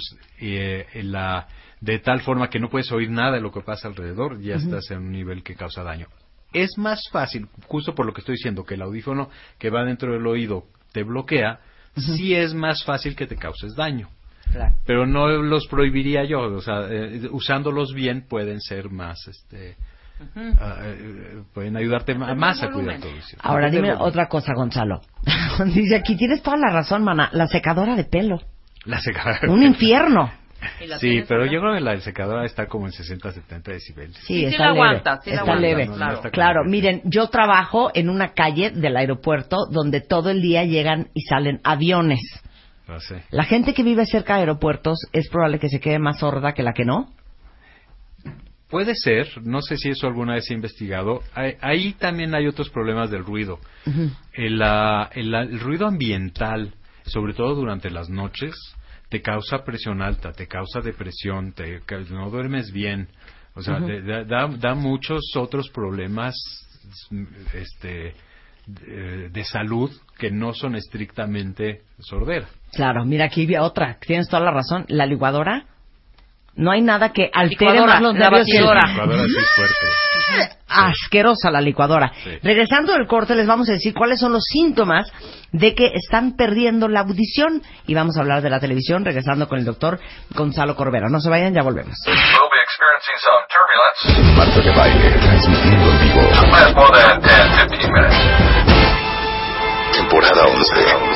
Speaker 13: de tal forma que no puedes oír nada de lo que pasa alrededor, ya estás en un nivel que causa daño. Es más fácil, justo por lo que estoy diciendo, que el audífono que va dentro del oído te bloquea, sí es más fácil que te causes daño.
Speaker 4: Claro.
Speaker 13: Pero no los prohibiría yo, o sea, usándolos bien pueden ser más, pueden ayudarte más a cuidar todo eso.
Speaker 4: Ahora dime otra cosa, Gonzalo. Dice aquí, tienes toda la razón, mana, la secadora de pelo.
Speaker 13: La secadora.
Speaker 4: Un infierno.
Speaker 13: Sí, pero yo creo que la secadora está como en 60-70 decibeles.
Speaker 4: Sí, está leve. Está leve. Claro, miren, yo trabajo en una calle del aeropuerto donde todo el día llegan y salen aviones.
Speaker 13: No sé.
Speaker 4: La gente que vive cerca de aeropuertos es probable que se quede más sorda que la que no.
Speaker 13: Puede ser, no sé si eso alguna vez se ha investigado. Ahí también hay otros problemas del ruido. El ruido ambiental, sobre todo durante las noches, te causa presión alta, te causa depresión, no duermes bien. O sea, da muchos otros problemas de salud que no son estrictamente sordera.
Speaker 4: Claro, mira, aquí vi otra. Tienes toda la razón. La licuadora. No hay nada que altere más los nervios.
Speaker 13: La licuadora sí es fuerte.
Speaker 4: Asquerosa la licuadora.
Speaker 13: Sí.
Speaker 4: Regresando del corte les vamos a decir cuáles son los síntomas de que están perdiendo la audición y vamos a hablar de la televisión regresando con el doctor Gonzalo Corbera. No se vayan, ya volvemos.
Speaker 12: We'll be experiencing some turbulence.
Speaker 2: Marta de Baile, transmitiendo en vivo.
Speaker 12: Last more than 10-15 minutes.
Speaker 2: Temporada 11.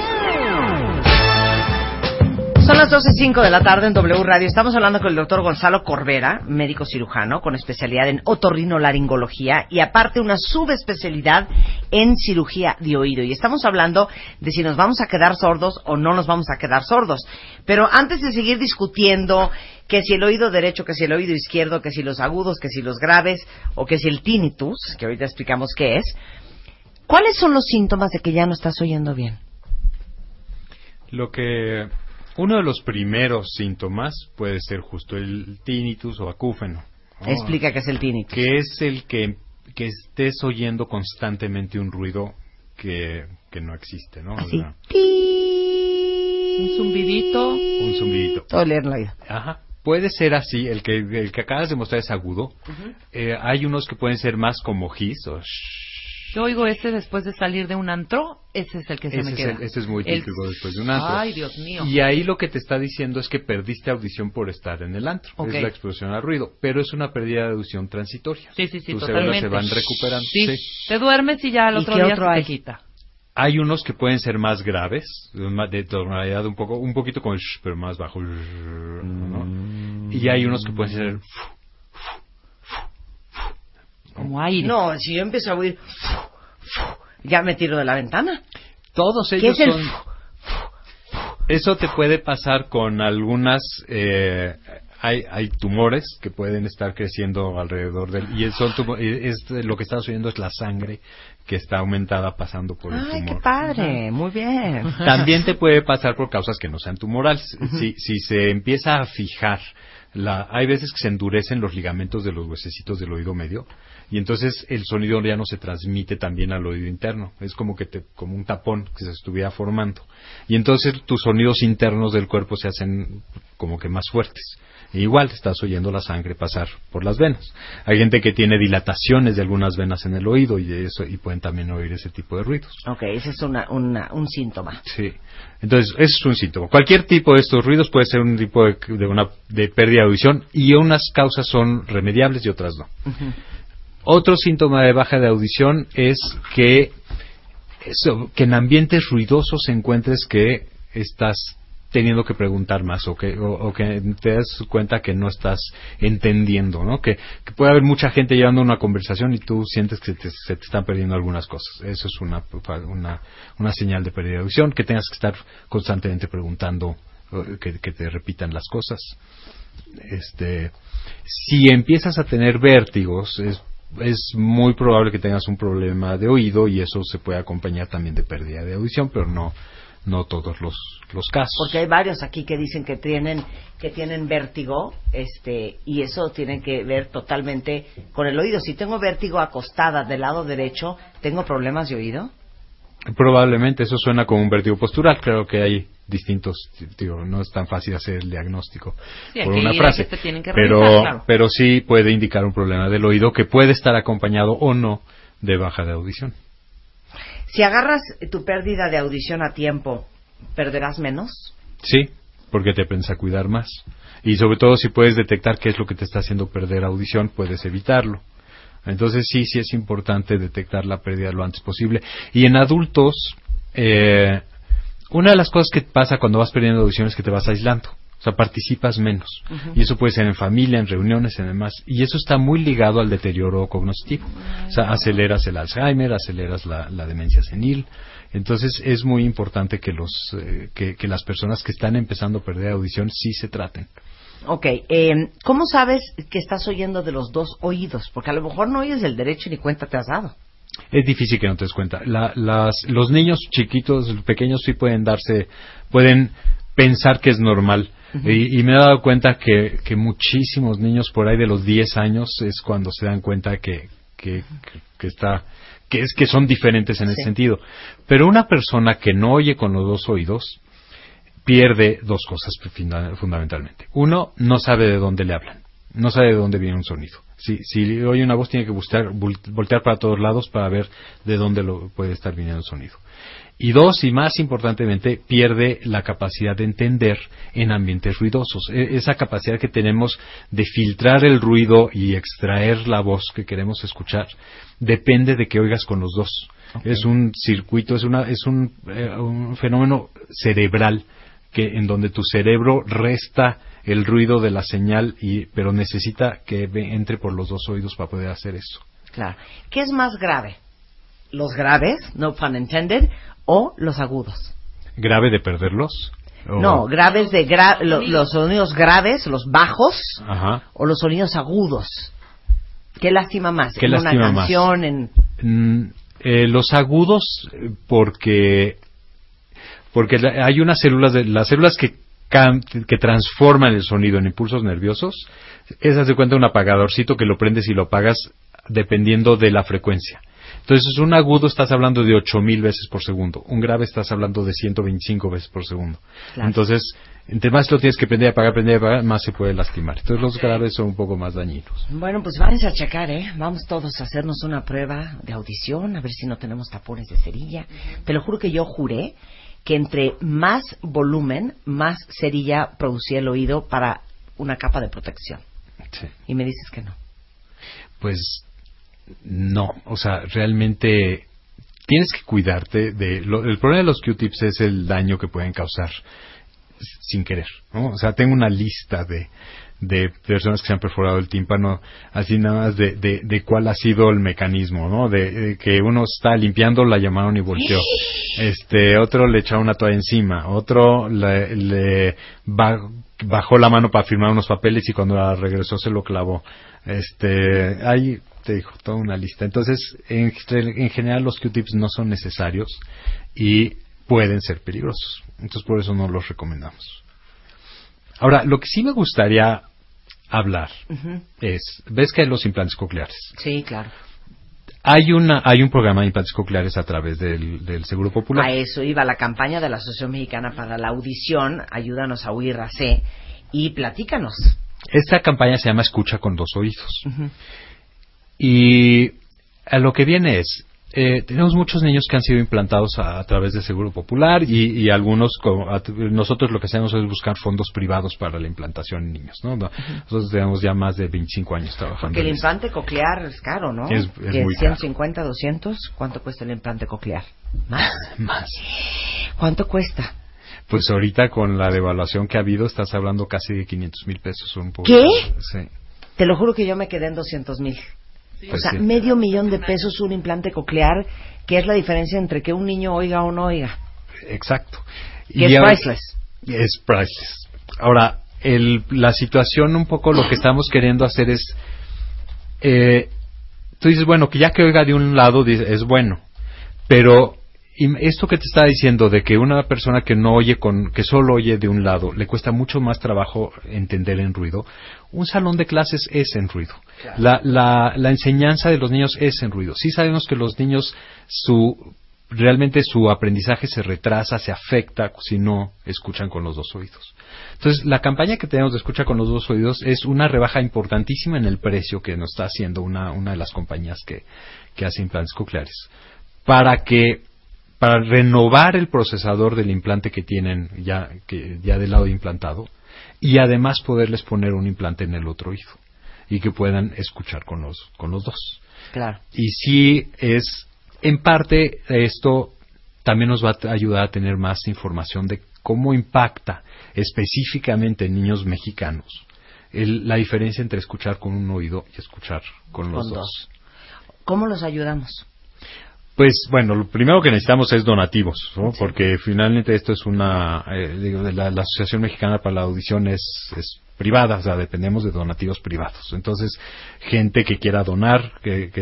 Speaker 4: Son las 12:05 de la tarde en W Radio. Estamos hablando con el doctor Gonzalo Corbera, médico cirujano con especialidad en otorrinolaringología y aparte una subespecialidad en cirugía de oído. Y estamos hablando de si nos vamos a quedar sordos o no nos vamos a quedar sordos. Pero antes de seguir discutiendo que si el oído derecho, que si el oído izquierdo, que si los agudos, que si los graves o que si el tinnitus, que ahorita explicamos qué es, ¿cuáles son los síntomas de que ya no estás oyendo bien?
Speaker 13: Uno de los primeros síntomas puede ser justo el tinnitus o acúfeno, ¿no?
Speaker 4: Explica qué es el tinnitus.
Speaker 13: Que es el que estés oyendo constantemente un ruido que no existe, ¿no?
Speaker 4: Así.
Speaker 13: O sea,
Speaker 5: Un zumbidito.
Speaker 4: Todo leer la vida.
Speaker 13: Ajá. Puede ser así, el que acabas de mostrar es agudo. Hay unos que pueden ser más como hiss o shh.
Speaker 5: Yo oigo ese después de salir de un antro, ese es el que se me queda.
Speaker 13: Ese es muy típico después de un antro.
Speaker 5: Ay, Dios mío.
Speaker 13: Y ahí lo que te está diciendo es que perdiste audición por estar en el antro.
Speaker 5: Okay.
Speaker 13: Es la exposición al ruido, pero es una pérdida de audición transitoria.
Speaker 5: Sí,
Speaker 13: Tus
Speaker 5: totalmente.
Speaker 13: células se van recuperando.
Speaker 5: Sí. Te duermes y ya al otro día se te quita.
Speaker 13: Hay unos que pueden ser más graves, de tonalidad un poquito con shh, pero más bajo. ¿No? Y hay unos que pueden ser
Speaker 5: como aire.
Speaker 4: No, si yo empiezo a oír, ya me tiro de la ventana.
Speaker 13: Todos ellos son... Eso te puede pasar con algunas... Hay tumores que pueden estar creciendo alrededor del... Y lo que estás oyendo es la sangre que está aumentada pasando por el tumor.
Speaker 4: ¡Ay, qué padre! Muy bien.
Speaker 13: También te puede pasar por causas que no sean tumorales. Si se empieza a fijar... hay veces que se endurecen los ligamentos de los huesecitos del oído medio y entonces el sonido ya no se transmite también al oído interno. Es como como un tapón que se estuviera formando. Y entonces tus sonidos internos del cuerpo se hacen como que más fuertes. E igual estás oyendo la sangre pasar por las venas. Hay gente que tiene dilataciones de algunas venas en el oído y pueden también oír ese tipo de ruidos.
Speaker 4: Ok, ese es un síntoma.
Speaker 13: Sí. Entonces, ese es un síntoma. Cualquier tipo de estos ruidos puede ser un tipo de pérdida de audición y unas causas son remediables y otras no. Uh-huh. Otro síntoma de baja de audición es que en ambientes ruidosos encuentres que estás teniendo que preguntar más o que te das cuenta que no estás entendiendo, ¿no? Que puede haber mucha gente llevando una conversación y tú sientes que se te están perdiendo algunas cosas. Eso es una señal de pérdida de audición, que tengas que estar constantemente preguntando, que te repitan las cosas. Si empiezas a tener vértigos, es muy probable que tengas un problema de oído y eso se puede acompañar también de pérdida de audición, pero no todos los casos.
Speaker 4: Porque hay varios aquí que dicen que tienen vértigo, y eso tiene que ver totalmente con el oído. Si tengo vértigo acostada del lado derecho, ¿tengo problemas de oído?
Speaker 13: Probablemente, eso suena como un vértigo postural. Creo que hay distintos, no es tan fácil hacer el diagnóstico por una frase, pero sí puede indicar un problema del oído que puede estar acompañado o no de baja de audición.
Speaker 4: Si agarras tu pérdida de audición a tiempo, ¿perderás menos?
Speaker 13: Sí, porque te piensas cuidar más. Y sobre todo si puedes detectar qué es lo que te está haciendo perder audición, puedes evitarlo. Entonces sí es importante detectar la pérdida lo antes posible. Y en adultos, una de las cosas que pasa cuando vas perdiendo audición es que te vas aislando. O sea, participas menos. Uh-huh. Y eso puede ser en familia, en reuniones, en demás. Y eso está muy ligado al deterioro cognitivo. O sea, aceleras el Alzheimer, aceleras la demencia senil. Entonces, es muy importante que las personas que están empezando a perder audición sí se traten.
Speaker 4: Ok. ¿Cómo sabes que estás oyendo de los dos oídos? Porque a lo mejor no oyes del derecho ni cuenta te has dado.
Speaker 13: Es difícil que no te des cuenta. Los niños chiquitos, pequeños, sí pueden pensar que es normal. Uh-huh. Y me he dado cuenta que muchísimos niños por ahí de los 10 años es cuando se dan cuenta que son diferentes en ese sentido. Pero una persona que no oye con los dos oídos pierde dos cosas fundamentalmente. Uno, no sabe de dónde le hablan. No sabe de dónde viene un sonido. Si oye una voz tiene que voltear para todos lados para ver de dónde puede estar viniendo el sonido. Y dos, y más importantemente, pierde la capacidad de entender en ambientes ruidosos. Esa capacidad que tenemos de filtrar el ruido y extraer la voz que queremos escuchar depende de que oigas con los dos. Okay. Es un circuito, es un fenómeno cerebral en donde tu cerebro resta el ruido de la señal, pero necesita que entre por los dos oídos para poder hacer eso.
Speaker 4: Claro. ¿Qué es más grave? ¿Los graves, no pun intended, o los agudos?
Speaker 13: ¿Grave de perderlos?
Speaker 4: No, graves de los sonidos graves, los bajos,
Speaker 13: ajá,
Speaker 4: o los sonidos agudos. ¿Qué lastima más?
Speaker 13: ¿Qué
Speaker 4: ¿En
Speaker 13: lastima
Speaker 4: una canción?
Speaker 13: Más? Los agudos, porque hay unas células, las células que transforman el sonido en impulsos nerviosos. Esas de cuenta un apagadorcito que lo prendes y lo apagas dependiendo de la frecuencia. Entonces, un agudo estás hablando de 8,000 veces por segundo. Un grave estás hablando de 125 veces por segundo. Claro. Entonces, entre más lo tienes que prender y apagar, más se puede lastimar. Entonces, los graves son un poco más dañinos.
Speaker 4: Bueno, pues váyanse a checar, Vamos todos a hacernos una prueba de audición, a ver si no tenemos tapones de cerilla. Te lo juro que yo juré que entre más volumen, más cerilla producía el oído para una capa de protección.
Speaker 13: Sí.
Speaker 4: Y me dices que no.
Speaker 13: Pues no, o sea, realmente tienes que cuidarte el problema de los Q-tips es el daño que pueden causar sin querer, ¿no? O sea, tengo una lista de personas que se han perforado el tímpano, así nada más de cuál ha sido el mecanismo, ¿no? De que uno está limpiando, la llamaron y volteó. Otro le echaron una toalla encima, otro le bajó la mano para firmar unos papeles y cuando la regresó se lo clavó. Ahí te dijo toda una lista. Entonces, en general los Q-tips no son necesarios y pueden ser peligrosos. Entonces, por eso no los recomendamos. Ahora, lo que sí me gustaría hablar es, ¿ves que hay los implantes cocleares?
Speaker 4: Sí, claro.
Speaker 13: Hay un programa de implantes cocleares a través del Seguro Popular.
Speaker 4: A eso iba la campaña de la Asociación Mexicana para la Audición, Ayúdanos a Oír AC, y platícanos.
Speaker 13: Esta campaña se llama Escucha con 2 oídos. Y a lo que viene es, tenemos muchos niños que han sido implantados a través del Seguro Popular y algunos, nosotros lo que hacemos es buscar fondos privados para la implantación en niños, ¿no? Nosotros tenemos ya más de 25 años trabajando.
Speaker 4: Porque el implante coclear es caro, ¿no?
Speaker 13: Es muy caro.
Speaker 4: 150, 200, ¿cuánto cuesta el implante coclear? ¿Más?
Speaker 13: Más.
Speaker 4: ¿Cuánto cuesta?
Speaker 13: Pues ahorita con la devaluación que ha habido estás hablando casi de 500,000 pesos.
Speaker 4: ¿Qué?
Speaker 13: Sí.
Speaker 4: Te lo juro que yo me quedé en 200,000.
Speaker 13: Pues
Speaker 4: o sea,
Speaker 13: sí.
Speaker 4: $500,000 de pesos un implante coclear, que es la diferencia entre que un niño oiga o no oiga.
Speaker 13: Exacto.
Speaker 4: Que es priceless.
Speaker 13: Es priceless. Ahora, la situación un poco lo que estamos queriendo hacer es, tú dices, bueno, que ya que oiga de un lado es bueno, pero esto que te estaba diciendo de que una persona que no oye que solo oye de un lado le cuesta mucho más trabajo entender en ruido. Un salón de clases es en ruido. Claro. La enseñanza de los niños es en ruido. Sí sabemos que los niños realmente su aprendizaje se retrasa, se afecta si no escuchan con los 2 oídos. Entonces, la campaña que tenemos de Escucha con los 2 oídos es una rebaja importantísima en el precio que nos está haciendo una de las compañías que hace implantes cocleares. Para renovar el procesador del implante que tienen ya del lado implantado y además poderles poner un implante en el otro oído y que puedan escuchar con los 2.
Speaker 4: Claro.
Speaker 13: Y sí es, en parte, esto también nos va a ayudar a tener más información de cómo impacta específicamente en niños mexicanos la diferencia entre escuchar con un oído y escuchar con los dos.
Speaker 4: ¿Cómo los ayudamos?
Speaker 13: Pues bueno, lo primero que necesitamos es donativos, ¿no?
Speaker 4: Sí.
Speaker 13: Porque finalmente esto es la Asociación Mexicana para la Audición es privada, o sea, dependemos de donativos privados. Entonces, gente que quiera donar,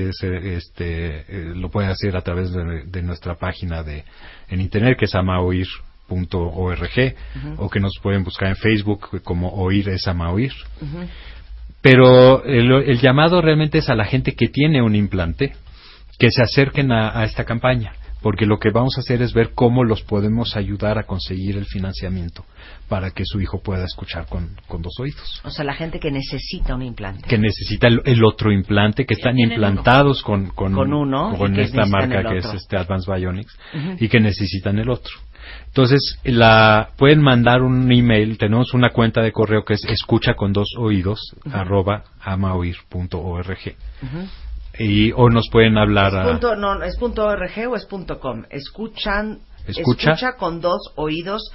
Speaker 13: lo puede hacer a través de nuestra página en internet, que es amaoir.org, o que nos pueden buscar en Facebook como Oír es Amaoir. Pero el llamado realmente es a la gente que tiene un implante, que se acerquen a esta campaña, porque lo que vamos a hacer es ver cómo los podemos ayudar a conseguir el financiamiento para que su hijo pueda escuchar con 2 oídos.
Speaker 4: O sea, la gente que necesita un implante.
Speaker 13: Que necesita el otro implante, que están implantados con esta marca que es Advanced Bionics, y que necesitan el otro. Entonces, pueden mandar un email, tenemos una cuenta de correo que es escuchacon2oidos @amaoir.org. O nos pueden hablar
Speaker 4: ¿Es .org o es .com? Escucha con 2 oídos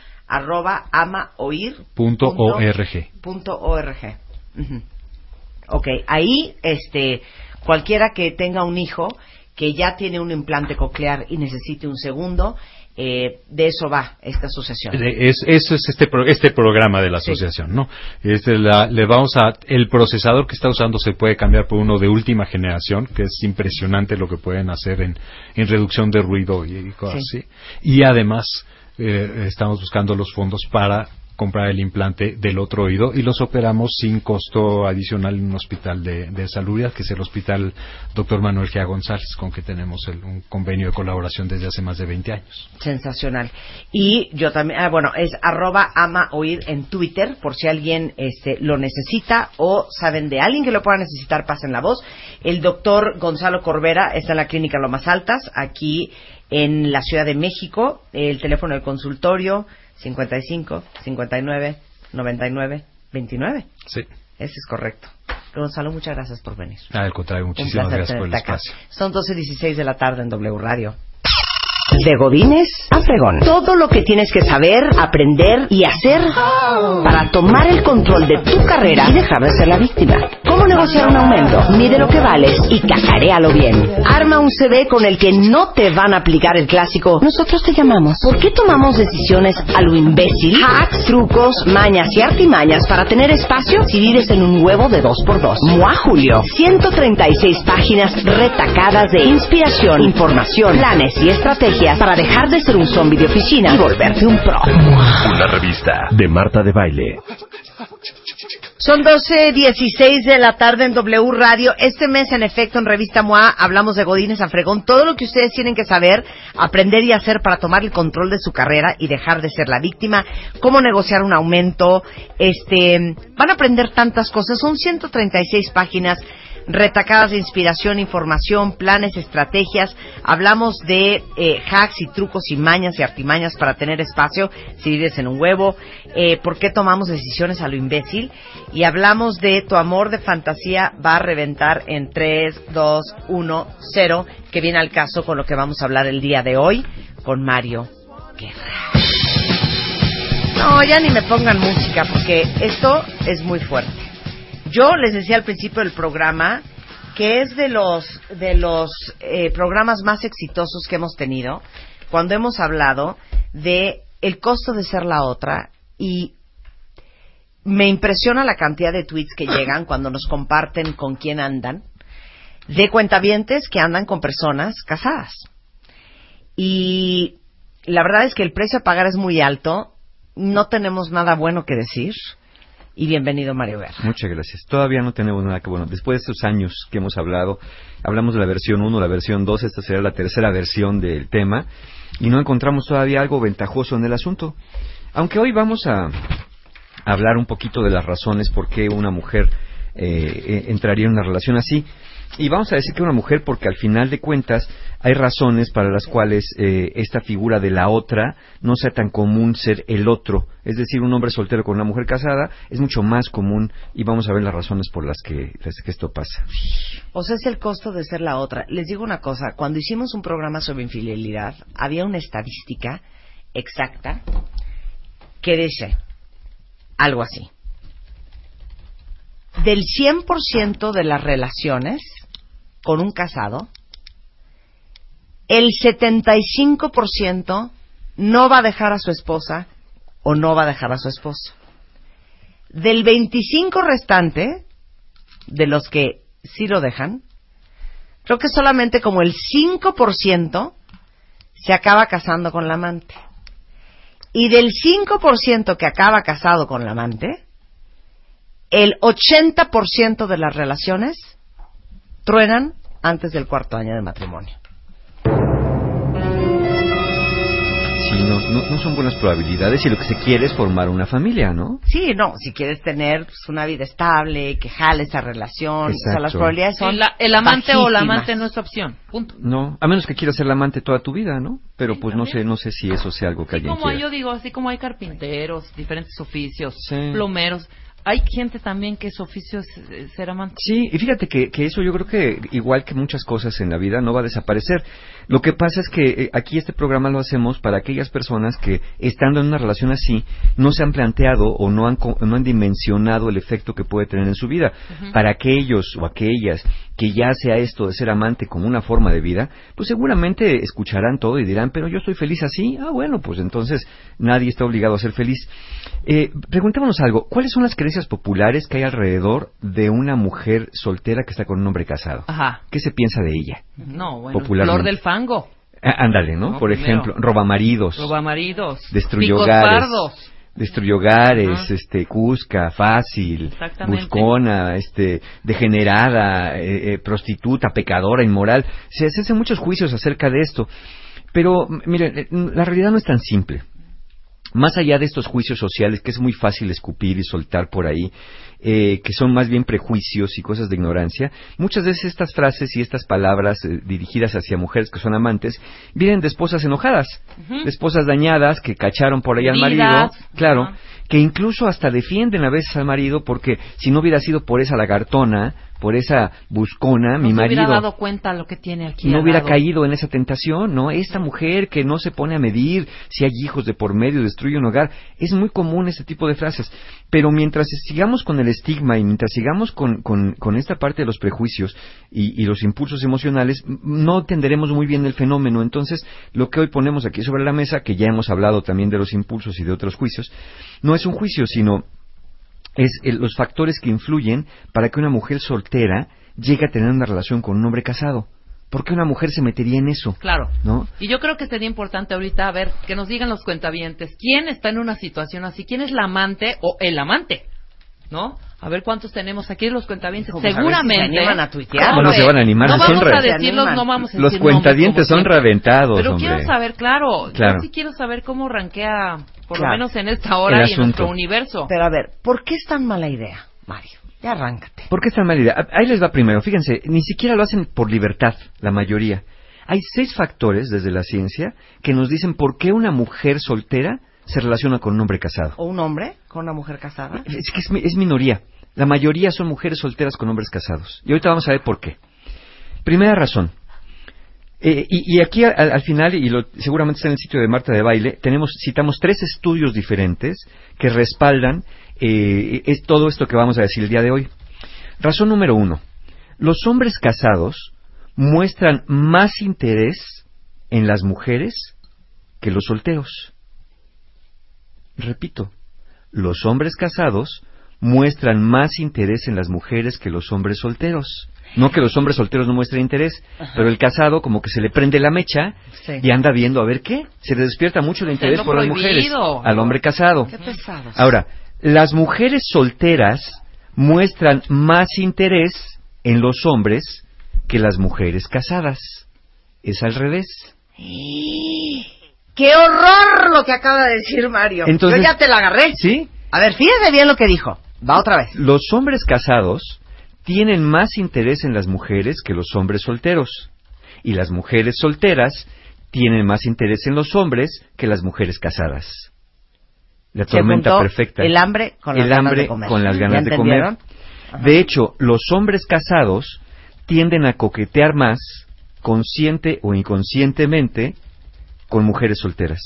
Speaker 4: @amaoir.org. Ok, ahí cualquiera que tenga un hijo que ya tiene un implante coclear y necesite un segundo, de eso va esta asociación.
Speaker 13: Eso es este programa de la asociación, sí. ¿No? El procesador que está usando se puede cambiar por uno de última generación, que es impresionante lo que pueden hacer en reducción de ruido y cosas así. Y además estamos buscando los fondos para comprar el implante del otro oído y los operamos sin costo adicional en un hospital de salubridad, que es el Hospital Dr. Manuel G. González, con que tenemos un convenio de colaboración desde hace más de 20 años.
Speaker 4: Sensacional. Y yo también, es @amaoir en Twitter, por si alguien lo necesita o saben de alguien que lo pueda necesitar, pasen la voz. El doctor Gonzalo Corbera está en la Clínica Lomas Altas, aquí en la Ciudad de México. El teléfono del consultorio 55 59 99 29.
Speaker 13: Sí.
Speaker 4: Ese es correcto. Gonzalo, muchas gracias por venir.
Speaker 13: Al contrario, muchísimas gracias por el espacio.
Speaker 4: Son 12:16 de la tarde en W Radio. De godines a fregón. Todo lo que tienes que saber, aprender y hacer para tomar el control de tu carrera y dejar de ser la víctima. Cómo negociar un aumento, mide lo que vales y cacaréalo bien. Arma un CV con el que no te van a aplicar el clásico "nosotros te llamamos". ¿Por qué tomamos decisiones a lo imbécil? Hacks, trucos, mañas y artimañas para tener espacio si vives en un huevo de 2x2. ¡Mua, Julio! 136 páginas retacadas de inspiración, información, planes y estrategias para dejar de ser un zombie de oficina y volverte un pro.
Speaker 2: Una revista de Marta de Baile.
Speaker 4: Son 12:16 de la tarde en W Radio. Este mes, en efecto, en Revista MOA hablamos de godines a fregón. Todo lo que ustedes tienen que saber, aprender y hacer para tomar el control de su carrera y dejar de ser la víctima. Cómo negociar un aumento. Van a aprender tantas cosas. Son 136 páginas retacadas de inspiración, información, planes, estrategias. Hablamos de hacks y trucos y mañas y artimañas para tener espacio si vives en un huevo. ¿Por qué tomamos decisiones a lo imbécil? Y hablamos de tu amor de fantasía va a reventar en 3, 2, 1, 0, que viene al caso con lo que vamos a hablar el día de hoy con Mario Guerra. No, ya ni me pongan música porque esto es muy fuerte. Yo les decía al principio del programa que es de los programas más exitosos que hemos tenido cuando hemos hablado de el costo de ser la otra, y me impresiona la cantidad de tweets que llegan cuando nos comparten con quién andan, de cuentavientes que andan con personas casadas. Y la verdad es que el precio a pagar es muy alto, no tenemos nada bueno que decir. Y bienvenido, Mario Guerra.
Speaker 14: Muchas gracias. Todavía no tenemos nada que bueno. Después de estos años que hemos hablado, hablamos de la versión 1, la versión 2, esta será la tercera versión del tema, y no encontramos todavía algo ventajoso en el asunto. Aunque hoy vamos a hablar un poquito de las razones por qué una mujer entraría en una relación así. Y vamos a decir que una mujer porque al final de cuentas hay razones para las cuales esta figura de la otra no sea tan común ser el otro. Es decir, un hombre soltero con una mujer casada es mucho más común, y vamos a ver las razones por las que esto pasa.
Speaker 4: O sea, es el costo de ser la otra. Les digo una cosa, cuando hicimos un programa sobre infidelidad había una estadística exacta que dice algo así: del 100% de las relaciones con un casado, el 75% no va a dejar a su esposa o no va a dejar a su esposo. Del 25% restante, de los que sí lo dejan, creo que solamente como el 5% se acaba casando con la amante. Y del 5% que acaba casado con la amante, el 80% de las relaciones truenan antes del 4º año de matrimonio.
Speaker 14: Sí, no son buenas probabilidades, y lo que se quiere es formar una familia, ¿no?
Speaker 4: Sí, no, si quieres tener una vida estable, que jale esa relación, o sea, las probabilidades son
Speaker 5: el amante
Speaker 4: bajísimas.
Speaker 5: o la amante no es opción, punto.
Speaker 14: No, a menos que quieras ser la amante toda tu vida, ¿no? Pero sí, pues no sé si eso sea algo que alguien quiera.
Speaker 5: Yo digo, así como hay carpinteros, diferentes oficios,
Speaker 14: sí,
Speaker 5: plomeros, hay gente también que su oficio es ser amante.
Speaker 14: Sí, y fíjate que eso yo creo que, igual que muchas cosas en la vida, no va a desaparecer. Lo que pasa es que aquí este programa lo hacemos para aquellas personas que, estando en una relación así, no se han planteado o no han dimensionado el efecto que puede tener en su vida. Uh-huh. Para aquellos o aquellas que ya sea esto de ser amante como una forma de vida, pues seguramente escucharán todo y dirán, pero yo estoy feliz así. Ah, bueno, pues entonces nadie está obligado a ser feliz. Preguntémonos algo, ¿cuáles son las creencias populares que hay alrededor de una mujer soltera que está con un hombre casado?
Speaker 5: Ajá.
Speaker 14: ¿Qué se piensa de ella?
Speaker 5: No, bueno, flor del fango.
Speaker 14: Ándale, ¿no? Por primero, ejemplo, robamaridos,
Speaker 5: destruye
Speaker 14: hogares, cusca, fácil, buscona, degenerada, prostituta, pecadora, inmoral. Se hacen muchos juicios acerca de esto, pero miren, la realidad no es tan simple. Más allá de estos juicios sociales, que es muy fácil escupir y soltar por ahí, que son más bien prejuicios y cosas de ignorancia, muchas veces estas frases y estas palabras dirigidas hacia mujeres que son amantes, vienen de esposas enojadas, de esposas dañadas, que cacharon por ahí al marido, claro, que incluso hasta defienden a veces al marido porque si no hubiera sido por esa lagartona, por esa buscona, mi
Speaker 5: No se
Speaker 14: marido
Speaker 5: hubiera dado cuenta lo que tiene aquí.
Speaker 14: no
Speaker 5: al
Speaker 14: hubiera
Speaker 5: lado.
Speaker 14: caído en esa tentación, ¿no? Esta mujer que no se pone a medir si hay hijos de por medio, destruye un hogar. Es muy común este tipo de frases. Pero mientras sigamos con el estigma y mientras sigamos con esta parte de los prejuicios y los impulsos emocionales, no entenderemos muy bien el fenómeno. Entonces, lo que hoy ponemos aquí sobre la mesa, que ya hemos hablado también de los impulsos y de otros juicios, no es un juicio, sino es los factores que influyen para que una mujer soltera llegue a tener una relación con un hombre casado. ¿Por qué una mujer se metería en eso?
Speaker 5: Claro.
Speaker 14: ¿No?
Speaker 5: Y yo creo que sería importante ahorita, a ver, que nos digan los cuentavientes, ¿quién está en una situación así? ¿Quién es la amante o el amante? ¿No? A ver cuántos tenemos aquí los cuentavientes.
Speaker 4: Pues
Speaker 5: Seguramente.
Speaker 4: a ver si se animan a tuitear.
Speaker 14: ¿Cómo no se van a animar?
Speaker 5: No
Speaker 14: Son
Speaker 5: vamos a
Speaker 14: re-
Speaker 5: decirlos, no vamos a decir
Speaker 14: Los cuentadientes son reventados,
Speaker 5: Pero
Speaker 14: hombre.
Speaker 5: quiero saber, claro,
Speaker 14: Claro.
Speaker 5: yo sí quiero saber cómo rankea, por
Speaker 4: Claro.
Speaker 5: lo menos en esta hora
Speaker 14: El
Speaker 5: y en nuestro
Speaker 14: asunto.
Speaker 5: universo.
Speaker 4: Pero a ver, ¿por qué es tan mala idea, Mario? Ya arráncate.
Speaker 14: ¿Por qué es tan mala idea? Ahí les va primero. Fíjense, ni siquiera lo hacen por libertad, la mayoría. Hay 6 factores desde la ciencia que nos dicen por qué una mujer soltera se relaciona con un hombre casado.
Speaker 4: ¿O un hombre con una mujer casada?
Speaker 14: Es que es minoría. La mayoría son mujeres solteras con hombres casados. Y ahorita vamos a ver por qué. Primera razón. Y aquí al final, seguramente está en el sitio de Marta de Baile, citamos 3 estudios diferentes que respaldan todo esto que vamos a decir el día de hoy. Razón número 1. Los hombres casados muestran más interés en las mujeres que los solteros. Repito, los hombres casados muestran más interés en las mujeres que los hombres solteros. No que los hombres solteros no muestren interés, pero el casado como que se le prende la mecha y anda viendo a ver qué. Se le despierta mucho el interés por las mujeres al hombre casado.
Speaker 4: Qué pesados.
Speaker 14: Ahora, las mujeres solteras muestran más interés en los hombres que las mujeres casadas. Es al revés.
Speaker 4: ¡Qué horror lo que acaba de decir Mario!
Speaker 14: Entonces,
Speaker 4: yo ya te la agarré.
Speaker 14: ¿Sí?
Speaker 4: A ver, fíjate bien lo que dijo. Va otra vez.
Speaker 14: Los hombres casados tienen más interés en las mujeres que los hombres solteros. Y las mujeres solteras tienen más interés en los hombres que las mujeres casadas. La tormenta
Speaker 4: juntó
Speaker 14: perfecta.
Speaker 4: el hambre con las ganas de comer.
Speaker 14: con las ganas
Speaker 4: ¿Ya
Speaker 14: de comer.
Speaker 4: entendieron? Ajá.
Speaker 14: De hecho, los hombres casados tienden a coquetear más, consciente o inconscientemente, con mujeres solteras.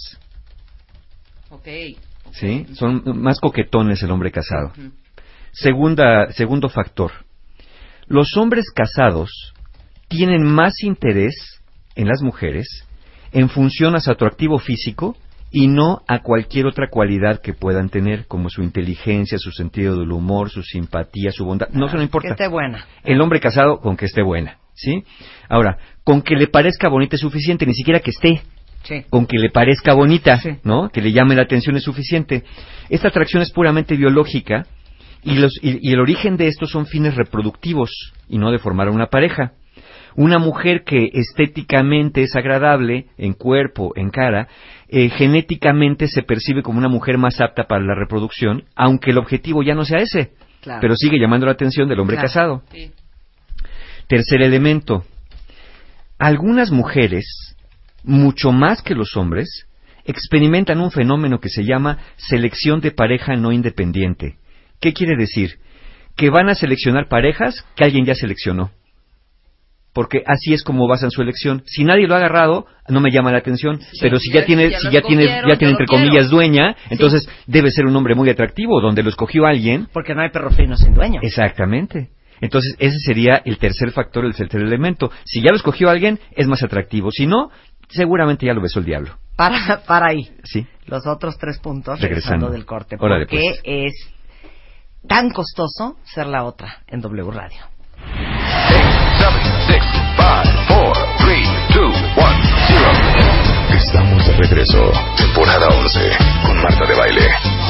Speaker 14: ¿Sí? Son más coquetones el hombre casado. Segundo factor. Los hombres casados tienen más interés en las mujeres en función a su atractivo físico y no a cualquier otra cualidad que puedan tener, como su inteligencia, su sentido del humor, su simpatía, su bondad. No, eso no importa.
Speaker 4: Que esté buena.
Speaker 14: El hombre casado con que esté buena, ¿sí? Ahora, con que le parezca bonita es suficiente, ni siquiera que esté.
Speaker 4: Sí.
Speaker 14: Con que le parezca bonita, ¿no? Que le llame la atención es suficiente. Esta atracción es puramente biológica y el origen de esto son fines reproductivos y no de formar una pareja. Una mujer que estéticamente es agradable en cuerpo, en cara, genéticamente se percibe como una mujer más apta para la reproducción, aunque el objetivo ya no sea ese,
Speaker 4: Claro.
Speaker 14: pero sigue llamando la atención del hombre
Speaker 4: Claro.
Speaker 14: casado.
Speaker 5: Sí.
Speaker 14: Tercer elemento. Algunas mujeres, mucho más que los hombres, experimentan un fenómeno que se llama selección de pareja no independiente. ¿Qué quiere decir? Que van a seleccionar parejas que alguien ya seleccionó. Porque así es como basan su elección. Si nadie lo ha agarrado, no me llama la atención. Pero si ya tiene, ya tiene entre comillas dueña, entonces debe ser un hombre muy atractivo, donde lo escogió alguien.
Speaker 4: Porque no hay perro fino sin dueño.
Speaker 14: Exactamente. Entonces ese sería el tercer factor, el tercer elemento. Si ya lo escogió alguien, es más atractivo. Si no, seguramente ya lo besó el diablo.
Speaker 4: Para ahí.
Speaker 14: Sí.
Speaker 4: Los otros 3 puntos
Speaker 14: Regresando
Speaker 4: del corte.
Speaker 14: Órale,
Speaker 4: ¿Por qué es tan costoso ser la otra en W Radio?
Speaker 2: 7, 6, 5, 4, 3, 2, 1, 0. Estamos de regreso. Temporada 11 con Marta de Baile.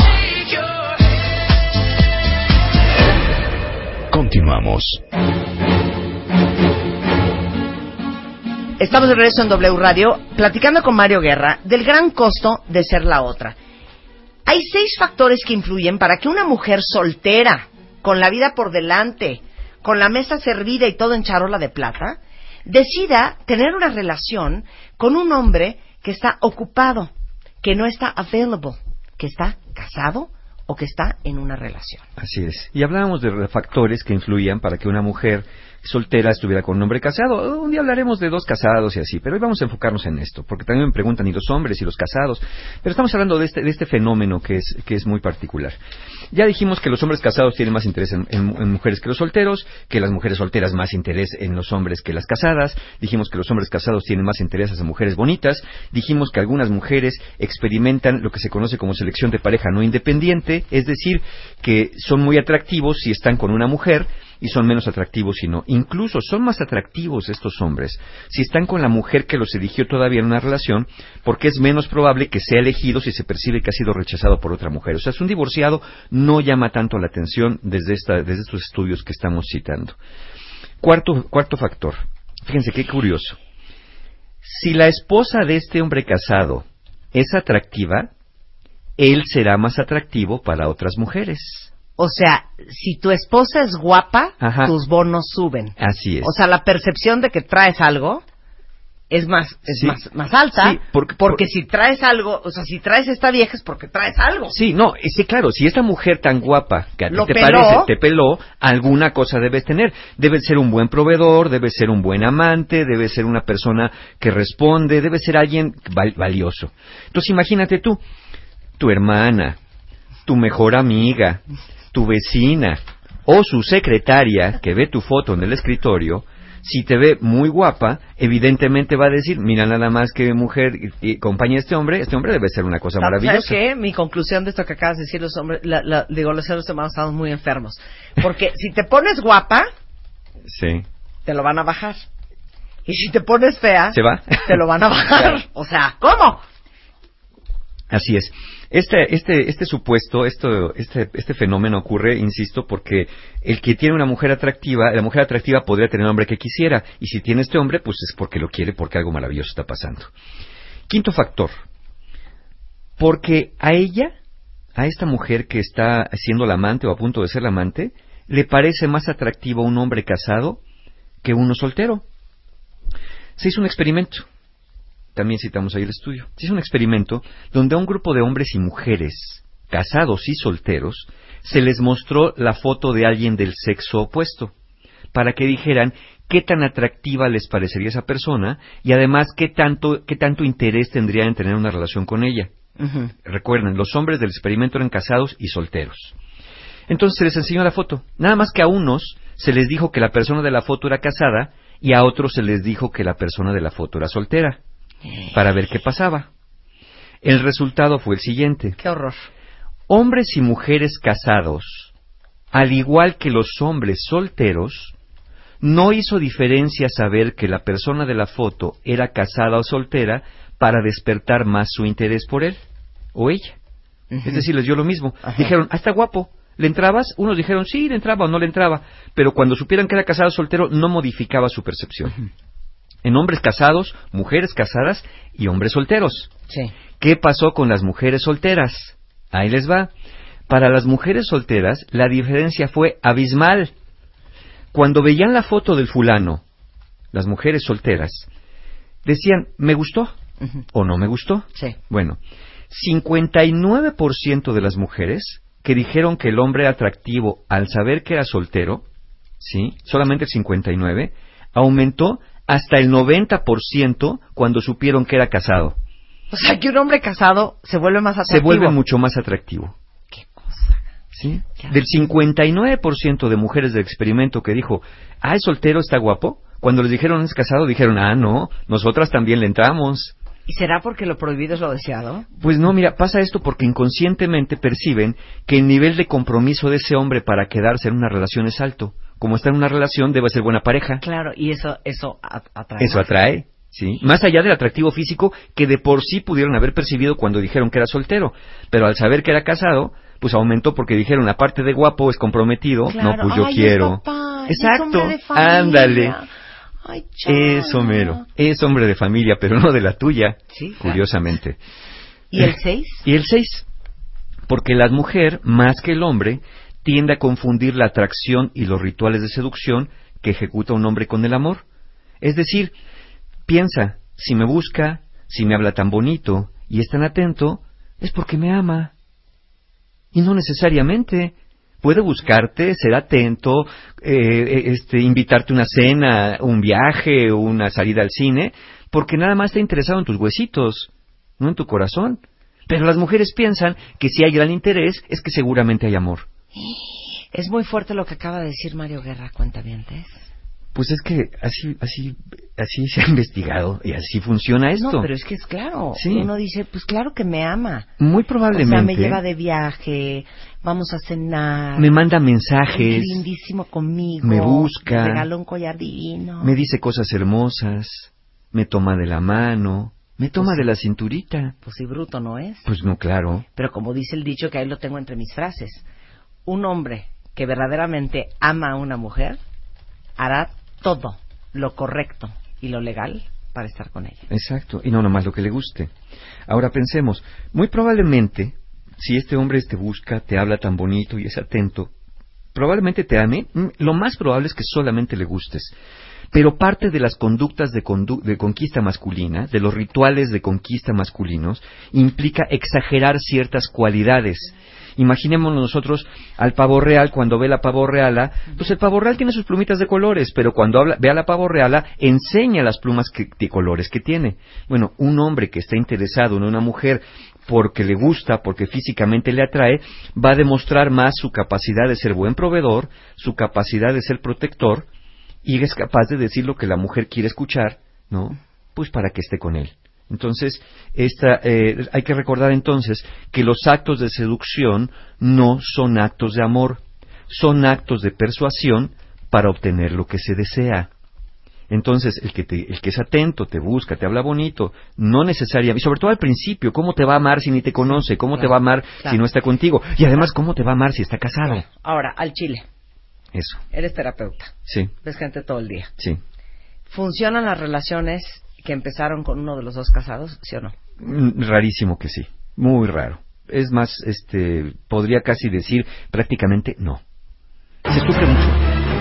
Speaker 2: Continuamos.
Speaker 4: Estamos de regreso en W Radio platicando con Mario Guerra del gran costo de ser la otra. Hay 6 factores que influyen para que una mujer soltera, con la vida por delante, con la mesa servida y todo en charola de plata, decida tener una relación con un hombre que está ocupado, que no está available, que está casado o que está en una relación.
Speaker 14: Así es. Y hablábamos de factores que influían para que una mujer soltera estuviera con un hombre casado. Un día hablaremos de dos casados y así, pero hoy vamos a enfocarnos en esto, porque también me preguntan, ¿y los hombres y los casados? Pero estamos hablando de este fenómeno que es muy particular. Ya dijimos que los hombres casados tienen más interés en mujeres que los solteros, que las mujeres solteras más interés en los hombres que las casadas. Dijimos que los hombres casados tienen más interés en mujeres bonitas. Dijimos que algunas mujeres experimentan lo que se conoce como selección de pareja no independiente, es decir, que son muy atractivos si están con una mujer y son menos atractivos si no. Incluso son más atractivos estos hombres si están con la mujer que los eligió todavía en una relación, porque es menos probable que sea elegido si se percibe que ha sido rechazado por otra mujer. O sea, es un divorciado, no llama tanto la atención desde estos estudios que estamos citando. Cuarto factor. Fíjense qué curioso. Si la esposa de este hombre casado es atractiva, él será más atractivo para otras mujeres.
Speaker 4: O sea, si tu esposa es guapa,
Speaker 14: Ajá.
Speaker 4: tus bonos suben.
Speaker 14: Así es.
Speaker 4: O sea, la percepción de que traes algo es más alta,
Speaker 14: Sí,
Speaker 4: porque si traes algo, o sea, si traes esta vieja es porque traes algo.
Speaker 14: Sí, no, sí, claro, si esta mujer tan guapa que a ti te
Speaker 4: peló.
Speaker 14: parece, te peló, alguna cosa debes tener. Debe ser un buen proveedor, debe ser un buen amante, debe ser una persona que responde, debe ser alguien valioso. Entonces imagínate tú, tu hermana, tu mejor amiga, tu vecina o su secretaria que ve tu foto en el escritorio, si te ve muy guapa, evidentemente va a decir, mira nada más que mujer y acompaña a este hombre debe ser una cosa maravillosa.
Speaker 4: ¿Sabes qué? Mi conclusión de esto que acabas de decir, los hombres, los seres humanos estamos muy enfermos. Porque si te pones guapa,
Speaker 14: sí,
Speaker 4: te lo van a bajar. Y si te pones fea,
Speaker 14: ¿se va?
Speaker 4: Te lo van a bajar. Claro. O sea, ¿cómo?
Speaker 14: Así es. Este supuesto, este fenómeno ocurre, insisto, porque el que tiene una mujer atractiva, la mujer atractiva podría tener el hombre que quisiera, y si tiene este hombre, pues es porque lo quiere, porque algo maravilloso está pasando. Quinto factor, porque a esta mujer que está siendo la amante o a punto de ser la amante, le parece más atractivo un hombre casado que uno soltero. Se hizo un experimento. También citamos ahí el estudio. Se hizo un experimento donde a un grupo de hombres y mujeres, casados y solteros, se les mostró la foto de alguien del sexo opuesto, para que dijeran qué tan atractiva les parecería esa persona y además qué tanto interés tendrían en tener una relación con ella. Uh-huh. Recuerden, los hombres del experimento eran casados y solteros. Entonces se les enseñó la foto. Nada más que a unos se les dijo que la persona de la foto era casada y a otros se les dijo que la persona de la foto era soltera, para ver qué pasaba. El resultado fue el siguiente.
Speaker 4: ¡Qué horror!
Speaker 14: Hombres y mujeres casados, al igual que los hombres solteros, no hizo diferencia saber que la persona de la foto era casada o soltera para despertar más su interés por él o ella. Uh-huh. Es decir, les dio lo mismo. Ajá. Dijeron, está guapo. ¿Le entrabas? Unos dijeron, sí, le entraba o no le entraba. Pero cuando supieran que era casado o soltero, no modificaba su percepción. Uh-huh. En hombres casados, mujeres casadas y hombres solteros.
Speaker 4: Sí.
Speaker 14: ¿Qué pasó con las mujeres solteras? Ahí les va. Para las mujeres solteras, la diferencia fue abismal. Cuando veían la foto del fulano, las mujeres solteras, decían, ¿me gustó? Uh-huh. ¿O no me gustó?
Speaker 4: Sí.
Speaker 14: Bueno, 59% de las mujeres que dijeron que el hombre era atractivo al saber que era soltero, ¿sí? Solamente el 59%, aumentó hasta el 90% cuando supieron que era casado.
Speaker 4: O sea, que un hombre casado se vuelve más atractivo.
Speaker 14: Se vuelve mucho más atractivo.
Speaker 4: ¿Qué cosa?
Speaker 14: ¿Sí? Del 59% de mujeres del experimento que dijo, ¿es soltero, está guapo? Cuando les dijeron es casado, dijeron, no, nosotras también le entramos.
Speaker 4: ¿Y será porque lo prohibido es lo deseado?
Speaker 14: Pues no, mira, pasa esto porque inconscientemente perciben que el nivel de compromiso de ese hombre para quedarse en una relación es alto. Como está en una relación, debe ser buena pareja.
Speaker 4: Claro, y eso atrae.
Speaker 14: Eso atrae, sí. Más allá del atractivo físico que de por sí pudieron haber percibido cuando dijeron que era soltero. Pero al saber que era casado, pues aumentó porque dijeron, aparte de guapo, es comprometido.
Speaker 4: Claro.
Speaker 14: No, pues yo quiero.
Speaker 4: Es papá,
Speaker 14: exacto,
Speaker 4: es
Speaker 14: ándale.
Speaker 4: Ay,
Speaker 14: eso mero. Es hombre de familia, pero no de la tuya.
Speaker 4: Sí, claro.
Speaker 14: Curiosamente.
Speaker 4: ¿Y el 6?
Speaker 14: Y el 6. Porque la mujer, más que el hombre, tiende a confundir la atracción y los rituales de seducción que ejecuta un hombre con el amor. Es decir, piensa, si me busca, si me habla tan bonito y es tan atento, es porque me ama. Y no necesariamente. Puede buscarte, ser atento, invitarte a una cena, un viaje, una salida al cine, porque nada más está interesado en tus huesitos, no en tu corazón. Pero las mujeres piensan que si hay gran interés es que seguramente hay amor.
Speaker 4: Es muy fuerte lo que acaba de decir Mario Guerra, cuentavientes.
Speaker 14: Pues es que así se ha investigado y así funciona esto.
Speaker 4: No, pero es que es claro.
Speaker 14: Sí.
Speaker 4: Uno dice, pues claro que me ama.
Speaker 14: Muy probablemente.
Speaker 4: O sea, me lleva de viaje, vamos a cenar.
Speaker 14: Me manda mensajes.
Speaker 4: Es lindísimo conmigo.
Speaker 14: Me busca.
Speaker 4: Me regaló un collar divino.
Speaker 14: Me dice cosas hermosas. Me toma de la mano. Me toma
Speaker 4: Pues
Speaker 14: de la cinturita.
Speaker 4: Pues sí, bruto no es.
Speaker 14: Pues no, claro.
Speaker 4: Pero como dice el dicho, que ahí lo tengo entre mis frases, un hombre que verdaderamente ama a una mujer hará todo lo correcto y lo legal para estar con ella.
Speaker 14: Exacto, y no nomás lo que le guste. Ahora pensemos, muy probablemente, si este hombre te busca, te habla tan bonito y es atento, probablemente te ame, lo más probable es que solamente le gustes. Pero parte de las conductas de conquista masculina, de los rituales de conquista masculinos, implica exagerar ciertas cualidades. Imaginémonos nosotros al pavo real, cuando ve la pavo reala, pues el pavo real tiene sus plumitas de colores, pero cuando ve a la pavo reala, enseña las plumas de colores que tiene. Bueno, un hombre que está interesado en una mujer porque le gusta, porque físicamente le atrae, va a demostrar más su capacidad de ser buen proveedor, su capacidad de ser protector, y es capaz de decir lo que la mujer quiere escuchar, ¿no? Pues para que esté con él. Entonces, hay que recordar entonces que los actos de seducción no son actos de amor, son actos de persuasión para obtener lo que se desea. Entonces, el que es atento, te busca, te habla bonito, no necesariamente, y sobre todo al principio, ¿cómo te va a amar si ni te conoce? ¿Cómo te va a amar si no está contigo? Y además, ¿cómo te va a amar si está casado?
Speaker 4: Ahora, al chile.
Speaker 14: Eso.
Speaker 4: Eres terapeuta.
Speaker 14: Sí.
Speaker 4: Ves gente todo el día.
Speaker 14: Sí.
Speaker 4: ¿Funcionan las relaciones que empezaron con uno de los dos casados, sí o no?
Speaker 14: Rarísimo que sí. Muy raro. Es más, podría casi decir prácticamente no. Se sufre mucho.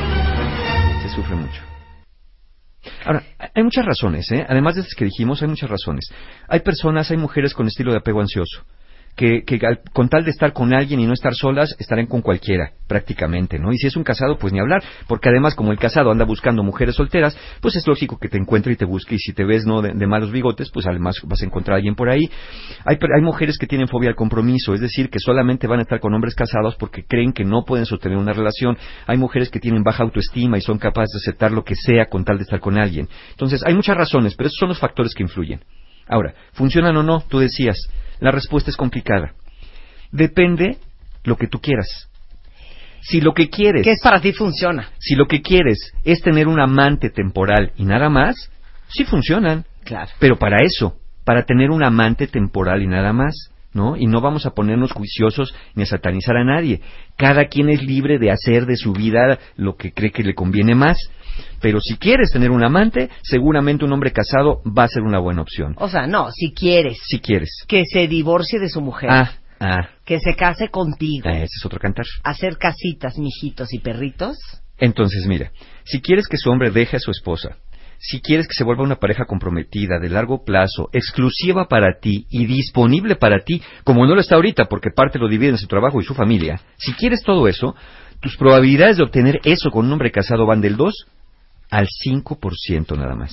Speaker 14: Se sufre mucho. Ahora, hay muchas razones, ¿eh? Además de estas que dijimos, hay muchas razones. Hay mujeres con estilo de apego ansioso, que con tal de estar con alguien y no estar solas, estarán con cualquiera, prácticamente, ¿no? Y si es un casado, pues ni hablar, porque además como el casado anda buscando mujeres solteras, pues es lógico que te encuentre y te busque, y si te ves, ¿no?, de malos bigotes, pues además vas a encontrar a alguien por ahí. Hay mujeres que tienen fobia al compromiso, es decir, que solamente van a estar con hombres casados porque creen que no pueden sostener una relación. Hay mujeres que tienen baja autoestima y son capaces de aceptar lo que sea con tal de estar con alguien. Entonces, hay muchas razones, pero esos son los factores que influyen. Ahora, ¿funcionan o no? Tú decías. La respuesta es complicada. Depende lo que tú quieras. Si lo que quieres...
Speaker 4: ¿Qué es para ti funciona?
Speaker 14: Si lo que quieres es tener un amante temporal y nada más, sí funcionan.
Speaker 4: Claro.
Speaker 14: Pero para eso, para tener un amante temporal y nada más, ¿no? Y no vamos a ponernos juiciosos ni a satanizar a nadie. Cada quien es libre de hacer de su vida lo que cree que le conviene más. Pero si quieres tener un amante, seguramente un hombre casado va a ser una buena opción.
Speaker 4: O sea, no, si quieres.
Speaker 14: Si quieres.
Speaker 4: Que se divorcie de su mujer. Que se case contigo.
Speaker 14: Ese es otro cantar.
Speaker 4: Hacer casitas, mijitos y perritos.
Speaker 14: Entonces, mira, si quieres que su hombre deje a su esposa, si quieres que se vuelva una pareja comprometida, de largo plazo, exclusiva para ti y disponible para ti, como no lo está ahorita porque parte lo divide en su trabajo y su familia, si quieres todo eso, tus probabilidades de obtener eso con un hombre casado van del 2 al 5% nada más.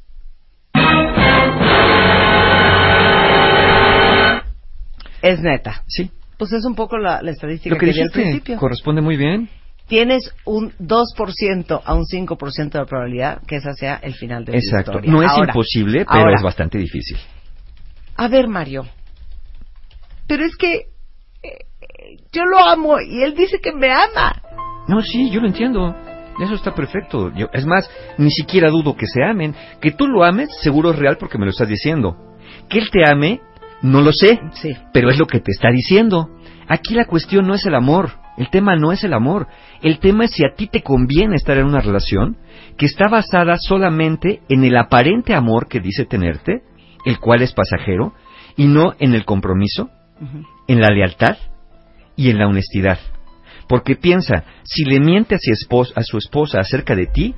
Speaker 4: Es neta.
Speaker 14: Sí.
Speaker 4: Pues es un poco la estadística
Speaker 14: lo que
Speaker 4: di al
Speaker 14: dijiste
Speaker 4: principio.
Speaker 14: Corresponde muy bien.
Speaker 4: Tienes un 2% a un 5% de probabilidad que esa sea el final de tu historia.
Speaker 14: Exacto. No es imposible, pero es bastante difícil.
Speaker 4: A ver, Mario. Pero es que yo lo amo y él dice que me ama.
Speaker 14: No, sí, yo lo entiendo. Eso está perfecto. Es más, ni siquiera dudo que se amen. Que tú lo ames, seguro es real porque me lo estás diciendo. Que él te ame, no lo sé.
Speaker 4: Sí.
Speaker 14: Pero es lo que te está diciendo. Aquí la cuestión no es el amor. El tema no es el amor. El tema es si a ti te conviene estar en una relación que está basada solamente en el aparente amor que dice tenerte, el cual es pasajero, y no en el compromiso, en la lealtad y en la honestidad. Porque piensa, si le miente a su esposa acerca de ti,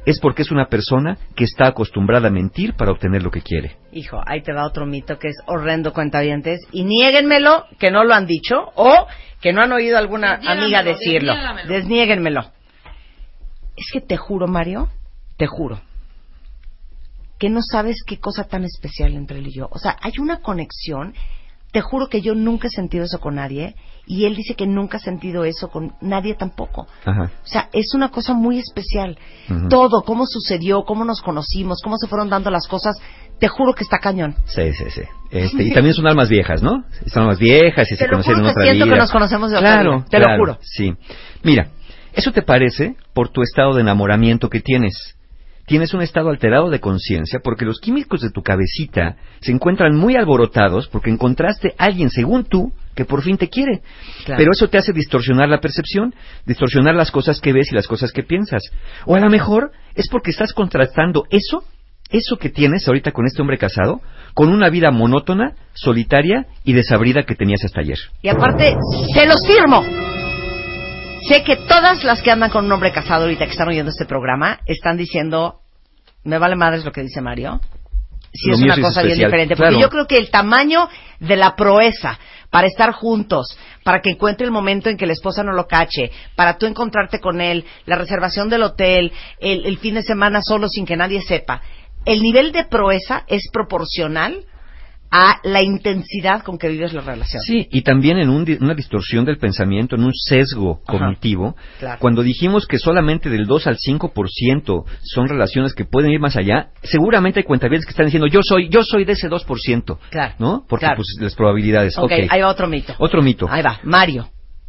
Speaker 14: es porque es una persona que está acostumbrada a mentir para obtener lo que quiere.
Speaker 4: Hijo, ahí te va otro mito que es horrendo, cuentavientes, y niéguenmelo que no lo han dicho o que no han oído a alguna amiga decirlo. Desniéguenmelo. Es que te juro, Mario, te juro, que no sabes qué cosa tan especial entre él y yo. O sea, hay una conexión. Te juro que yo nunca he sentido eso con nadie y él dice que nunca ha sentido eso con nadie tampoco.
Speaker 14: Ajá.
Speaker 4: O sea, es una cosa muy especial.
Speaker 14: Uh-huh.
Speaker 4: Todo, cómo sucedió, cómo nos conocimos, cómo se fueron dando las cosas, te juro que está cañón.
Speaker 14: Sí. Y también son almas viejas, ¿no? Son almas viejas y se conocieron en otra vida.
Speaker 4: Siento que nos conocemos de otra vida. Te lo juro.
Speaker 14: Sí. Mira, eso te parece por tu estado de enamoramiento que tienes. Tienes un estado alterado de conciencia porque los químicos de tu cabecita se encuentran muy alborotados porque encontraste a alguien, según tú, que por fin te quiere. Claro. Pero eso te hace distorsionar la percepción, distorsionar las cosas que ves y las cosas que piensas. O a lo mejor es porque estás contrastando eso que tienes ahorita con este hombre casado, con una vida monótona, solitaria y desabrida que tenías hasta ayer.
Speaker 4: Y aparte, se los firmo. Sé que todas las que andan con un hombre casado ahorita que están oyendo este programa están diciendo, me vale madres lo que dice Mario. Sí, es una cosa bien diferente. Porque yo creo que el tamaño de la proeza para estar juntos, para que encuentre el momento en que la esposa no lo cache, para tú encontrarte con él, la reservación del hotel, el fin de semana solo sin que nadie sepa, el nivel de proeza es proporcional a la intensidad con que vives la relación.
Speaker 14: Sí, y también en una distorsión del pensamiento, en un sesgo cognitivo.
Speaker 4: Claro.
Speaker 14: Cuando dijimos que solamente del 2 al 5% son relaciones que pueden ir más allá, seguramente hay cuentavientes que están diciendo, yo soy de ese 2%.
Speaker 4: Claro.
Speaker 14: ¿No? Porque pues las probabilidades.
Speaker 4: Okay, ahí va otro mito.
Speaker 14: Otro mito.
Speaker 4: Ahí va, Mario.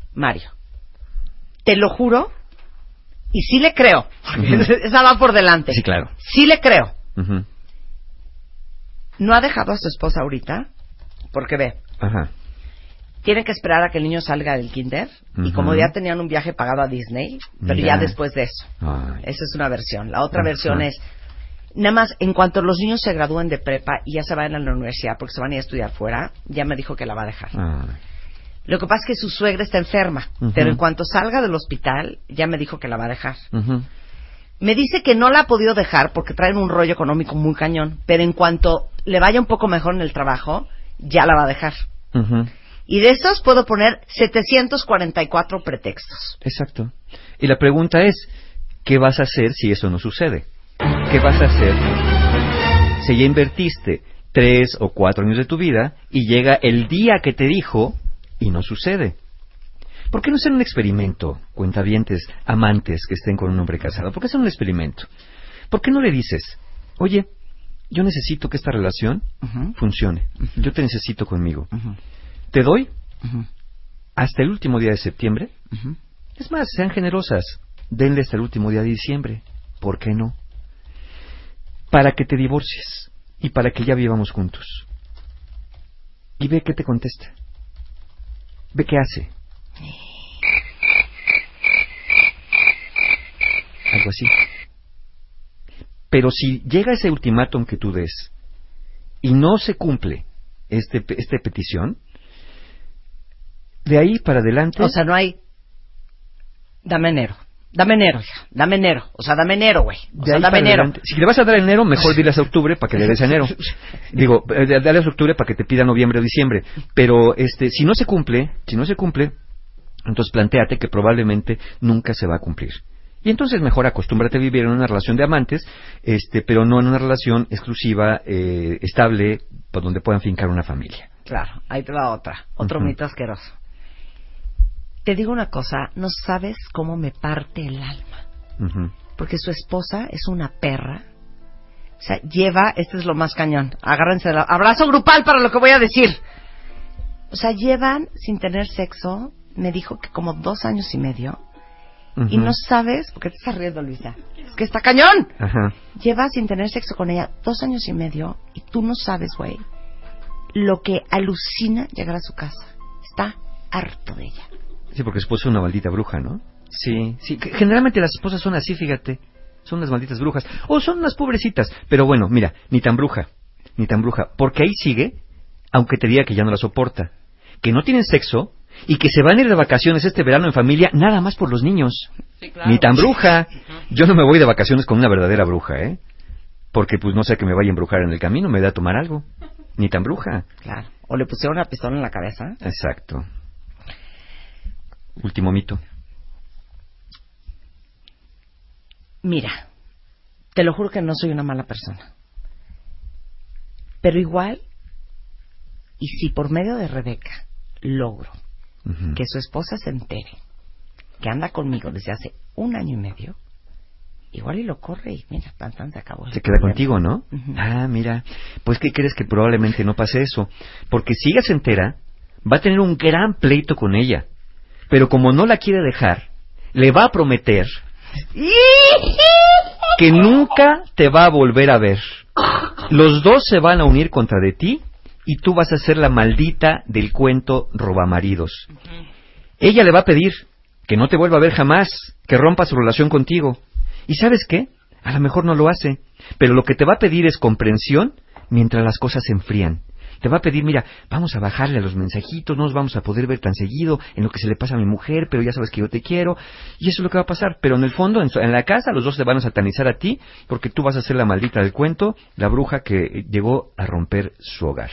Speaker 4: Te lo juro, y sí le creo.
Speaker 14: Uh-huh.
Speaker 4: Esa va por delante.
Speaker 14: Sí, claro.
Speaker 4: Sí le creo.
Speaker 14: Uh-huh.
Speaker 4: No ha dejado a su esposa ahorita, porque ve, tiene que esperar a que el niño salga del kinder, y como ya tenían un viaje pagado a Disney, pero ya después de eso. Esa es una versión. La otra versión es, nada más, en cuanto los niños se gradúen de prepa y ya se vayan a la universidad, porque se van a ir a estudiar fuera, ya me dijo que la va a dejar. Lo que pasa es que su suegra está enferma, pero en cuanto salga del hospital, ya me dijo que la va a dejar. Me dice que no la ha podido dejar porque traen un rollo económico muy cañón, pero en cuanto le vaya un poco mejor en el trabajo, ya la va a dejar. Y de esos puedo poner 744 pretextos.
Speaker 14: Exacto. Y la pregunta es, ¿qué vas a hacer si eso no sucede? ¿Qué vas a hacer si ya invertiste 3 o 4 años de tu vida y llega el día que te dijo y no sucede? ¿Por qué no hacer un experimento, cuentavientes, amantes que estén con un hombre casado? ¿Por qué hacer un experimento? ¿Por qué no le dices, oye, yo necesito que esta relación funcione, yo te necesito conmigo, te doy hasta el último día de septiembre? Es más, sean generosas, denle hasta el último día de diciembre, ¿por qué no? Para que te divorcies y para que ya vivamos juntos. Y ve qué te contesta, ve qué hace. Algo así. Pero si llega ese ultimátum que tú des y no se cumple esta petición, de ahí para adelante...
Speaker 4: O sea, no hay... Dame enero, hija, dame enero. O sea, dame enero, güey. O sea, dame enero.
Speaker 14: Si le vas a dar enero, mejor dile a octubre para que le des enero. Digo, dale a octubre para que te pida noviembre o diciembre. Pero si no se cumple, entonces plantéate que probablemente nunca se va a cumplir. Y entonces mejor acostúmbrate a vivir en una relación de amantes, pero no en una relación exclusiva, estable, por donde puedan fincar una familia.
Speaker 4: Claro, ahí te va otro mito asqueroso. Te digo una cosa, no sabes cómo me parte el alma. Porque su esposa es una perra. O sea, este es lo más cañón. Agárrense, abrazo grupal para lo que voy a decir. O sea, llevan sin tener sexo, me dijo que como 2 años y medio. Y no sabes, ¿por qué te estás riendo, Luisa? Es que está cañón. Lleva sin tener sexo con ella 2 años y medio y tú no sabes, güey, lo que alucina llegar a su casa. Está harto de ella.
Speaker 14: Sí, porque su esposa es una maldita bruja, ¿no? Sí. Generalmente las esposas son así, fíjate. Son unas malditas brujas. O son unas pobrecitas. Pero bueno, mira, ni tan bruja. Porque ahí sigue, aunque te diga que ya no la soporta. Que no tienen sexo y que se van a ir de vacaciones este verano en familia nada más por los niños.
Speaker 5: Sí, claro.
Speaker 14: Ni tan bruja. Yo no me voy de vacaciones con una verdadera bruja, ¿eh? Porque pues no sé que me vaya a embrujar en el camino, me da a tomar algo. Ni tan bruja.
Speaker 4: Claro. O le pusieron una pistola en la cabeza.
Speaker 14: Exacto. Último mito.
Speaker 4: Mira, te lo juro que no soy una mala persona. Pero igual, y si por medio de Rebeca logro que su esposa se entere que anda conmigo desde hace 1 año y medio, igual y lo corre y mira, tan se acabó.
Speaker 14: Se queda contigo, ¿no? Ah, mira, pues ¿qué crees? Que probablemente no pase eso. Porque si ella se entera, va a tener un gran pleito con ella. Pero como no la quiere dejar, le va a prometer que nunca te va a volver a ver. Los dos se van a unir contra de ti y tú vas a ser la maldita del cuento robamaridos. Ella le va a pedir que no te vuelva a ver jamás, que rompa su relación contigo. ¿Y sabes qué? A lo mejor no lo hace, pero lo que te va a pedir es comprensión mientras las cosas se enfrían. Te va a pedir, mira, vamos a bajarle a los mensajitos, no nos vamos a poder ver tan seguido en lo que se le pasa a mi mujer, pero ya sabes que yo te quiero, y eso es lo que va a pasar. Pero en el fondo, en la casa, los dos te van a satanizar a ti, porque tú vas a ser la maldita del cuento, la bruja que llegó a romper su hogar.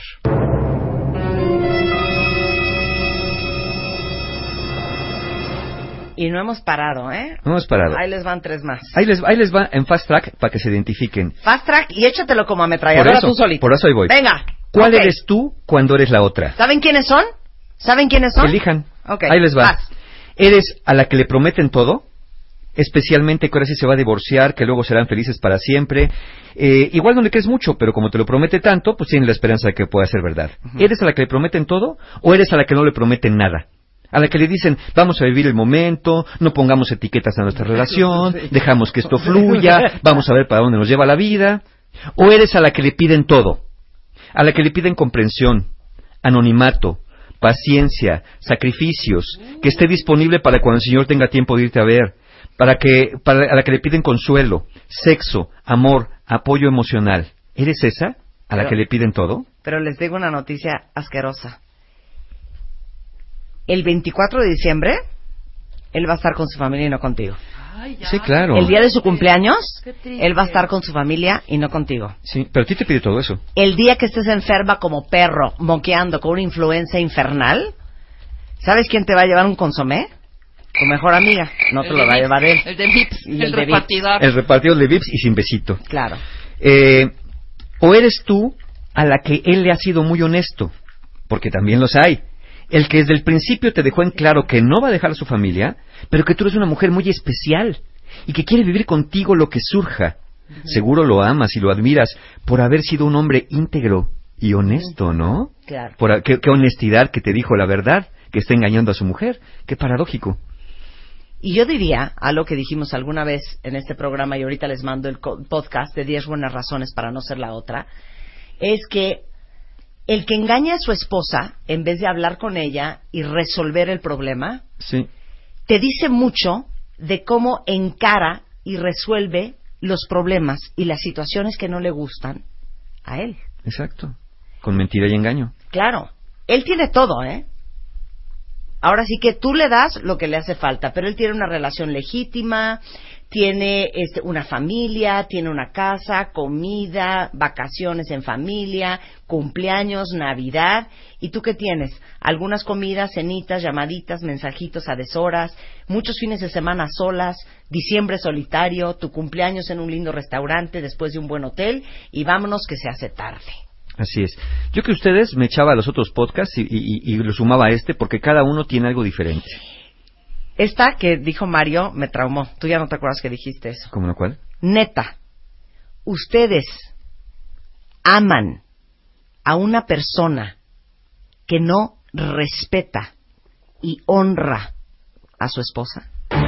Speaker 4: Y no hemos parado, ¿eh?
Speaker 14: No hemos parado.
Speaker 4: Ahí les van 3 más.
Speaker 14: Ahí les va en Fast Track para que se identifiquen.
Speaker 4: Fast Track y échatelo como ametralladora tú solito.
Speaker 14: Por eso ahí voy.
Speaker 4: Venga.
Speaker 14: ¿Cuál eres tú cuando eres la otra?
Speaker 4: ¿Saben quiénes son?
Speaker 14: Elijan.
Speaker 4: Okay.
Speaker 14: Ahí les va.
Speaker 4: Vas.
Speaker 14: ¿Eres a la que le prometen todo? Especialmente que ahora sí se va a divorciar, que luego serán felices para siempre. Igual no le crees mucho, pero como te lo promete tanto, pues tienes la esperanza de que pueda ser verdad. ¿Eres a la que le prometen todo o eres a la que no le prometen nada? A la que le dicen, vamos a vivir el momento, no pongamos etiquetas a nuestra relación, dejamos que esto fluya, vamos a ver para dónde nos lleva la vida. ¿O eres a la que le piden todo? A la que le piden comprensión, anonimato, paciencia, sacrificios, que esté disponible para cuando el Señor tenga tiempo de irte a ver, a la que le piden consuelo, sexo, amor, apoyo emocional. ¿Eres esa a la que le piden todo?
Speaker 4: Pero les digo una noticia asquerosa. El 24 de diciembre, él va a estar con su familia y no contigo.
Speaker 5: Ay, ya.
Speaker 14: Sí, claro.
Speaker 4: El día de su cumpleaños,
Speaker 5: Qué triste.
Speaker 4: él va a estar con su familia y no contigo.
Speaker 14: Sí, pero a ti te pide todo eso.
Speaker 4: El día que estés enferma como perro, moqueando con una influenza infernal, ¿sabes quién te va a llevar un consomé? Tu mejor amiga. No te lo va a llevar él.
Speaker 5: El de Vips,
Speaker 4: Y
Speaker 5: el
Speaker 4: de
Speaker 5: repartidor.
Speaker 14: El repartidor de Vips y sin besito.
Speaker 4: Claro.
Speaker 14: ¿O eres tú a la que él le ha sido muy honesto? Porque también los hay. El que desde el principio te dejó en claro que no va a dejar a su familia, pero que tú eres una mujer muy especial y que quiere vivir contigo lo que surja. Seguro lo amas y lo admiras por haber sido un hombre íntegro y honesto, ¿no?
Speaker 4: Claro.
Speaker 14: Qué honestidad que te dijo la verdad, que está engañando a su mujer. Qué paradójico.
Speaker 4: Y yo diría, algo que dijimos alguna vez en este programa, y ahorita les mando el podcast de 10 buenas razones para no ser la otra, es que el que engaña a su esposa, en vez de hablar con ella y resolver el problema,
Speaker 14: Sí.
Speaker 4: te dice mucho de cómo encara y resuelve los problemas y las situaciones que no le gustan a él.
Speaker 14: Exacto. Con mentira y engaño.
Speaker 4: Claro, él tiene todo, ¿eh? Ahora sí que tú le das lo que le hace falta, pero él tiene una relación legítima, tiene una familia, tiene una casa, comida, vacaciones en familia, cumpleaños, Navidad. ¿Y tú qué tienes? Algunas comidas, cenitas, llamaditas, mensajitos a deshoras, muchos fines de semana solas, diciembre solitario, tu cumpleaños en un lindo restaurante después de un buen hotel y vámonos que se hace tarde.
Speaker 14: Así es. Yo que ustedes me echaba a los otros podcasts y lo sumaba a este porque cada uno tiene algo diferente.
Speaker 4: Esta que dijo Mario me traumó. Tú ya no te acuerdas que dijiste eso.
Speaker 14: ¿Cómo la cual?
Speaker 4: Neta, ¿ustedes aman a una persona que no respeta y honra a su esposa?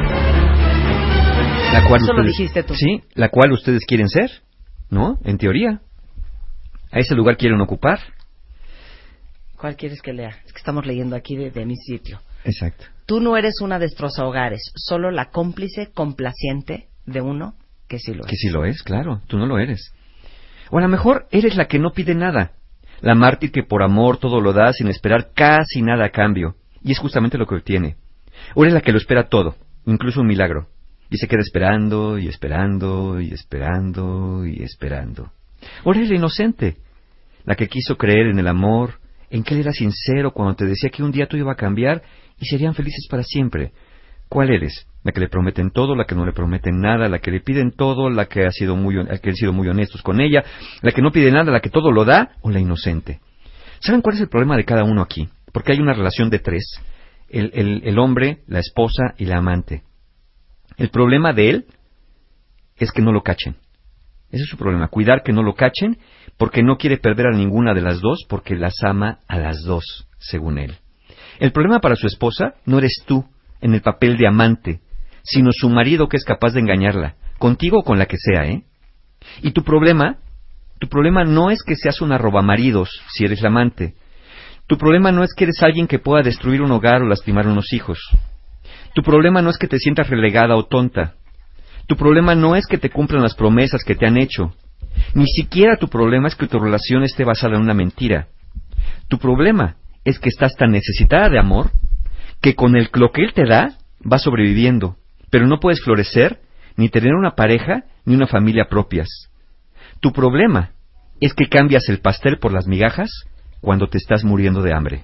Speaker 14: La cual
Speaker 4: Eso
Speaker 14: ustedes,
Speaker 4: lo dijiste tú.
Speaker 14: Sí, la cual ustedes quieren ser, ¿no? En teoría. ¿A ese lugar quieren ocupar?
Speaker 4: ¿Cuál quieres que lea? Es que estamos leyendo aquí de mi sitio.
Speaker 14: Exacto.
Speaker 4: Tú no eres una destrozahogares, solo la cómplice complaciente de uno que sí lo es.
Speaker 14: Que sí lo es, claro. Tú no lo eres. O a lo mejor eres la que no pide nada. La mártir que por amor todo lo da sin esperar casi nada a cambio. Y es justamente lo que obtiene. O eres la que lo espera todo, incluso un milagro. Y se queda esperando, y esperando, y esperando, y esperando. Ahora es la inocente, la que quiso creer en el amor, en que él era sincero cuando te decía que un día tú iba a cambiar y serían felices para siempre. ¿Cuál eres? La que le prometen todo, la que no le prometen nada, la que le piden todo, la que han sido muy honestos con ella, la que no pide nada, la que todo lo da, o la inocente. ¿Saben cuál es el problema de cada uno aquí? Porque hay una relación de tres, el hombre, la esposa y la amante. El problema de él es que no lo cachen. Ese es su problema, cuidar que no lo cachen, porque no quiere perder a ninguna de las dos, porque las ama a las dos, según él. El problema para su esposa no eres tú, en el papel de amante, sino su marido que es capaz de engañarla, contigo o con la que sea, ¿eh? Y tu problema no es que seas una robamaridos, si eres la amante. Tu problema no es que eres alguien que pueda destruir un hogar o lastimar a unos hijos. Tu problema no es que te sientas relegada o tonta. Tu problema no es que te cumplan las promesas que te han hecho. Ni siquiera tu problema es que tu relación esté basada en una mentira. Tu problema es que estás tan necesitada de amor que con lo que él te da vas sobreviviendo, pero no puedes florecer, ni tener una pareja, ni una familia propias. Tu problema es que cambias el pastel por las migajas cuando te estás muriendo de hambre.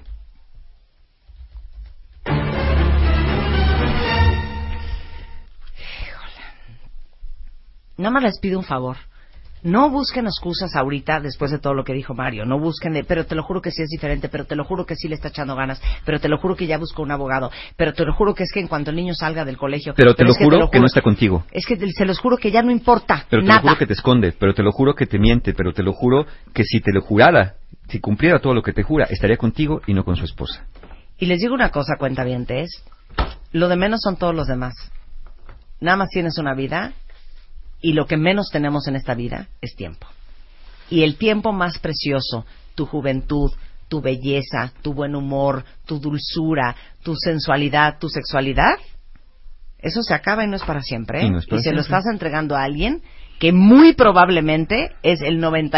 Speaker 4: Nada más les pido un favor. No busquen excusas ahorita después de todo lo que dijo Mario. No busquen pero te lo juro que sí es diferente, pero te lo juro que sí le está echando ganas, pero te lo juro que ya buscó un abogado, pero te lo juro que es que en cuanto el niño salga del colegio...
Speaker 14: Pero te lo juro que no está contigo.
Speaker 4: Es que se los juro que ya no importa
Speaker 14: pero
Speaker 4: nada.
Speaker 14: Te lo juro que te esconde, pero te lo juro que te miente, pero te lo juro que si te lo jurara, si cumpliera todo lo que te jura, estaría contigo y no con su esposa.
Speaker 4: Y les digo una cosa, cuentavientes, lo de menos son todos los demás. Nada más tienes una vida... Y lo que menos tenemos en esta vida es tiempo. Y el tiempo más precioso, tu juventud, tu belleza, tu buen humor, tu dulzura, tu sensualidad, tu sexualidad, eso se acaba y no es para siempre, ¿eh? Y se lo estás entregando a alguien que muy probablemente es el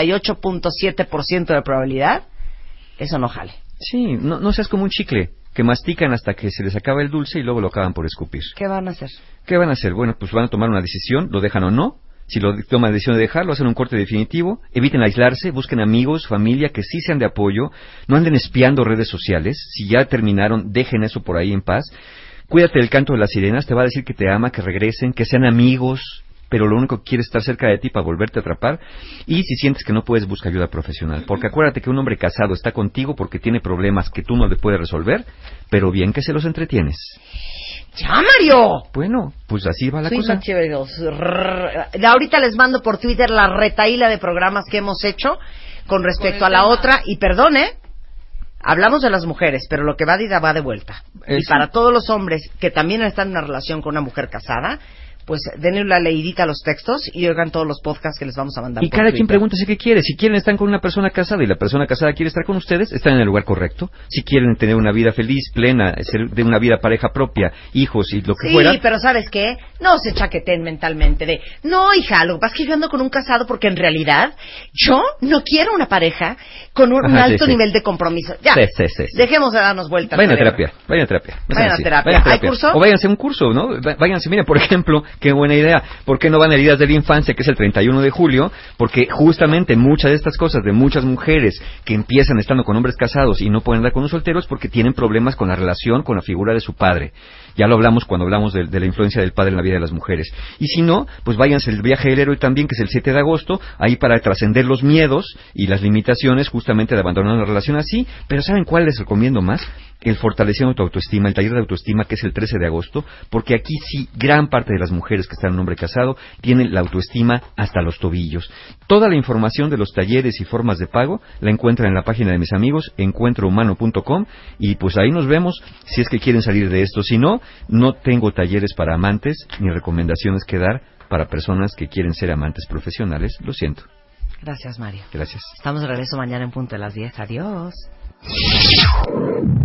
Speaker 4: 98.7% de probabilidad, eso no jale.
Speaker 14: Sí, no seas como un chicle, que mastican hasta que se les acaba el dulce y luego lo acaban por escupir.
Speaker 4: ¿Qué van a hacer?
Speaker 14: ¿Qué van a hacer? Bueno, pues van a tomar una decisión, lo dejan o no. Si lo toman la decisión de dejarlo, hacen un corte definitivo, eviten aislarse, busquen amigos, familia que sí sean de apoyo, no anden espiando redes sociales. Si ya terminaron, dejen eso por ahí en paz. Cuídate del canto de las sirenas, te va a decir que te ama, que regresen, que sean amigos, pero lo único que quiere es estar cerca de ti para volverte a atrapar. Y si sientes que no puedes, busca ayuda profesional. Porque acuérdate que un hombre casado está contigo porque tiene problemas que tú no le puedes resolver, pero bien que se los entretienes.
Speaker 4: ¡Ya, Mario!
Speaker 14: Bueno, pues así va la cosa.
Speaker 4: Ahorita les mando por Twitter la retaíla de programas que hemos hecho con respecto a la otra. Y perdone, hablamos de las mujeres, pero lo que va de vuelta. Y para todos los hombres que también están en una relación con una mujer casada, pues denle una leidita a los textos y oigan todos los podcasts que les vamos a mandar.
Speaker 14: Y cada quien pregúntese qué quiere. Si quieren estar con una persona casada y la persona casada quiere estar con ustedes, están en el lugar correcto. Si quieren tener una vida feliz, plena, ser de una vida pareja propia, hijos y lo que fuera.
Speaker 4: Sí, pero ¿sabes qué? No se chaqueten mentalmente de, no, hija, lo que pasa es que yo ando con un casado porque en realidad yo no quiero una pareja con un alto nivel de compromiso. Ya, dejemos de darnos vueltas.
Speaker 14: Vayan a terapia. Vayan a terapia.
Speaker 4: ¿Hay curso?
Speaker 14: O váyanse a un curso, ¿no? Váyanse, mira, por ejemplo, qué buena idea. ¿Por qué no van a Heridas de la Infancia, que es el 31 de julio? Porque justamente muchas de estas cosas de muchas mujeres que empiezan estando con hombres casados y no pueden andar con los solteros porque tienen problemas con la relación, con la figura de su padre. Ya lo hablamos cuando hablamos de la influencia del padre en la vida de las mujeres. Y si no, pues váyanse el viaje del héroe también, que es el 7 de agosto, ahí para trascender los miedos y las limitaciones justamente de abandonar una relación así. Pero ¿saben cuál les recomiendo más? El fortaleciendo tu autoestima, el taller de autoestima, que es el 13 de agosto, porque aquí sí, gran parte de las mujeres que están en un hombre casado tienen la autoestima hasta los tobillos. Toda la información de los talleres y formas de pago la encuentran en la página de mis amigos, encuentrohumano.com, y pues ahí nos vemos si es que quieren salir de esto. Si no, no tengo talleres para amantes ni recomendaciones que dar para personas que quieren ser amantes profesionales. Lo siento.
Speaker 4: Gracias, Mario.
Speaker 14: Gracias.
Speaker 4: Estamos de regreso mañana en punto de las 10. Adiós.